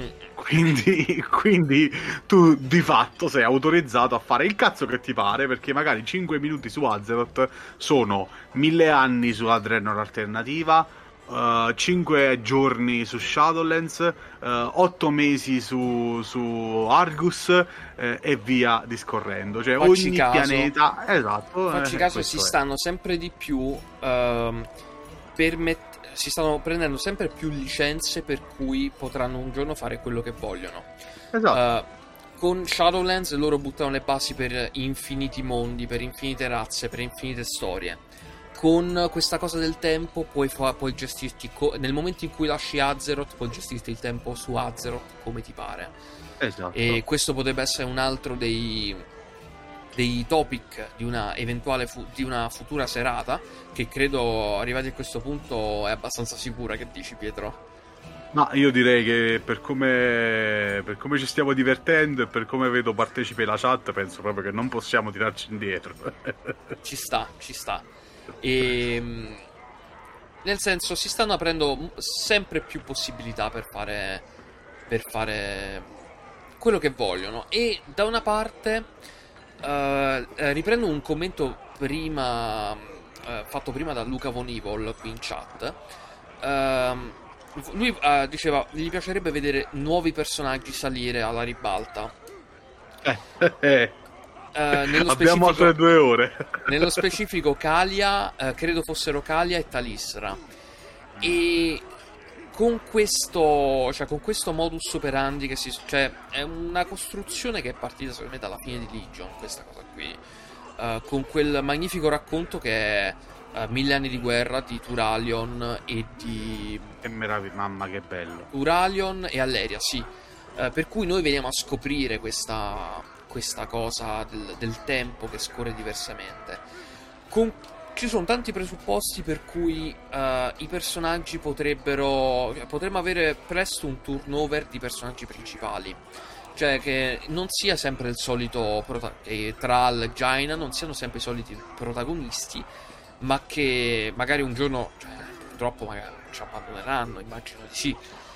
Quindi tu di fatto sei autorizzato a fare il cazzo che ti pare, perché magari 5 minuti su Azeroth sono 1000 anni sulla Draenor alternativa, 5 giorni su Shadowlands, 8 mesi su Argus, e via discorrendo. Cioè Facci ogni caso, pianeta, esatto. Facci caso, si stanno sempre di più si stanno prendendo sempre più licenze, per cui potranno un giorno fare quello che vogliono. Esatto. Con Shadowlands loro buttano le basi per infiniti mondi, per infinite razze, per infinite storie. Con questa cosa del tempo puoi gestirti nel momento in cui lasci Azeroth, puoi gestirti il tempo su Azeroth come ti pare. Esatto. E questo potrebbe essere un altro dei topic di una eventuale di una futura serata, che credo, arrivati a questo punto, è abbastanza sicura. Che dici, Pietro? Ma io direi che per come ci stiamo divertendo e per come vedo partecipi la chat, penso proprio che non possiamo tirarci indietro. Ci sta. E nel senso, si stanno aprendo sempre più possibilità per fare quello che vogliono. E da una parte riprendo un commento fatto prima da Luca Von Evil qui in chat. Lui diceva gli piacerebbe vedere nuovi personaggi salire alla ribalta. Abbiamo altre 2 ore. Nello specifico Kalia, credo fossero Kalia e Talisra. E con questo modus operandi è una costruzione che è partita secondo me dalla fine di Legion, questa cosa qui, con quel magnifico racconto che è Mille anni di guerra di Turalion e di Che meraviglia, mamma che bello. Turalion e Alleria, sì. Per cui noi veniamo a scoprire questa cosa del tempo che scorre diversamente. Ci sono tanti presupposti per cui i personaggi potremmo avere presto un turnover di personaggi principali. Cioè che non sia sempre il solito che Thrall e Jaina non siano sempre i soliti protagonisti, ma che magari un giorno, cioè, purtroppo magari ci abbandoneranno, immagino di sì.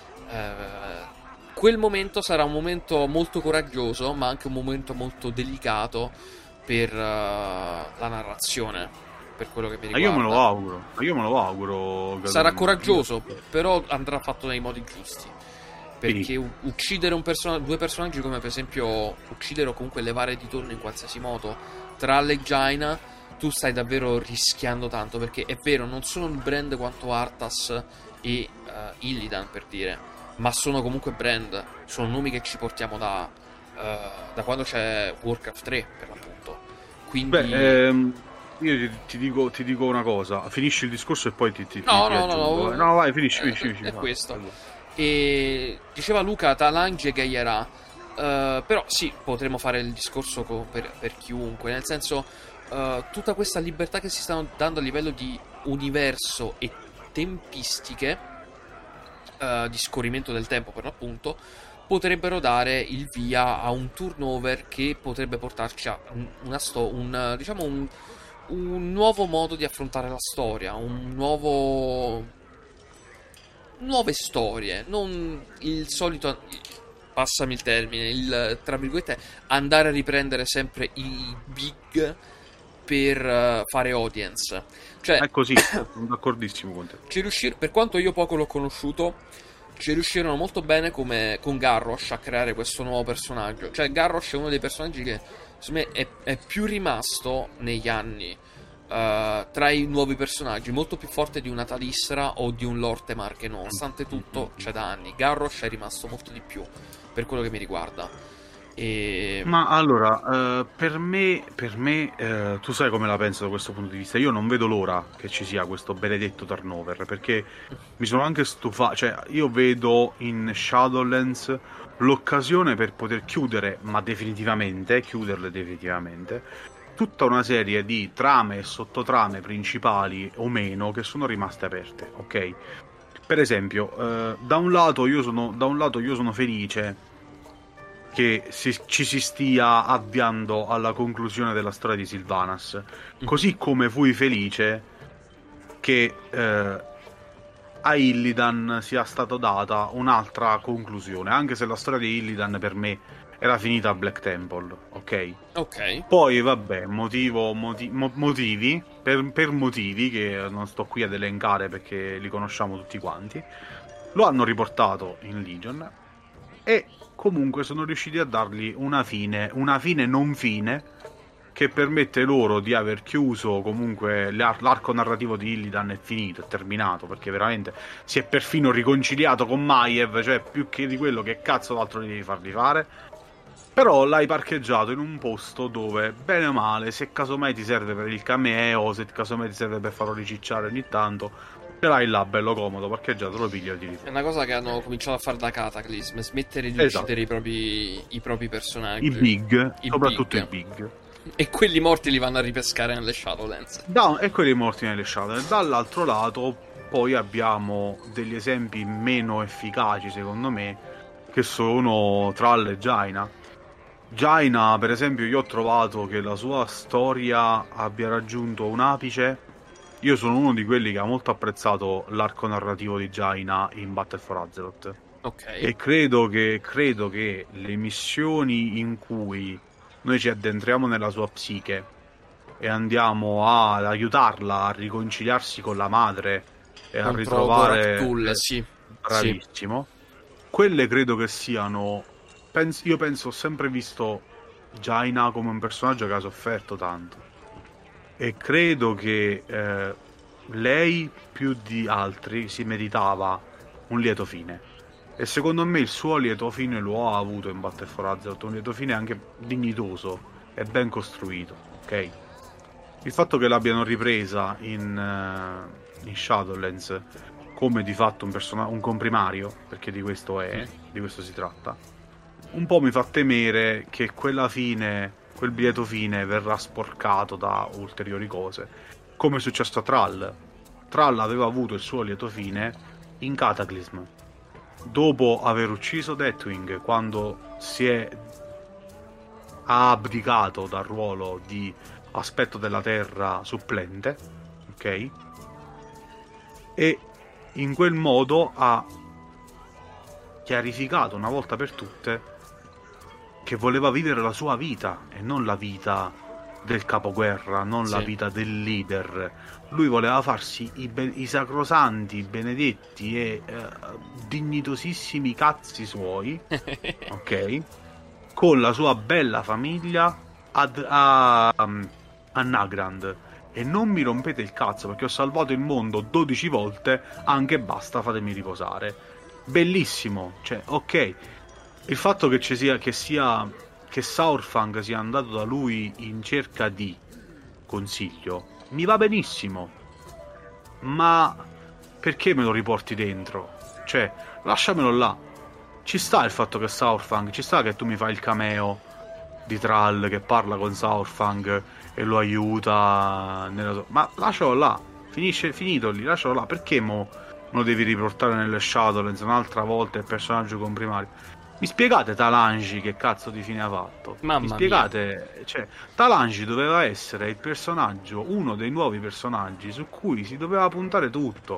Quel momento sarà un momento molto coraggioso, ma anche un momento molto delicato per la narrazione, per quello che mi Ma io riguarda. me lo auguro. Sarà coraggioso, però andrà fatto nei modi giusti. Perché Sì. uccidere due personaggi, come per esempio uccidere o comunque levare di torno in qualsiasi modo Thrall e Jaina, tu stai davvero rischiando tanto. Perché è vero, non sono il brand quanto Arthas e Illidan, per dire, ma sono comunque brand, sono nomi che ci portiamo da quando c'è Warcraft 3, per l'appunto. Quindi Beh, io ti dico una cosa. Finisci il discorso e poi ti aggiungo. no, No, vai, finisci. è Vai. questo. E diceva Luca Talange Gaierà, però sì, potremmo fare il discorso per chiunque, nel senso, tutta questa libertà che si stanno dando a livello di universo e tempistiche, di scorrimento del tempo per l'appunto, potrebbero dare il via a un turnover che potrebbe portarci a un nuovo modo di affrontare la storia, nuove storie, non il solito, passami il termine, il tra virgolette andare a riprendere sempre i big per fare audience. Cioè, È così, sono d'accordissimo con te. per quanto io poco l'ho conosciuto, ci riuscirono molto bene come con Garrosh a creare questo nuovo personaggio. Cioè, Garrosh è uno dei personaggi che secondo me è più rimasto negli anni tra i nuovi personaggi, molto più forte di una Talisra o di un Lortemar, che nonostante tutto c'è da anni. Garrosh è rimasto molto di più per quello che mi riguarda. Ma allora, per me, tu sai come la penso da questo punto di vista. Io non vedo l'ora che ci sia questo benedetto turnover, perché mi sono anche stufato. Cioè, io vedo in Shadowlands l'occasione per poter chiuderle definitivamente, tutta una serie di trame e sottotrame principali o meno che sono rimaste aperte, ok? Per esempio, da un lato io sono felice che ci si stia avviando alla conclusione della storia di Sylvanas, così come fui felice che a Illidan sia stata data un'altra conclusione, anche se la storia di Illidan per me era finita a Black Temple, ok? Ok. Poi vabbè, motivi, per motivi che non sto qui ad elencare perché li conosciamo tutti quanti, lo hanno riportato in Legion e comunque sono riusciti a dargli una fine non fine, che permette loro di aver chiuso comunque l'arco narrativo di Illidan. È finito, è terminato, perché veramente si è perfino riconciliato con Maiev, cioè più che di quello che cazzo d'altro gli devi farli fare. Però l'hai parcheggiato in un posto dove, bene o male, se casomai ti serve per il cameo, se casomai ti serve per farlo ricicciare ogni tanto, ce l'hai là bello comodo, parcheggiato, lo pigli e ti È una cosa che hanno cominciato a fare da Cataclysm, smettere di uccidere i propri personaggi. I big, I soprattutto big. i big. E quelli morti li vanno a ripescare nelle Shadowlands. E quelli morti nelle Shadowlands. Dall'altro lato poi abbiamo degli esempi meno efficaci secondo me, che sono Thrall e Jaina. Jaina, per esempio, io ho trovato che la sua storia abbia raggiunto un apice. Io sono uno di quelli che ha molto apprezzato l'arco narrativo di Jaina in Battle for Azeroth. Ok. E credo che le missioni in cui noi ci addentriamo nella sua psiche e andiamo ad aiutarla a riconciliarsi con la madre e a ritrovare sì. bravissimo, quelle credo che siano, io penso, ho sempre visto Jaina come un personaggio che ha sofferto tanto e credo che lei più di altri si meritava un lieto fine. E secondo me il suo lieto fine lo ha avuto in Battle for Azeroth, un lieto fine anche dignitoso e ben costruito, ok? il fatto che l'abbiano ripresa in Shadowlands come di fatto un comprimario, perché di questo di questo si tratta, un po' mi fa temere che quella fine, quel biglietto fine verrà sporcato da ulteriori cose, come è successo a Thrall. Thrall aveva avuto il suo lieto fine in Cataclysm, dopo aver ucciso Deathwing, quando ha abdicato dal ruolo di aspetto della terra supplente, ok? E in quel modo ha chiarificato una volta per tutte che voleva vivere la sua vita e non la vita del capoguerra, non la vita del leader. Lui voleva farsi i sacrosanti, benedetti e dignitosissimi cazzi suoi, ok? Con la sua bella famiglia a Nagrand. E non mi rompete il cazzo, perché ho salvato il mondo 12 volte, anche basta, fatemi riposare. Bellissimo, cioè, ok. Il fatto che che Saurfang sia andato da lui in cerca di consiglio mi va benissimo, ma perché me lo riporti dentro? Cioè, lasciamelo là. Ci sta il fatto che Saurfang, ci sta che tu mi fai il cameo di Thrall che parla con Saurfang e lo aiuta ma lascialo là, finito lì, lascialo là. Perché mo lo devi riportare nelle Shadowlands un'altra volta il personaggio comprimario? Mi spiegate Talanji che cazzo di fine ha fatto? Mi spiegate mia. Cioè, Talanji doveva essere il personaggio, uno dei nuovi personaggi su cui si doveva puntare tutto.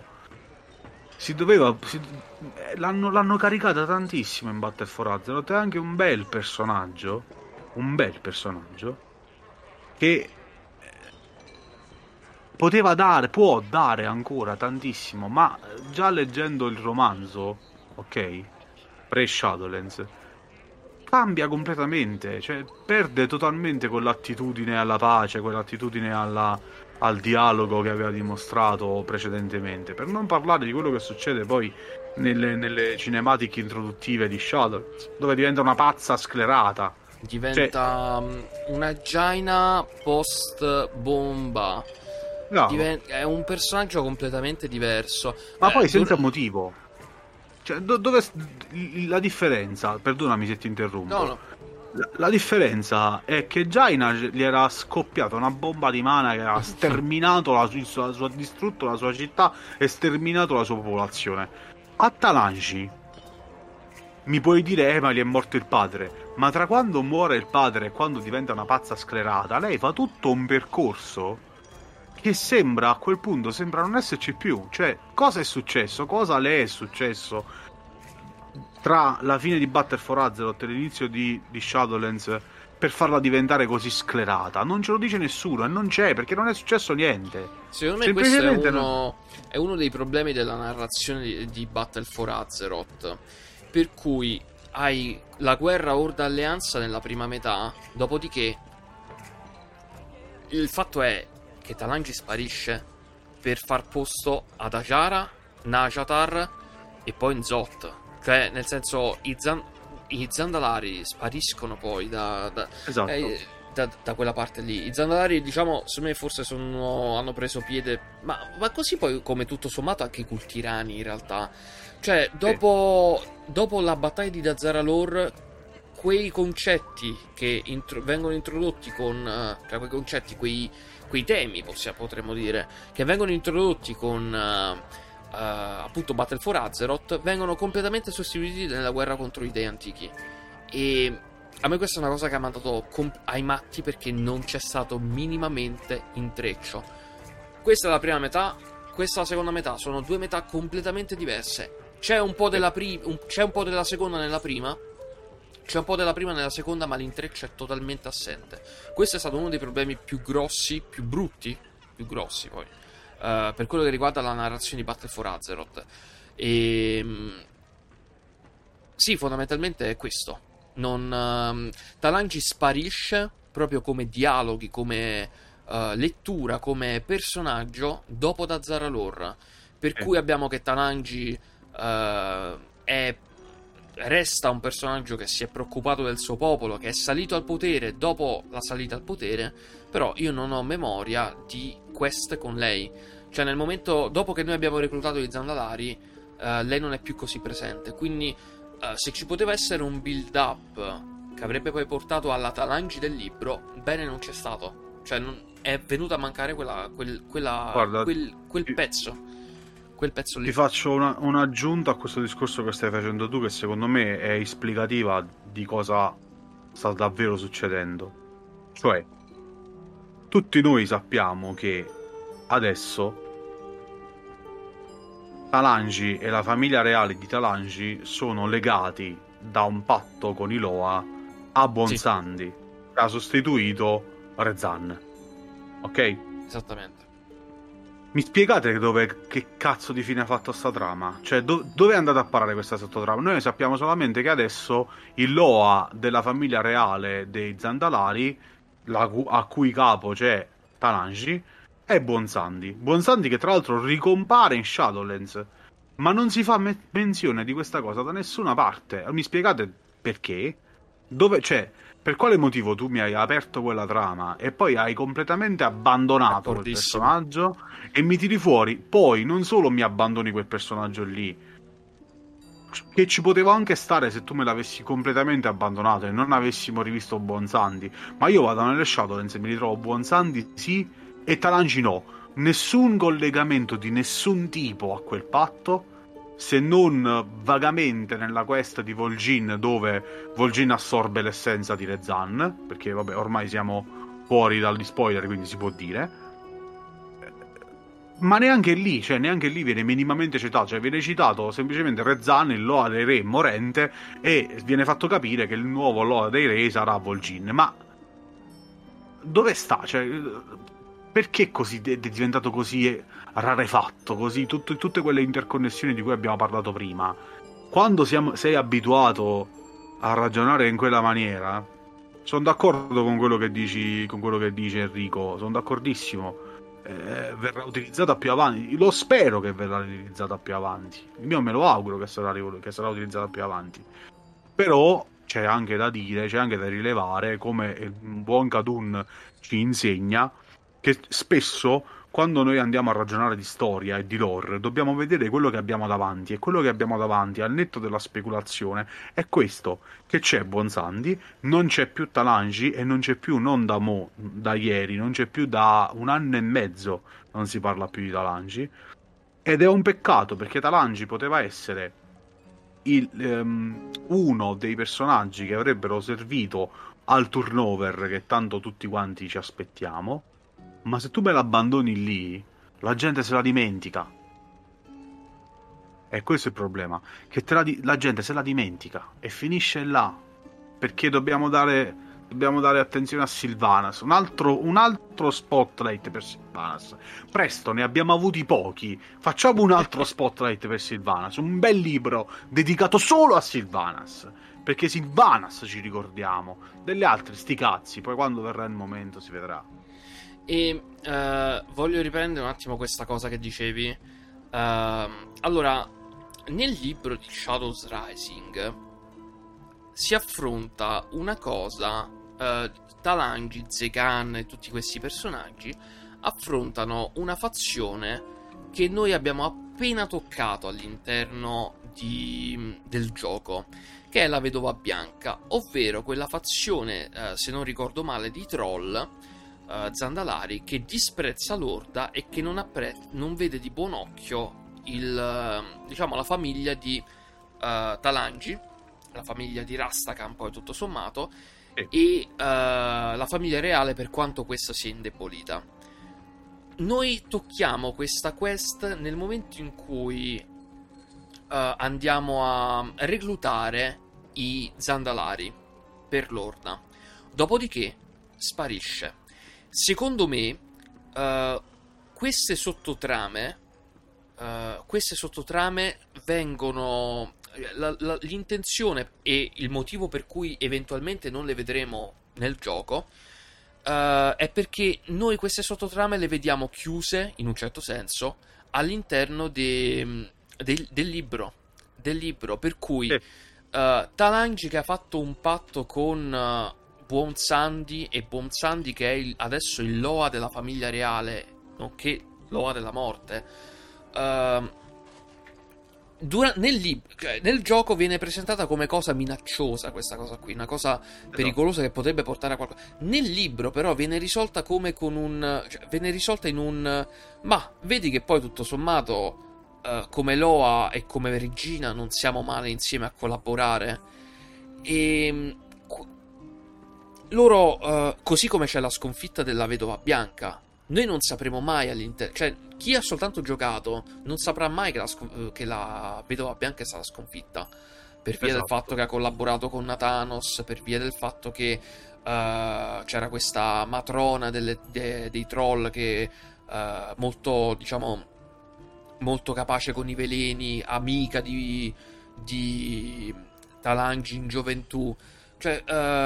L'hanno caricata tantissimo in Battle for Azeroth. È anche un bel personaggio che può dare ancora tantissimo, ma già leggendo il romanzo, ok, pre-Shadowlands, cambia completamente, cioè perde totalmente quell'attitudine alla pace, quell'attitudine al dialogo che aveva dimostrato precedentemente, per non parlare di quello che succede poi nelle cinematiche introduttive di Shadowlands, dove diventa una pazza sclerata. Diventa una Jaina post bomba. No. È un personaggio completamente diverso. Ma poi senza motivo. Cioè, dove la differenza? Perdonami se ti interrompo. No. La differenza è che Jaina gli era scoppiata una bomba di mana che ha sterminato distrutto la sua città e sterminato la sua popolazione. A Talanji mi puoi dire, ma gli è morto il padre. Ma tra quando muore il padre e quando diventa una pazza sclerata, lei fa tutto un percorso che sembra, a quel punto, sembra non esserci più. Cioè, cosa è successo? Cosa le è successo tra la fine di Battle for Azeroth e l'inizio di Shadowlands per farla diventare così sclerata? Non ce lo dice nessuno e non c'è, perché non è successo niente. Secondo me questo è uno dei problemi della narrazione di Battle for Azeroth, per cui hai la guerra Orda Alleanza nella prima metà, dopodiché il fatto è che Talanji sparisce per far posto ad Ajara, Najatar e poi Nzot. Cioè, nel senso, i Zandalari spariscono poi esatto. Da quella parte lì. I Zandalari, diciamo, secondo me forse hanno preso piede, ma così poi, come tutto sommato, anche i Cultirani in realtà. Cioè, dopo la battaglia di Dazaralor, quei concetti che vengono introdotti cioè quei concetti, quei temi, potremmo dire, che vengono introdotti con appunto Battle for Azeroth, vengono completamente sostituiti nella guerra contro i dei antichi. E a me questa è una cosa che ha mandato ai matti, perché non c'è stato minimamente intreccio. Questa è la prima metà, questa è la seconda metà, sono due metà completamente diverse. C'è un po' della della seconda nella prima, c'è un po' della prima nella seconda, ma l'intreccio è totalmente assente. Questo è stato uno dei problemi più grossi, più grossi poi, per quello che riguarda la narrazione di Battle for Azeroth. E sì, fondamentalmente è questo. Talanji sparisce proprio come dialoghi, come lettura, come personaggio dopo Dazaralor, per cui abbiamo che Talanji è resta un personaggio che si è preoccupato del suo popolo, che è salito al potere dopo la salita al potere, però io non ho memoria di quest con lei. Cioè nel momento dopo che noi abbiamo reclutato gli Zandalari, lei non è più così presente, quindi se ci poteva essere un build up che avrebbe poi portato alla Talangi del libro, bene non c'è stato. Cioè è venuta a mancare Guarda, quel pezzo. Quel pezzo lì. ti faccio un'aggiunta a questo discorso che stai facendo tu, che secondo me è esplicativa di cosa sta davvero succedendo. Cioè, tutti noi sappiamo che adesso Talangi e la famiglia reale di Talangi sono legati da un patto con i Loa a Bonsandi, che ha sostituito Rezan. Ok? Esattamente. Mi spiegate che cazzo di fine ha fatto sta trama? Cioè, dove è andata a parare questa sottotrama? Noi sappiamo solamente che adesso il Loa della famiglia reale dei Zandalari, a cui capo c'è Talangi, è Bonsandi. Bonsandi che tra l'altro ricompare in Shadowlands, ma non si fa menzione di questa cosa da nessuna parte. Mi spiegate perché? Cioè, per quale motivo tu mi hai aperto quella trama e poi hai completamente abbandonato quel personaggio e mi tiri fuori? Poi non solo mi abbandoni quel personaggio lì, che ci poteva anche stare se tu me l'avessi completamente abbandonato e non avessimo rivisto Bonsandi, ma io vado nelle Shadowlands e mi ritrovo Bonsandi sì e Talangi no. Nessun collegamento di nessun tipo a quel patto, se non vagamente nella quest di Vol'jin, dove Vol'jin assorbe l'essenza di Rezan, perché vabbè, ormai siamo fuori dagli spoiler, quindi si può dire. Ma neanche lì, cioè neanche lì viene minimamente citato, cioè viene citato semplicemente Rezan, il Loa dei Re morente, e viene fatto capire che il nuovo Loa dei Re sarà Vol'jin. Ma dove sta? Cioè, perché così è diventato così rarefatto, così tutte quelle interconnessioni di cui abbiamo parlato prima? Quando sei abituato a ragionare in quella maniera, sono d'accordo con quello che dice Enrico, sono d'accordissimo. Verrà utilizzata più avanti, lo spero che verrà utilizzata più avanti, io me lo auguro che sarà utilizzata più avanti, però c'è anche da dire, c'è anche da rilevare, come un buon Kadun ci insegna, che spesso quando noi andiamo a ragionare di storia e di lore dobbiamo vedere quello che abbiamo davanti, e quello che abbiamo davanti al netto della speculazione è questo, che c'è Bonsandi, non c'è più Talangi e non c'è più, non da ieri, non c'è più da un anno e mezzo, non si parla più di Talangi, ed è un peccato perché Talangi poteva essere uno dei personaggi che avrebbero servito al turnover che tanto tutti quanti ci aspettiamo. Ma se tu me l'abbandoni lì, la gente se la dimentica. E questo è il problema, che la gente se la dimentica e finisce là, perché dobbiamo dare attenzione a Sylvanas. Un altro spotlight per Sylvanas. Presto, ne abbiamo avuti pochi. Facciamo un altro spotlight per Sylvanas, un bel libro dedicato solo a Sylvanas, perché Sylvanas ci ricordiamo. Delle altre sti cazzi, poi quando verrà il momento si vedrà. E voglio riprendere un attimo questa cosa che dicevi. Allora, nel libro di Shadows Rising si affronta una cosa. Talangi, Zekan e tutti questi personaggi affrontano una fazione che noi abbiamo appena toccato all'interno del gioco, che è la Vedova Bianca, ovvero quella fazione, se non ricordo male, di troll Zandalari, che disprezza l'Orda e che non vede di buon occhio la famiglia di Talangi, la famiglia di Rastakhan poi tutto sommato, e la famiglia reale, per quanto questa sia indebolita. Noi tocchiamo questa quest nel momento in cui andiamo a reclutare i Zandalari per l'Orda, dopodiché sparisce. Secondo me queste sottotrame vengono l'intenzione e il motivo per cui eventualmente non le vedremo nel gioco è perché noi queste sottotrame le vediamo chiuse in un certo senso all'interno del libro, per cui Talangi che ha fatto un patto con Buon Sandy, e Buon Sandy che è adesso il Loa della famiglia reale, nonché Loa della morte. Nel gioco viene presentata come cosa minacciosa questa cosa qui, una cosa pericolosa che potrebbe portare a qualcosa. Nel libro però viene risolta come viene risolta in un ma vedi che poi tutto sommato come Loa e come regina non siamo male insieme a collaborare. E loro, così come c'è la sconfitta della vedova bianca, noi non sapremo mai all'interno, cioè chi ha soltanto giocato non saprà mai che la vedova bianca è stata sconfitta, per via del fatto che ha collaborato con Nathanos, per via del fatto che c'era questa matrona dei troll che molto, diciamo, molto capace con i veleni, amica di Talangi in gioventù. Cioè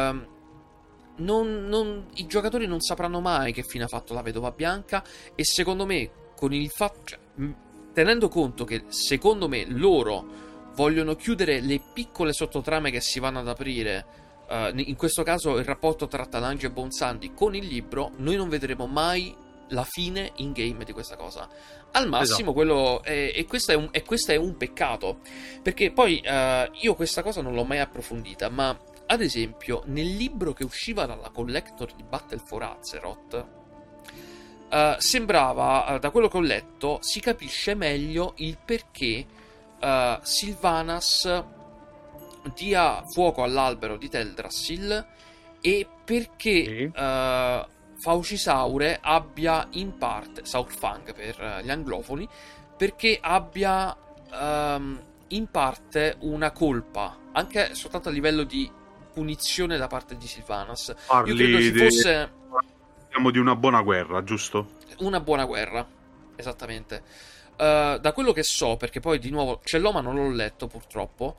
i giocatori non sapranno mai che fine ha fatto la vedova bianca, e secondo me con il fatto, cioè, tenendo conto che secondo me loro vogliono chiudere le piccole sottotrame che si vanno ad aprire, in questo caso il rapporto tra Talangi e Bonsanti con il libro, noi non vedremo mai la fine in game di questa cosa. Al massimo quello e questo è un peccato, perché poi io questa cosa non l'ho mai approfondita, ma ad esempio nel libro che usciva dalla collector di Battle for Azeroth sembrava, da quello che ho letto, si capisce meglio il perché Sylvanas dia fuoco all'albero di Teldrassil, e perché Faucisaure abbia in parte, Saurfang per gli anglofoni, perché abbia in parte una colpa, anche soltanto a livello di punizione da parte di Sylvanas. Io credo ci fosse... Parliamo di una buona guerra, giusto? Una buona guerra, esattamente. Da quello che so, perché poi di nuovo ce l'ho ma non l'ho letto purtroppo,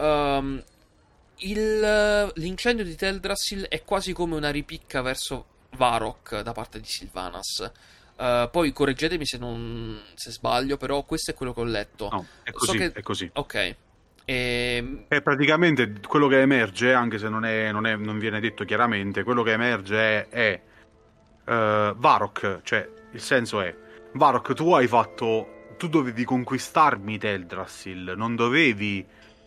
l'incendio di Teldrassil è quasi come una ripicca verso Varrock da parte di Sylvanas. Poi correggetemi se sbaglio, però questo è quello che ho letto. No, è così, è così. Ok. È praticamente quello che emerge, anche se non viene detto chiaramente, quello che emerge è Varrock, cioè il senso è: Varrock, tu dovevi conquistarmi Teldrassil, non dovevi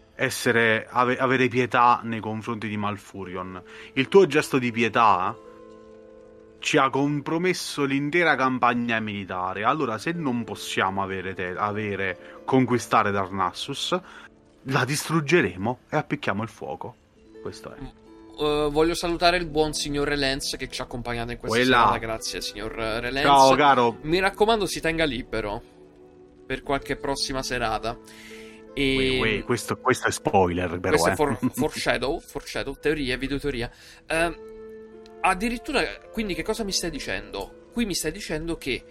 avere pietà nei confronti di Malfurion. Il tuo gesto di pietà ci ha compromesso l'intera campagna militare. Allora, se non possiamo conquistare Darnassus, la distruggeremo e appicchiamo il fuoco. Questo è. Voglio salutare il buon signor Relance che ci ha accompagnato in questa serata. Grazie, signor Relance. Ciao, caro. Mi raccomando, si tenga libero per qualche prossima serata. Questo è spoiler, però. Questo è foreshadow, teoria, videoteoria. Addirittura, quindi, che cosa mi stai dicendo? Qui mi stai dicendo che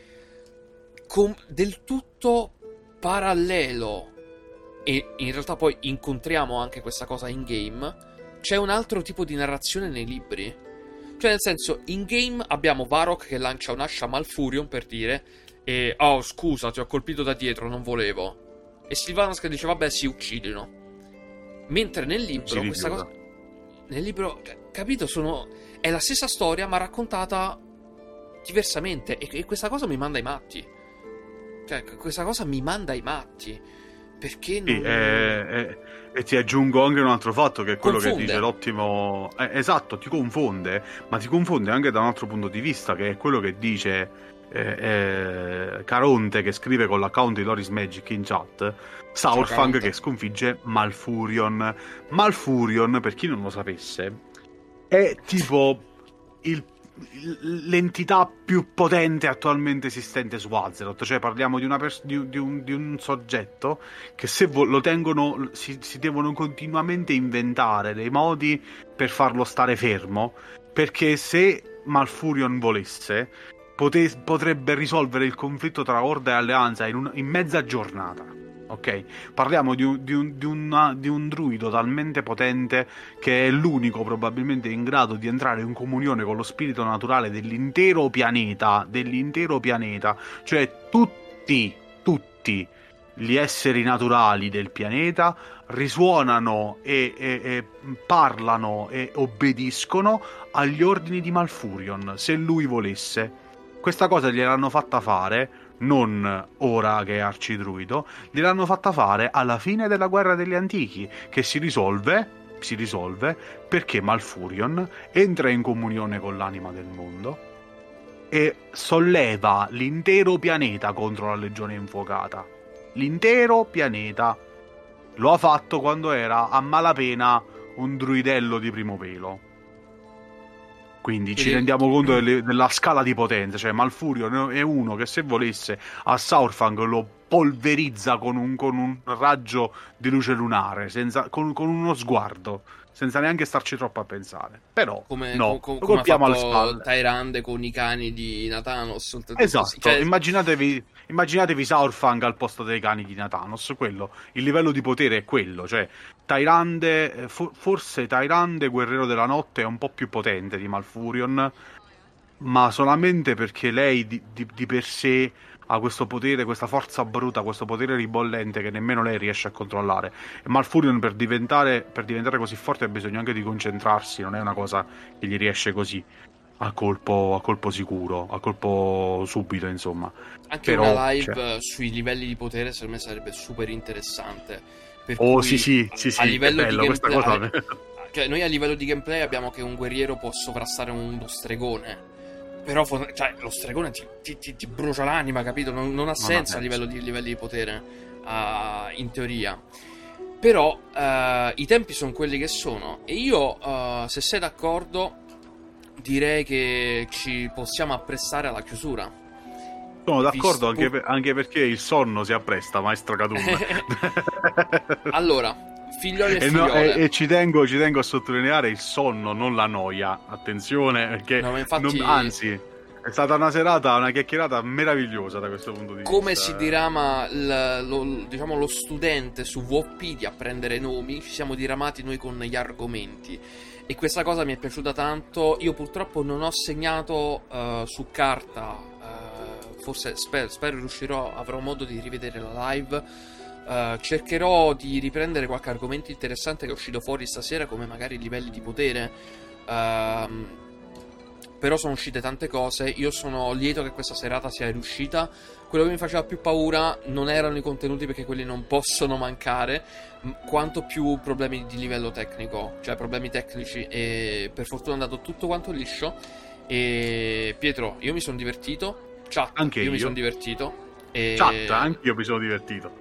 del tutto parallelo, e in realtà poi incontriamo anche questa cosa in game, c'è un altro tipo di narrazione nei libri. Cioè, nel senso, in game abbiamo Varrock che lancia un'ascia a Malfurion, per dire, e oh scusa, ti ho colpito da dietro, non volevo. E Sylvanas che dice vabbè sì, uccidilo. Mentre nel libro questa cosa, nel libro, capito, è la stessa storia ma raccontata diversamente, e questa cosa mi manda ai matti. Cioè, questa cosa mi manda ai matti. Perché non... E ti aggiungo anche un altro fatto, che è quello confonde. che dice l'ottimo... esatto, ti confonde, ma ti confonde anche da un altro punto di vista, che è quello che dice Caronte, che scrive con l'account di Loris Magic in chat. Saurfang che sconfigge Malfurion. Malfurion, per chi non lo sapesse, è tipo l'entità più potente attualmente esistente su Azeroth. Cioè parliamo di un soggetto che, se lo tengono, si devono continuamente inventare dei modi per farlo stare fermo, perché se Malfurion volesse potrebbe risolvere il conflitto tra Horda e Alleanza in mezza giornata. Ok, parliamo di un druido talmente potente che è l'unico probabilmente in grado di entrare in comunione con lo spirito naturale dell'intero pianeta, cioè tutti gli esseri naturali del pianeta risuonano e parlano e obbediscono agli ordini di Malfurion, se lui volesse. Questa cosa gliel'hanno fatta fare, non ora che è arcidruido, gliel'hanno fatta fare alla fine della guerra degli antichi, che si risolve perché Malfurion entra in comunione con l'anima del mondo e solleva l'intero pianeta contro la Legione Infuocata. L'intero pianeta. Lo ha fatto quando era a malapena un druidello di primo pelo. Quindi ci rendiamo conto della scala di potenza. Cioè Malfurion è uno che, se volesse, a Saurfang lo polverizza con un raggio di luce lunare, con uno sguardo, senza neanche starci troppo a pensare. Però lo colpiamo alle spalle. Tyrande con i cani di Nathanos. Esatto, cioè, immaginatevi Saurfang al posto dei cani di Nathanos. Il livello di potere è quello. Cioè Tyrande, forse Tyrande, guerriero della notte, è un po' più potente di Malfurion, ma solamente perché lei di per sé ha questo potere, questa forza bruta, questo potere ribollente che nemmeno lei riesce a controllare. E Malfurion, per diventare così forte, ha bisogno anche di concentrarsi, non è una cosa che gli riesce così a colpo sicuro, a colpo subito, insomma. Anche una live sui livelli di potere, secondo me sarebbe super interessante. Sì, a livello di gameplay, cioè noi a livello di gameplay abbiamo che un guerriero può sovrastare uno stregone. Però cioè, lo stregone ti brucia l'anima, capito? Non ha senso a livello di livelli di potere, in teoria. Però i tempi sono quelli che sono. E io, se sei d'accordo, direi che ci possiamo apprestare alla chiusura. Sono d'accordo, anche perché il sonno si appresta, maestro Kadum. Allora, figlioli e figliole. E ci tengo a sottolineare il sonno, non la noia. Attenzione, perché anzi, è stata una chiacchierata meravigliosa da questo punto di vista. Come si dirama lo studente su Wikipedia a prendere nomi, ci siamo diramati noi con gli argomenti. E questa cosa mi è piaciuta tanto. Io purtroppo non ho segnato su carta. Forse spero riuscirò, avrò modo di rivedere la live. Cercherò di riprendere qualche argomento interessante che è uscito fuori stasera, come magari i livelli di potere. Però sono uscite tante cose. Io sono lieto che questa serata sia riuscita. Quello che mi faceva più paura non erano i contenuti, perché quelli non possono mancare, quanto più problemi di livello tecnico, cioè problemi tecnici. E per fortuna è andato tutto quanto liscio. E Pietro, io mi sono divertito. Chat, anche io mi sono divertito. Chat, anche io mi sono divertito.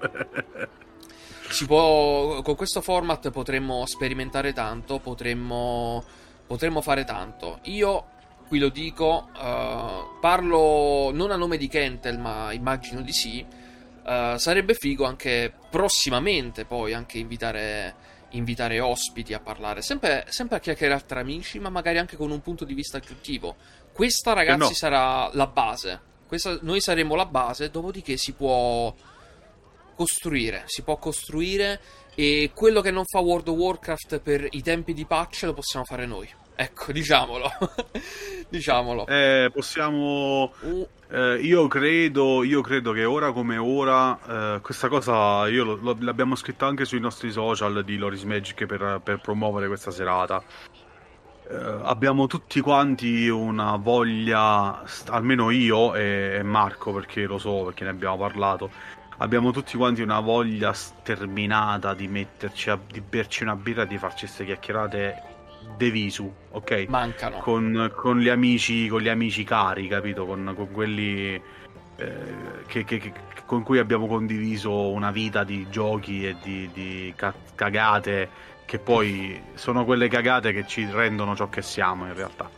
Con questo format potremmo sperimentare tanto, potremmo fare tanto. Io qui lo dico, parlo non a nome di Kentel, ma immagino di sì. Sarebbe figo anche prossimamente poi anche invitare ospiti a parlare, sempre a chiacchierare tra amici, ma magari anche con un punto di vista aggiuntivo. Questa, ragazzi, sarà la base. Noi saremo la base, dopodiché si può costruire, e quello che non fa World of Warcraft per i tempi di patch lo possiamo fare noi. Ecco, diciamolo. Possiamo. Io credo che ora come ora, questa cosa l'abbiamo scritta anche sui nostri social di Loris Magic per promuovere questa serata. Abbiamo tutti quanti una voglia, almeno io e Marco, perché lo so, perché ne abbiamo parlato, abbiamo tutti quanti una voglia sterminata di di berci una birra e di farci queste chiacchierate de visu, ok? Mancano. Con gli amici cari, capito? Con quelli con cui abbiamo condiviso una vita di giochi e di cagate, che poi sono quelle cagate che ci rendono ciò che siamo in realtà.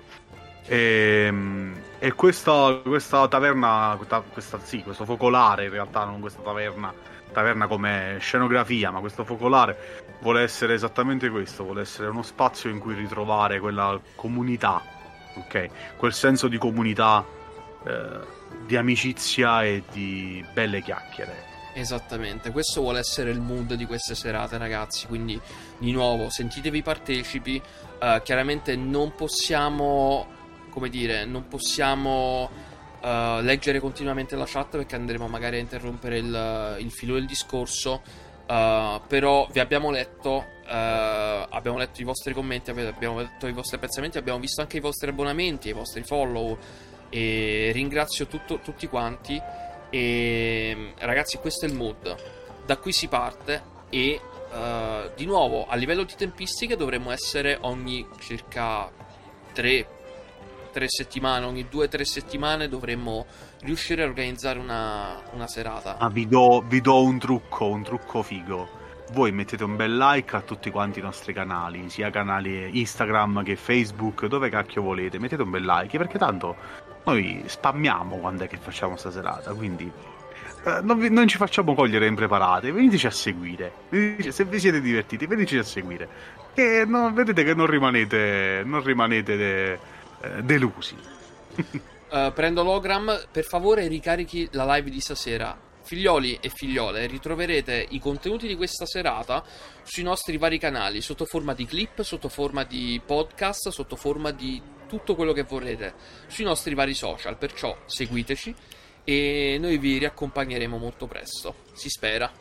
E questa taverna, questo focolare, in realtà non questa taverna come scenografia, ma questo focolare vuole essere esattamente questo, vuole essere uno spazio in cui ritrovare quella comunità, ok? Quel senso di comunità, di amicizia e di belle chiacchiere. Esattamente, questo vuole essere il mood di queste serate, ragazzi, quindi di nuovo sentitevi partecipi. Chiaramente non possiamo leggere continuamente la chat, perché andremo magari a interrompere il filo del discorso. Però vi abbiamo letto i vostri commenti, abbiamo letto i vostri apprezzamenti, abbiamo visto anche i vostri abbonamenti, i vostri follow, e ringrazio tutti quanti. E ragazzi, questo è il mood, da qui si parte. E di nuovo, a livello di tempistiche dovremmo essere ogni circa 3 settimane, ogni 2-3 settimane dovremmo riuscire a organizzare una serata. Vi do un trucco figo. Voi mettete un bel like a tutti quanti i nostri canali, sia canali Instagram che Facebook, dove cacchio volete, mettete un bel like, perché tanto noi spammiamo quando è che facciamo sta serata, quindi non ci facciamo cogliere impreparate, veniteci a seguire. Se vi siete divertiti, veniteci a seguire, che vedete che non rimanete delusi. Prendo l'Ogram, per favore ricarichi la live di stasera. Figlioli e figliole, ritroverete i contenuti di questa serata sui nostri vari canali, sotto forma di clip, sotto forma di podcast, sotto forma di tutto quello che vorrete, sui nostri vari social, perciò seguiteci e noi vi riaccompagneremo molto presto, si spera.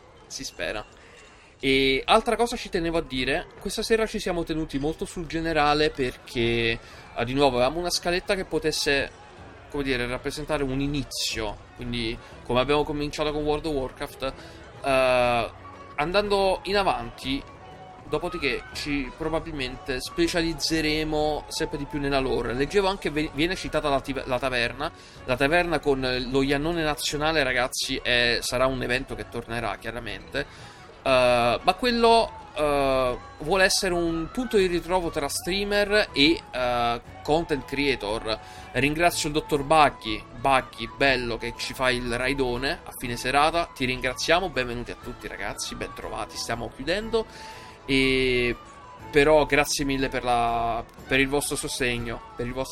E altra cosa ci tenevo a dire, questa sera ci siamo tenuti molto sul generale, perché di nuovo avevamo una scaletta che potesse, come dire, rappresentare un inizio, quindi come abbiamo cominciato con World of Warcraft, andando in avanti, dopodiché ci probabilmente specializzeremo sempre di più nella lore. Leggevo anche, viene citata la taverna con lo Iannone nazionale, ragazzi, sarà un evento che tornerà chiaramente, ma quello vuole essere un punto di ritrovo tra streamer e content creator. Ringrazio il dottor Buggy, bello, che ci fa il raidone a fine serata. Ti ringraziamo, benvenuti a tutti ragazzi, ben trovati, stiamo chiudendo. E però grazie mille per il vostro sostegno,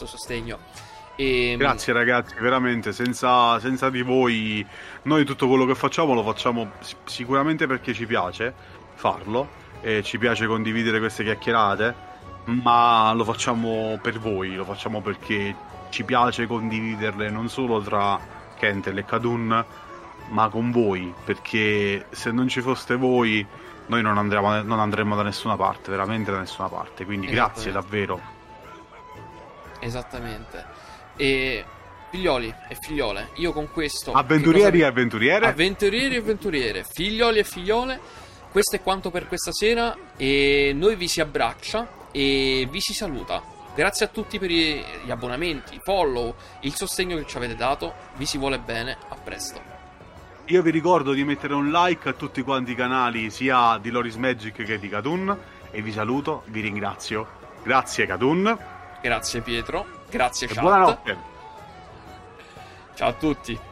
Grazie ragazzi, veramente senza di voi noi tutto quello che facciamo lo facciamo sicuramente perché ci piace farlo e ci piace condividere queste chiacchierate, ma lo facciamo per voi, lo facciamo perché ci piace condividerle non solo tra Kentel e Kadun, ma con voi, perché se non ci foste voi noi non andremo da nessuna parte, veramente da nessuna parte, quindi grazie davvero. Esattamente. E figlioli e figliole, io con questo, avventurieri e avventuriere, figlioli e figliole, questo è quanto per questa sera, e noi vi si abbraccia e vi si saluta. Grazie a tutti per gli abbonamenti, i follow, il sostegno che ci avete dato, vi si vuole bene, a presto. Io vi ricordo di mettere un like a tutti quanti i canali, sia di Loris Magic che di Kadun, e vi saluto, vi ringrazio. Grazie Kadun. Grazie Pietro, grazie chat. Buonanotte. Ciao a tutti.